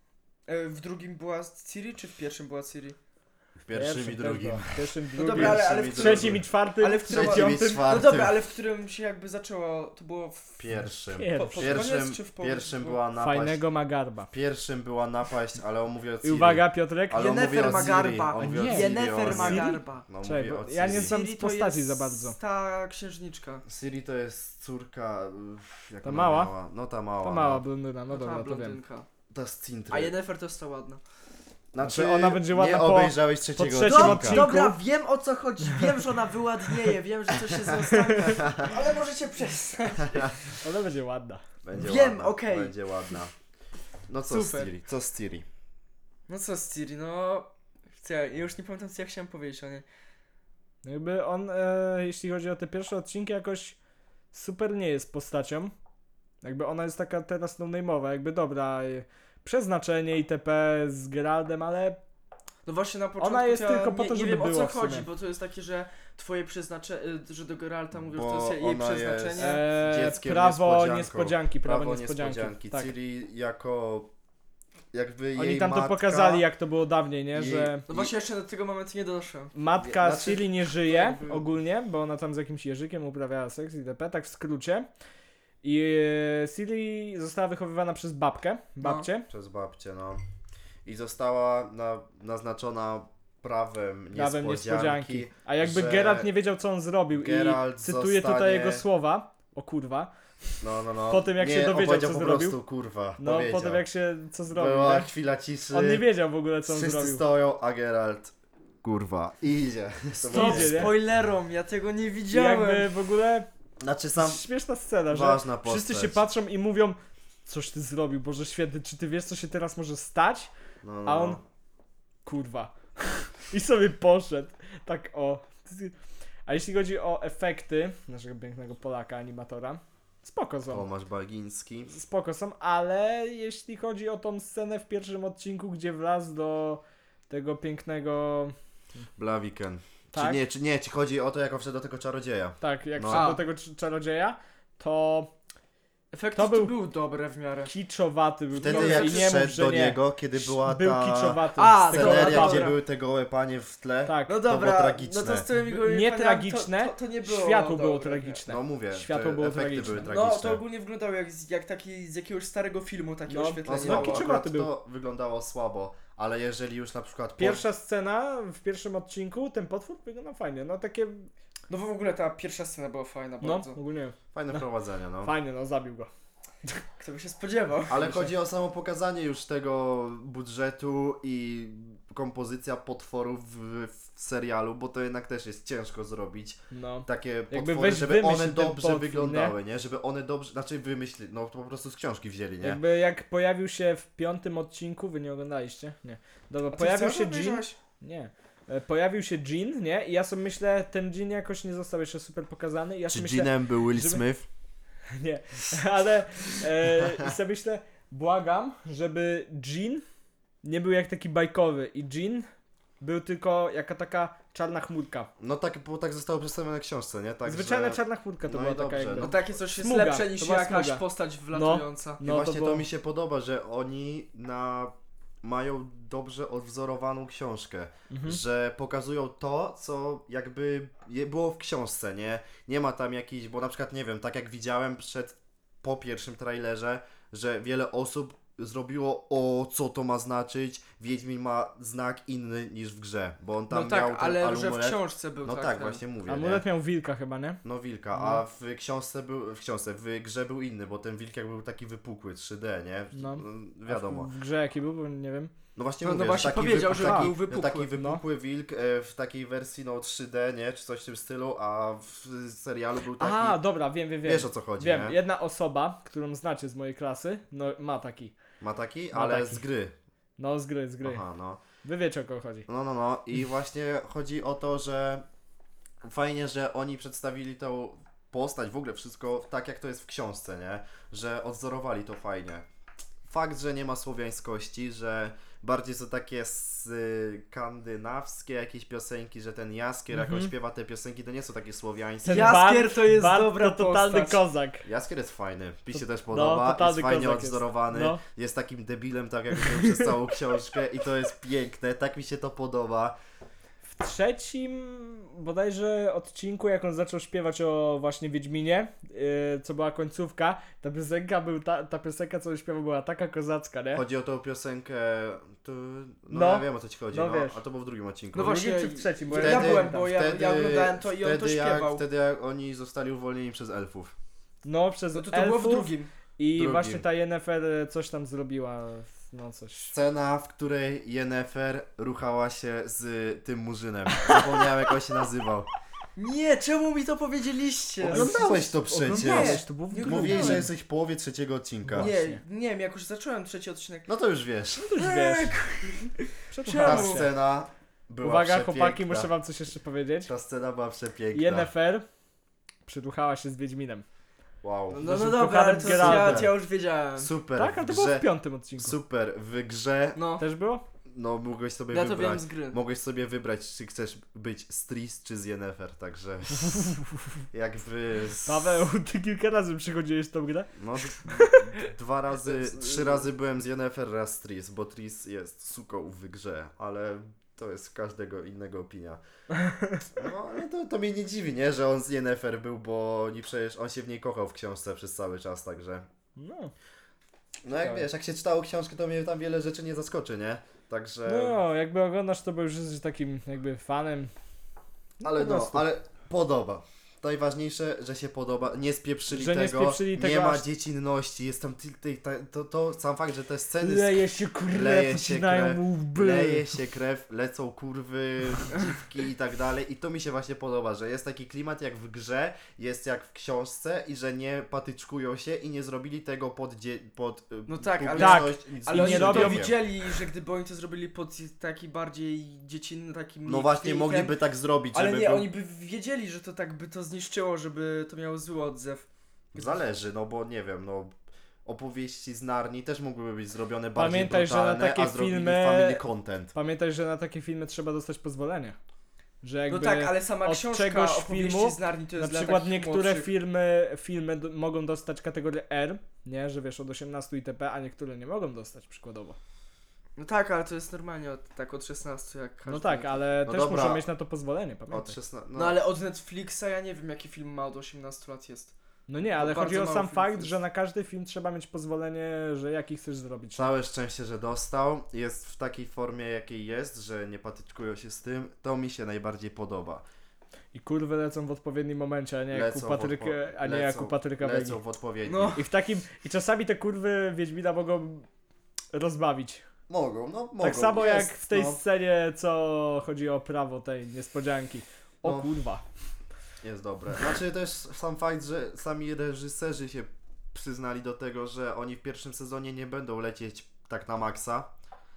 W drugim była Ciri, czy w pierwszym była Ciri?
W pierwszym i drugim.
W pierwszym,
No
drugim,
dobra, ale w
Pierwszym i
którym...
trzecim i czwartym,
Ale w którym-
Trzecim i
piątym.
No
czwartym.
dobra, ale w którym się jakby zaczęło, to było w...
Pierwszym.
Pierwszym.
pod
Pierwszym,
koniec, czy w połowie?
pierwszym była napaść.
Fajnego Magarba.
W pierwszym była napaść, ale on mówi o Ciri.
I uwaga, Piotrek.
Ale on mówi
Yennefer
o Ciri.
Magarba.
On mówi o
Nie.
Ciri,
Yennefer
o Ciri.
Magarba.
No,
Czekaj,
mówi
bo
o
ja nie
Ciri.
znam
Ciri
z
to
postaci
jest
za bardzo.
ta księżniczka.
Ciri to jest córka... Jak
Ta
ona
mała?
miała? No ta mała.
To mała
no.
blondyna, no
ta
dobra, to wiem.
blondynka.
Ta z Cintry.
A Yennefer to jest ta ładna.
Znaczy,
ona będzie ładna
nie
po-
obejrzałeś trzeciego
trzecim
odcinka.
odcinku.
Dobra, wiem o co chodzi, wiem, że ona wyładnieje, wiem, że coś się zostanie, ale możecie przestać.
Ona będzie ładna.
Będzie
Wiem,
ładna,
okej.
Będzie ładna. No co z
Super.
Ciri? Co z Ciri?
No co z Ciri, no... Ja już nie pamiętam co ja chciałem powiedzieć o niej.
Jakby on, jeśli chodzi o te pierwsze odcinki, jakoś super nie jest postacią. Jakby ona jest taka teraz no-name'owa, jakby dobra, przeznaczenie itp. Z Geraldem, ale
No właśnie na początku
Ona jest
ja
tylko po
nie,
to,
nie
żeby
wiem o
była
co
w sumie.
chodzi, bo to jest takie, że twoje przeznaczenie, że do Geralta mówią, że
Bo
to jest jej
ona
przeznaczenie.
dzieckiem
prawo
niespodzianką.
prawo niespodzianki. Tak.
Ciri jako jakby
Oni
jej
tam
matka,
to pokazali, jak to było dawniej, nie?
jej-
Że
No właśnie jeszcze do tego momentu nie doszłem.
matka
Znaczy-
Ciri nie żyje
jakby-
ogólnie, bo ona tam z jakimś jeżykiem uprawiała seks itp., tak w skrócie. I Ciri została wychowywana przez babcię.
przez babcię, no. I została naznaczona prawem niespodzianki.
A jakby
że
Geralt nie wiedział, co on zrobił.
Geralt
I cytuję tutaj
zostanie-
jego słowa. O kurwa.
No.
Po tym, jak
nie,
się dowiedział,
powiedział
co
po
zrobił.
prostu, kurwa,
No,
powiedział.
po tym jak się co zrobił.
Była
Nie?
chwila ciszy.
On nie wiedział w ogóle, co on
Wszyscy
zrobił.
stoją, a Geralt, kurwa, i idzie. To
Stop
było-
Idzie, nie?
spoilerom, ja tego nie
I
widziałem.
jakby w ogóle
Znaczy sam
śmieszna scena, że
ważna postać.
wszyscy się patrzą i mówią, coś ty zrobił, Boże Święty, czy ty wiesz, co się teraz może stać?
No,
A on, kurwa. I sobie poszedł. Tak o. A jeśli chodzi o efekty naszego pięknego Polaka, animatora, spoko są.
Tomasz Bagiński.
Spoko są, ale jeśli chodzi o tą scenę w pierwszym odcinku, gdzie wlazł do tego pięknego...
Blaviken.
Tak?
Czy nie, ci chodzi o to, jak wszedł do tego czarodzieja.
Tak, jak
No.
wszedł
A.
do tego czarodzieja, to
Efekty
to
to
był-
były dobre w miarę.
kiczowaty był
Wtedy
trochę
jak
i nie mów,
wszedł
że
do
nie.
niego, kiedy była
Był
ta
kiczowaty
A,
z tego
sceneria,
dobra.
gdzie były te gołe panie w tle.
Tak,
No
To
dobra,
było tragiczne.
no to z tymi gołymi
nie
paniami
tragiczne,
to nie było
światło było
dobre,
tragiczne.
No mówię,
Światło
te
było
efekty
tragiczne.
były
No
tragiczne.
to ogólnie wyglądało jak taki z jakiegoś starego filmu, takie
No,
No
oświetlenie.
słabo,
kiczowaty
akurat
był.
to wyglądało słabo, ale jeżeli już na przykład...
Pierwsza scena w pierwszym odcinku, ten potwór wygląda fajnie, no takie,
No w ogóle ta pierwsza scena była fajna
no
bardzo.
ogólnie
Fajne wprowadzenie, no.
fajnie, no zabił go.
Kto by się spodziewał?
Ale chodzi o samo pokazanie już tego budżetu i kompozycja potworów w serialu, bo to jednak też jest ciężko zrobić.
No.
Takie
Jakby
potwory,
weź
żeby
wymyśl
one
ten
dobrze
potwór,
wyglądały, nie? Żeby one dobrze, znaczy wymyśli, no to po prostu z książki wzięli, nie?
Jakby jak pojawił się w piątym odcinku, wy nie oglądaliście? Nie. Dobra, pojawił się Jean. Nie. Pojawił się Jean, nie? I ja sobie myślę, ten Jean jakoś nie został jeszcze super pokazany. I ja
Czy
sobie myślę,
Jeanem był Will
żeby-
Smith?
nie, ale i sobie myślę, błagam, żeby Jean nie był jak taki bajkowy i Jean Był tylko jaka taka czarna chmurka.
No tak, bo tak zostało przedstawione w książce, nie? Tak,
Zwyczajna
że...
czarna chmurka to
No
była
i
taka
dobrze,
jakby.
No takie coś jest
Smuga,
lepsze
to
niż
była
jakaś
smuga.
postać wlatująca.
I
No,
właśnie to
było-
mi się podoba, że oni mają dobrze odwzorowaną książkę,
Mhm.
że pokazują to, co jakby było w książce, nie? Nie ma tam jakichś, bo na przykład nie wiem, tak jak widziałem po pierwszym trailerze, że wiele osób zrobiło, o co to ma znaczyć, Wiedźmin ma znak inny niż w grze, bo on tam
No tak,
miał ten
ale że w
amulet.
książce był
No
tak.
tak, właśnie mówię, nie?
Amulet miał wilka chyba, nie?
No wilka, a w książce w grze był inny, bo ten wilk jak był taki wypukły, 3D, nie?
No.
Wiadomo.
W grze jaki był, bo nie wiem.
No właśnie
No,
mówię,
no właśnie
że taki
powiedział, że
taki,
był wypukły.
taki wypukły wilk w takiej wersji no 3D, nie? Czy coś w tym stylu, a w serialu był taki...
A, dobra, wiem.
Wiesz o co chodzi,
Wiem,
nie?
jedna osoba, którą znacie z mojej klasy, no ma taki.
Ma taki,
Ma
ale
taki.
z gry.
No, z gry.
Aha, no.
Wy wiecie o kogo chodzi.
No. I właśnie chodzi o to, że fajnie, że oni przedstawili tą postać, w ogóle wszystko tak jak to jest w książce, nie? Że odzorowali to fajnie. Fakt, że nie ma słowiańskości, że bardziej są takie skandynawskie jakieś piosenki, że ten Jaskier jak on śpiewa te piosenki, to nie są takie słowiańskie.
Ten
Jaskier
Bart-
to jest
Bart
dobra
to totalny
postać.
kozak.
Jaskier jest fajny, mi się
To-
też
no,
podoba, jest
totalny
fajnie
kozak jest.
odzorowany,
No.
jest takim debilem tak jak był przez całą książkę i to jest piękne, tak mi się to podoba.
W trzecim bodajże odcinku, jak on zaczął śpiewać o właśnie Wiedźminie, co była końcówka, ta piosenka, co on śpiewał, była taka kozacka, nie?
Chodzi o tą piosenkę,
No.
ja wiem o co ci chodzi,
No wiesz.
a to było w drugim odcinku.
No właśnie,
Drugim czy w trzecim, bo
wtedy-
ja
ja byłem, bo ja
wtedy-
oglądałem to i on to
wtedy
śpiewał.
Wtedy jak oni zostali uwolnieni przez elfów.
No, przez
No to było
elfów
w drugim.
i
drugim.
właśnie ta Yennefer coś tam zrobiła, no coś.
Scena, w której Yennefer ruchała się z tym murzynem. Zapomniałem jak on się nazywał.
Nie, czemu mi to powiedzieliście?
Oglądałeś to przecież.
Oglądałeś, to było w
Nie
drugim.
Mówiłeś, że
oglądałem.
jesteś w połowie trzeciego odcinka.
No.
Nie,
Właśnie.
nie wiem, jak już zacząłem trzeci odcinek.
No to już wiesz.
To już wiesz.
Ta
Przepraszam.
Czemu?
scena była
Uwaga,
przepiękna.
chłopaki, muszę wam coś jeszcze powiedzieć.
Ta scena była przepiękna.
Yennefer przyruchała się z Wiedźminem.
Wow.
No
Naszym
dobra, ale
kochanym
to
Geraltem.
ja już wiedziałem.
Super.
Tak, ale to
w
było w
grze,
piątym odcinku.
super. W grze,
No,
Też było?
no mogłeś sobie
ja to
wybrać.
wiem z gry.
Mogłeś sobie wybrać, czy chcesz być z Tris, czy z Yennefer, także jakby...
Paweł, ty kilka razy przychodziłeś w tą grę?
No, 3 razy byłem z Yennefer, raz z Tris, bo Tris jest suką w grze, ale to jest każdego innego opinia. No, ale to mnie nie dziwi, nie, że on z Yennefer był, bo przecież on się w niej kochał w książce przez cały czas, także...
No.
No jak
Ciekawe.
wiesz, jak się czytało książkę, to mnie tam wiele rzeczy nie zaskoczy, nie? Także...
No, jakby oglądasz, to bo już jesteś takim jakby fanem.
Ale
po
no,
prostu.
ale podoba. Najważniejsze, że się podoba, nie spieprzyli
Że nie
tego,
spieprzyli tego
nie ma
aż-
dziecinności, jest tam to sam fakt, że te sceny
Leje się kurwa,
leje się
pocinają
krew,
mu łby.
leje się krew, lecą kurwy, dziwki i tak dalej i to mi się właśnie podoba, że jest taki klimat jak w grze, jest jak w książce i że nie patyczkują się i nie zrobili tego pod
No tak, ale-
publiczność, nic
Ale
nie
oni
robią-
to widzieli, że gdyby oni to zrobili pod taki bardziej dziecinny, taki mniej
No właśnie,
krwikiem,
mogliby tak zrobić,
ale
żeby
nie,
był...
oni by wiedzieli, że to tak by to zniszczyło, żeby to miało zły odzew.
Zależy, no bo nie wiem, no opowieści z Narni też mogłyby być zrobione bardziej
Pamiętaj, że na
brutalne,
takie
a zrobili
filmy-
family content.
Pamiętaj, że na takie filmy trzeba dostać pozwolenie. Że jakby
No tak, ale sama
od
książka
czegoś
opowieści
filmu,
z Narni to
na
jest dla
przykład
takich
niektóre
młodszych.
filmy mogą dostać kategorię R, nie, że wiesz, od 18 itp., a niektóre nie mogą dostać przykładowo.
No tak, ale to jest normalnie od 16 jak każdy.
No tak, ale
No
też
dobra.
muszą mieć na to pozwolenie,
Od
pamiętaj.
16,
No ale od Netflixa ja nie wiem jaki film ma od 18 lat jest.
No nie, ale
bardzo
chodzi o
mało
sam
filmów
fakt,
jest.
że na każdy film trzeba mieć pozwolenie, że jaki chcesz zrobić.
Całe szczęście, że dostał, jest w takiej formie jakiej jest, że nie patyczkują się z tym, to mi się najbardziej podoba.
I kurwy lecą w odpowiednim momencie, a nie jak
Lecą
u
w
Patryka, a nie jak u Patryka Wegi.
Lecą w odpowiedzi.
No.
I czasami te kurwy Wiedźmina mogą rozbawić.
Mogą.
Tak samo jak
jest,
w tej
no,
scenie, co chodzi o prawo tej niespodzianki. O
No.
kurwa.
jest dobre. Znaczy też sam fakt, że sami reżyserzy się przyznali do tego, że oni w pierwszym sezonie nie będą lecieć tak na maksa,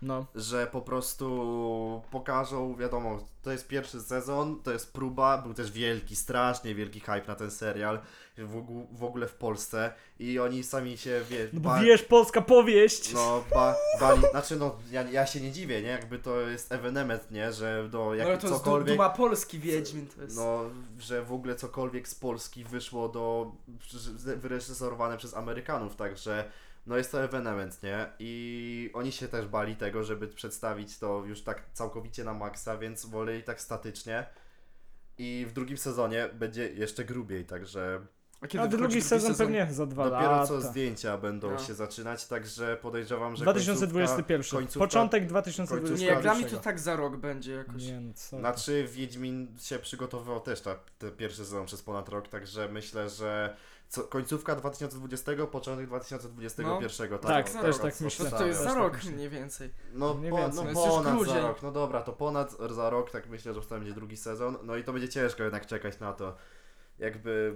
No.
że po prostu pokażą, wiadomo, to jest pierwszy sezon, to jest próba, był też wielki, strasznie wielki hype na ten serial, w ogóle w Polsce i oni sami się,
No bo wiesz, polska powieść!
no, bali, znaczy no, ja się nie dziwię, nie, jakby to jest evenement, nie, że
No
jak
ale to jest
cokolwiek,
duma Polski Wiedźmin, to jest...
no, że w ogóle cokolwiek z Polski wyszło wyreżyserowane przez Amerykanów, także no jest to evenement, nie? I oni się też bali tego, żeby przedstawić to już tak całkowicie na maksa, więc woleli tak statycznie. I w drugim sezonie będzie jeszcze grubiej, także
A kiedy
A
wychodzi
drugi sezon pewnie za 2
dopiero
lata.
co zdjęcia będą
No.
się zaczynać, także podejrzewam, że
2021.
końcówka-
Początek
Nie,
2021.
dla mnie to tak za rok będzie jakoś.
Nie, no co?
Znaczy Wiedźmin się przygotowywał też ten pierwszy sezon przez ponad rok, także myślę, że końcówka 2020, początek 2021.
No.
Tak,
za
też
rok.
tak myślę.
To jest
Też
za
tak
rok
myślę.
mniej więcej.
No,
Mniej
no
więcej.
To jest już
ponad za
grudzień.
rok, no dobra, to ponad za rok, tak myślę, że to będzie drugi sezon, no i to będzie ciężko jednak czekać na to, jakby...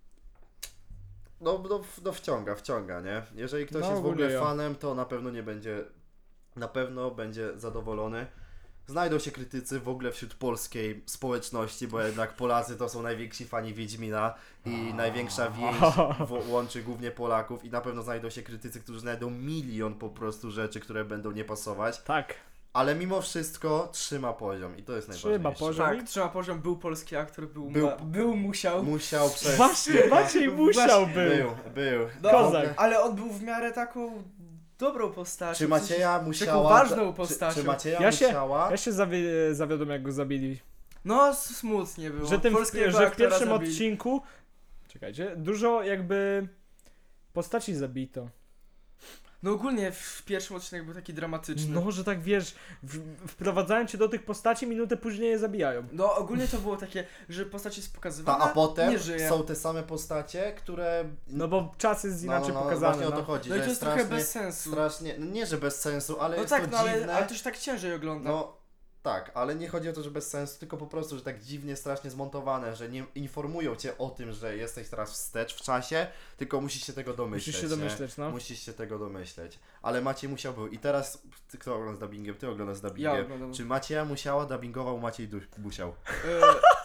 No wciąga, nie? Jeżeli ktoś
No,
jest w ogóle
ogólnie ja.
fanem, to na pewno będzie zadowolony. Znajdą się krytycy w ogóle wśród polskiej społeczności, bo jednak Polacy to są najwięksi fani Wiedźmina i największa więź łączy głównie Polaków i na pewno znajdą się krytycy, którzy znajdą milion po prostu rzeczy, które będą nie pasować,
Tak.
ale mimo wszystko trzyma poziom i to jest
Trzyma
najważniejsze.
poziom.
Tak, trzyma poziom, był polski aktor,
Musiał przez...
Właśnie, Maciej musiał był.
Był.
No,
Kozak.
ale on był w miarę taką dobrą postacią.
Czy Macieja musiała...
Taką ważną postacią.
Czy Macieja
Ja się-
musiała...
Ja się zawiodłem, jak go zabili.
No, smutnie było. Polskiego
Że w
aktora
pierwszym
zabili.
odcinku... Czekajcie, dużo jakby postaci zabito.
No ogólnie w pierwszym odcinek był taki dramatyczny.
No, że tak wiesz, wprowadzają cię do tych postaci, minutę później je zabijają.
No ogólnie to było takie, że postać jest pokazywana,
A potem
nie żyje.
są te same postacie, które...
No bo czas jest inaczej pokazany.
Właśnie o to
No.
chodzi,
No i
że
to jest
strasznie,
trochę bez sensu.
strasznie... No nie, że bez sensu, ale
No
jest
tak,
to
no ale,
dziwne.
ale to się tak ciężej ogląda.
No tak, ale nie chodzi o to, że bez sensu, tylko po prostu, że tak dziwnie, strasznie zmontowane, że nie informują cię o tym, że jesteś teraz wstecz w czasie, tylko musisz się tego domyśleć.
Musisz się
nie?
domyśleć, no.
Musisz się tego domyśleć. Ale Maciej musiał był. I teraz, kto ogląda z dubbingiem? Ty oglądasz z
Ja
dubbingiem.
oglądam.
Czy Macieja musiała, dubbingował Maciej Musiał?
E,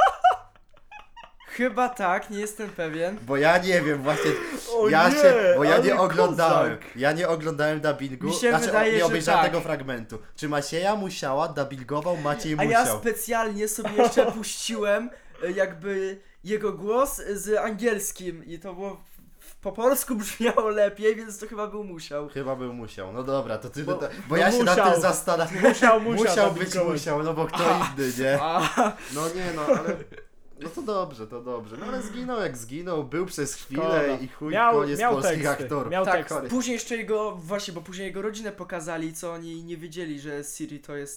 Chyba tak, nie jestem pewien.
Bo ja nie wiem, właśnie,
O
ja
nie,
się, bo ja
ale
nie oglądałem,
kozak.
ja nie oglądałem dubbingu,
Mi się wydaje,
nie
że
obejrzałem
tak.
tego fragmentu. Czy Macieja musiała, dubbingował Maciej
A
Musiał?
ja specjalnie sobie jeszcze puściłem jakby jego głos z angielskim i to było po polsku brzmiało lepiej, więc to chyba był musiał.
Chyba był musiał. No dobra, to ty...
Bo-
Bo ja się nad
musiał.
tym zastanawiam.
Musiał
Musiał być
dubbingować.
musiał, no bo kto inny, nie?
A,
No nie, no ale... No to dobrze, to dobrze. No ale zginął jak zginął, był przez chwilę
Szkoda.
i chuj,
Miał
koniec polskich
teksty,
aktorów.
miał
tak,
teksty.
później jeszcze jego, właśnie, bo później jego rodzinę pokazali, co oni nie wiedzieli, że Siri to jest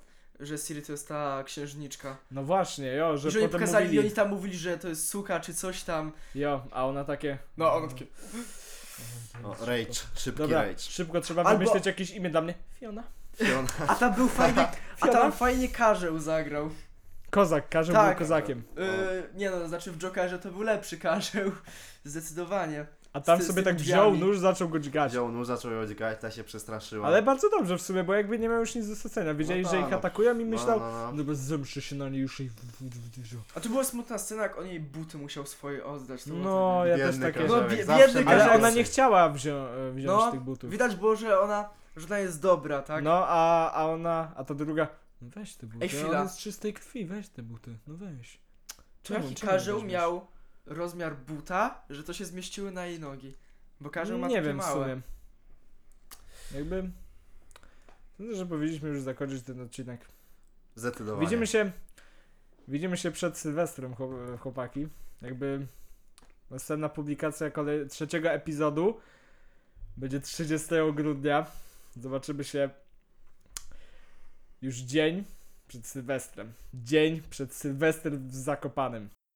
ta księżniczka.
No właśnie, jo, że
Że oni
potem
pokazali
mówili,
i oni tam mówili, że to jest suka czy coś tam.
jo, a ona takie...
No, ono takie...
O, rage, szybki
Dobra,
rage.
szybko trzeba
Albo-
wymyśleć jakieś imię dla mnie. Fiona.
Fiona.
A tam był fajny, a
Fiona?
tam fajnie Karzeł zagrał.
Kozak, Karzeł
Tak.
był kozakiem.
Nie no, znaczy w Jokerze to był lepszy Karzeł. Zdecydowanie.
A tam
z
sobie
tymi
tak wziął
drzwiami.
nóż, zaczął go dźgać.
Wziął nóż, zaczął ją dźgać, ta się przestraszyła.
Ale bardzo dobrze w sumie, bo jakby nie miał już nic do stracenia. Wiedzieli,
No
że
tak,
ich
no.
atakują i myślał,
no.
no bez zemszy się na niej już i...
A to była smutna scena, jak on jej buty musiał swoje oddać. To było
No,
tak-
ja też
Biedny
takie...
No,
Karzełek,
bie-
zawsze
biedny
miał
Ale
Karzełek.
ona
rację.
nie chciała wziąć
No,
tych butów.
widać było, że ona jest dobra, tak?
No, a ta druga... No weź te buty,
Ej, chwila.
on jest z czystej krwi, weź te buty, no weź.
Jaki
czemu
Karzeł
weźmiesz?
miał rozmiar buta, że to się zmieściły na jej nogi? Bo Karzeł ma
Nie
takie
wiem w
małe.
sumie. Jakby... Sądzę, że powinniśmy już zakończyć ten odcinek.
Zdecydowanie.
Widzimy się przed Sylwestrem, chłopaki. Jakby następna publikacja trzeciego epizodu będzie 30 grudnia. Zobaczymy się już dzień przed Sylwestrem. Dzień przed Sylwestrem w Zakopanem.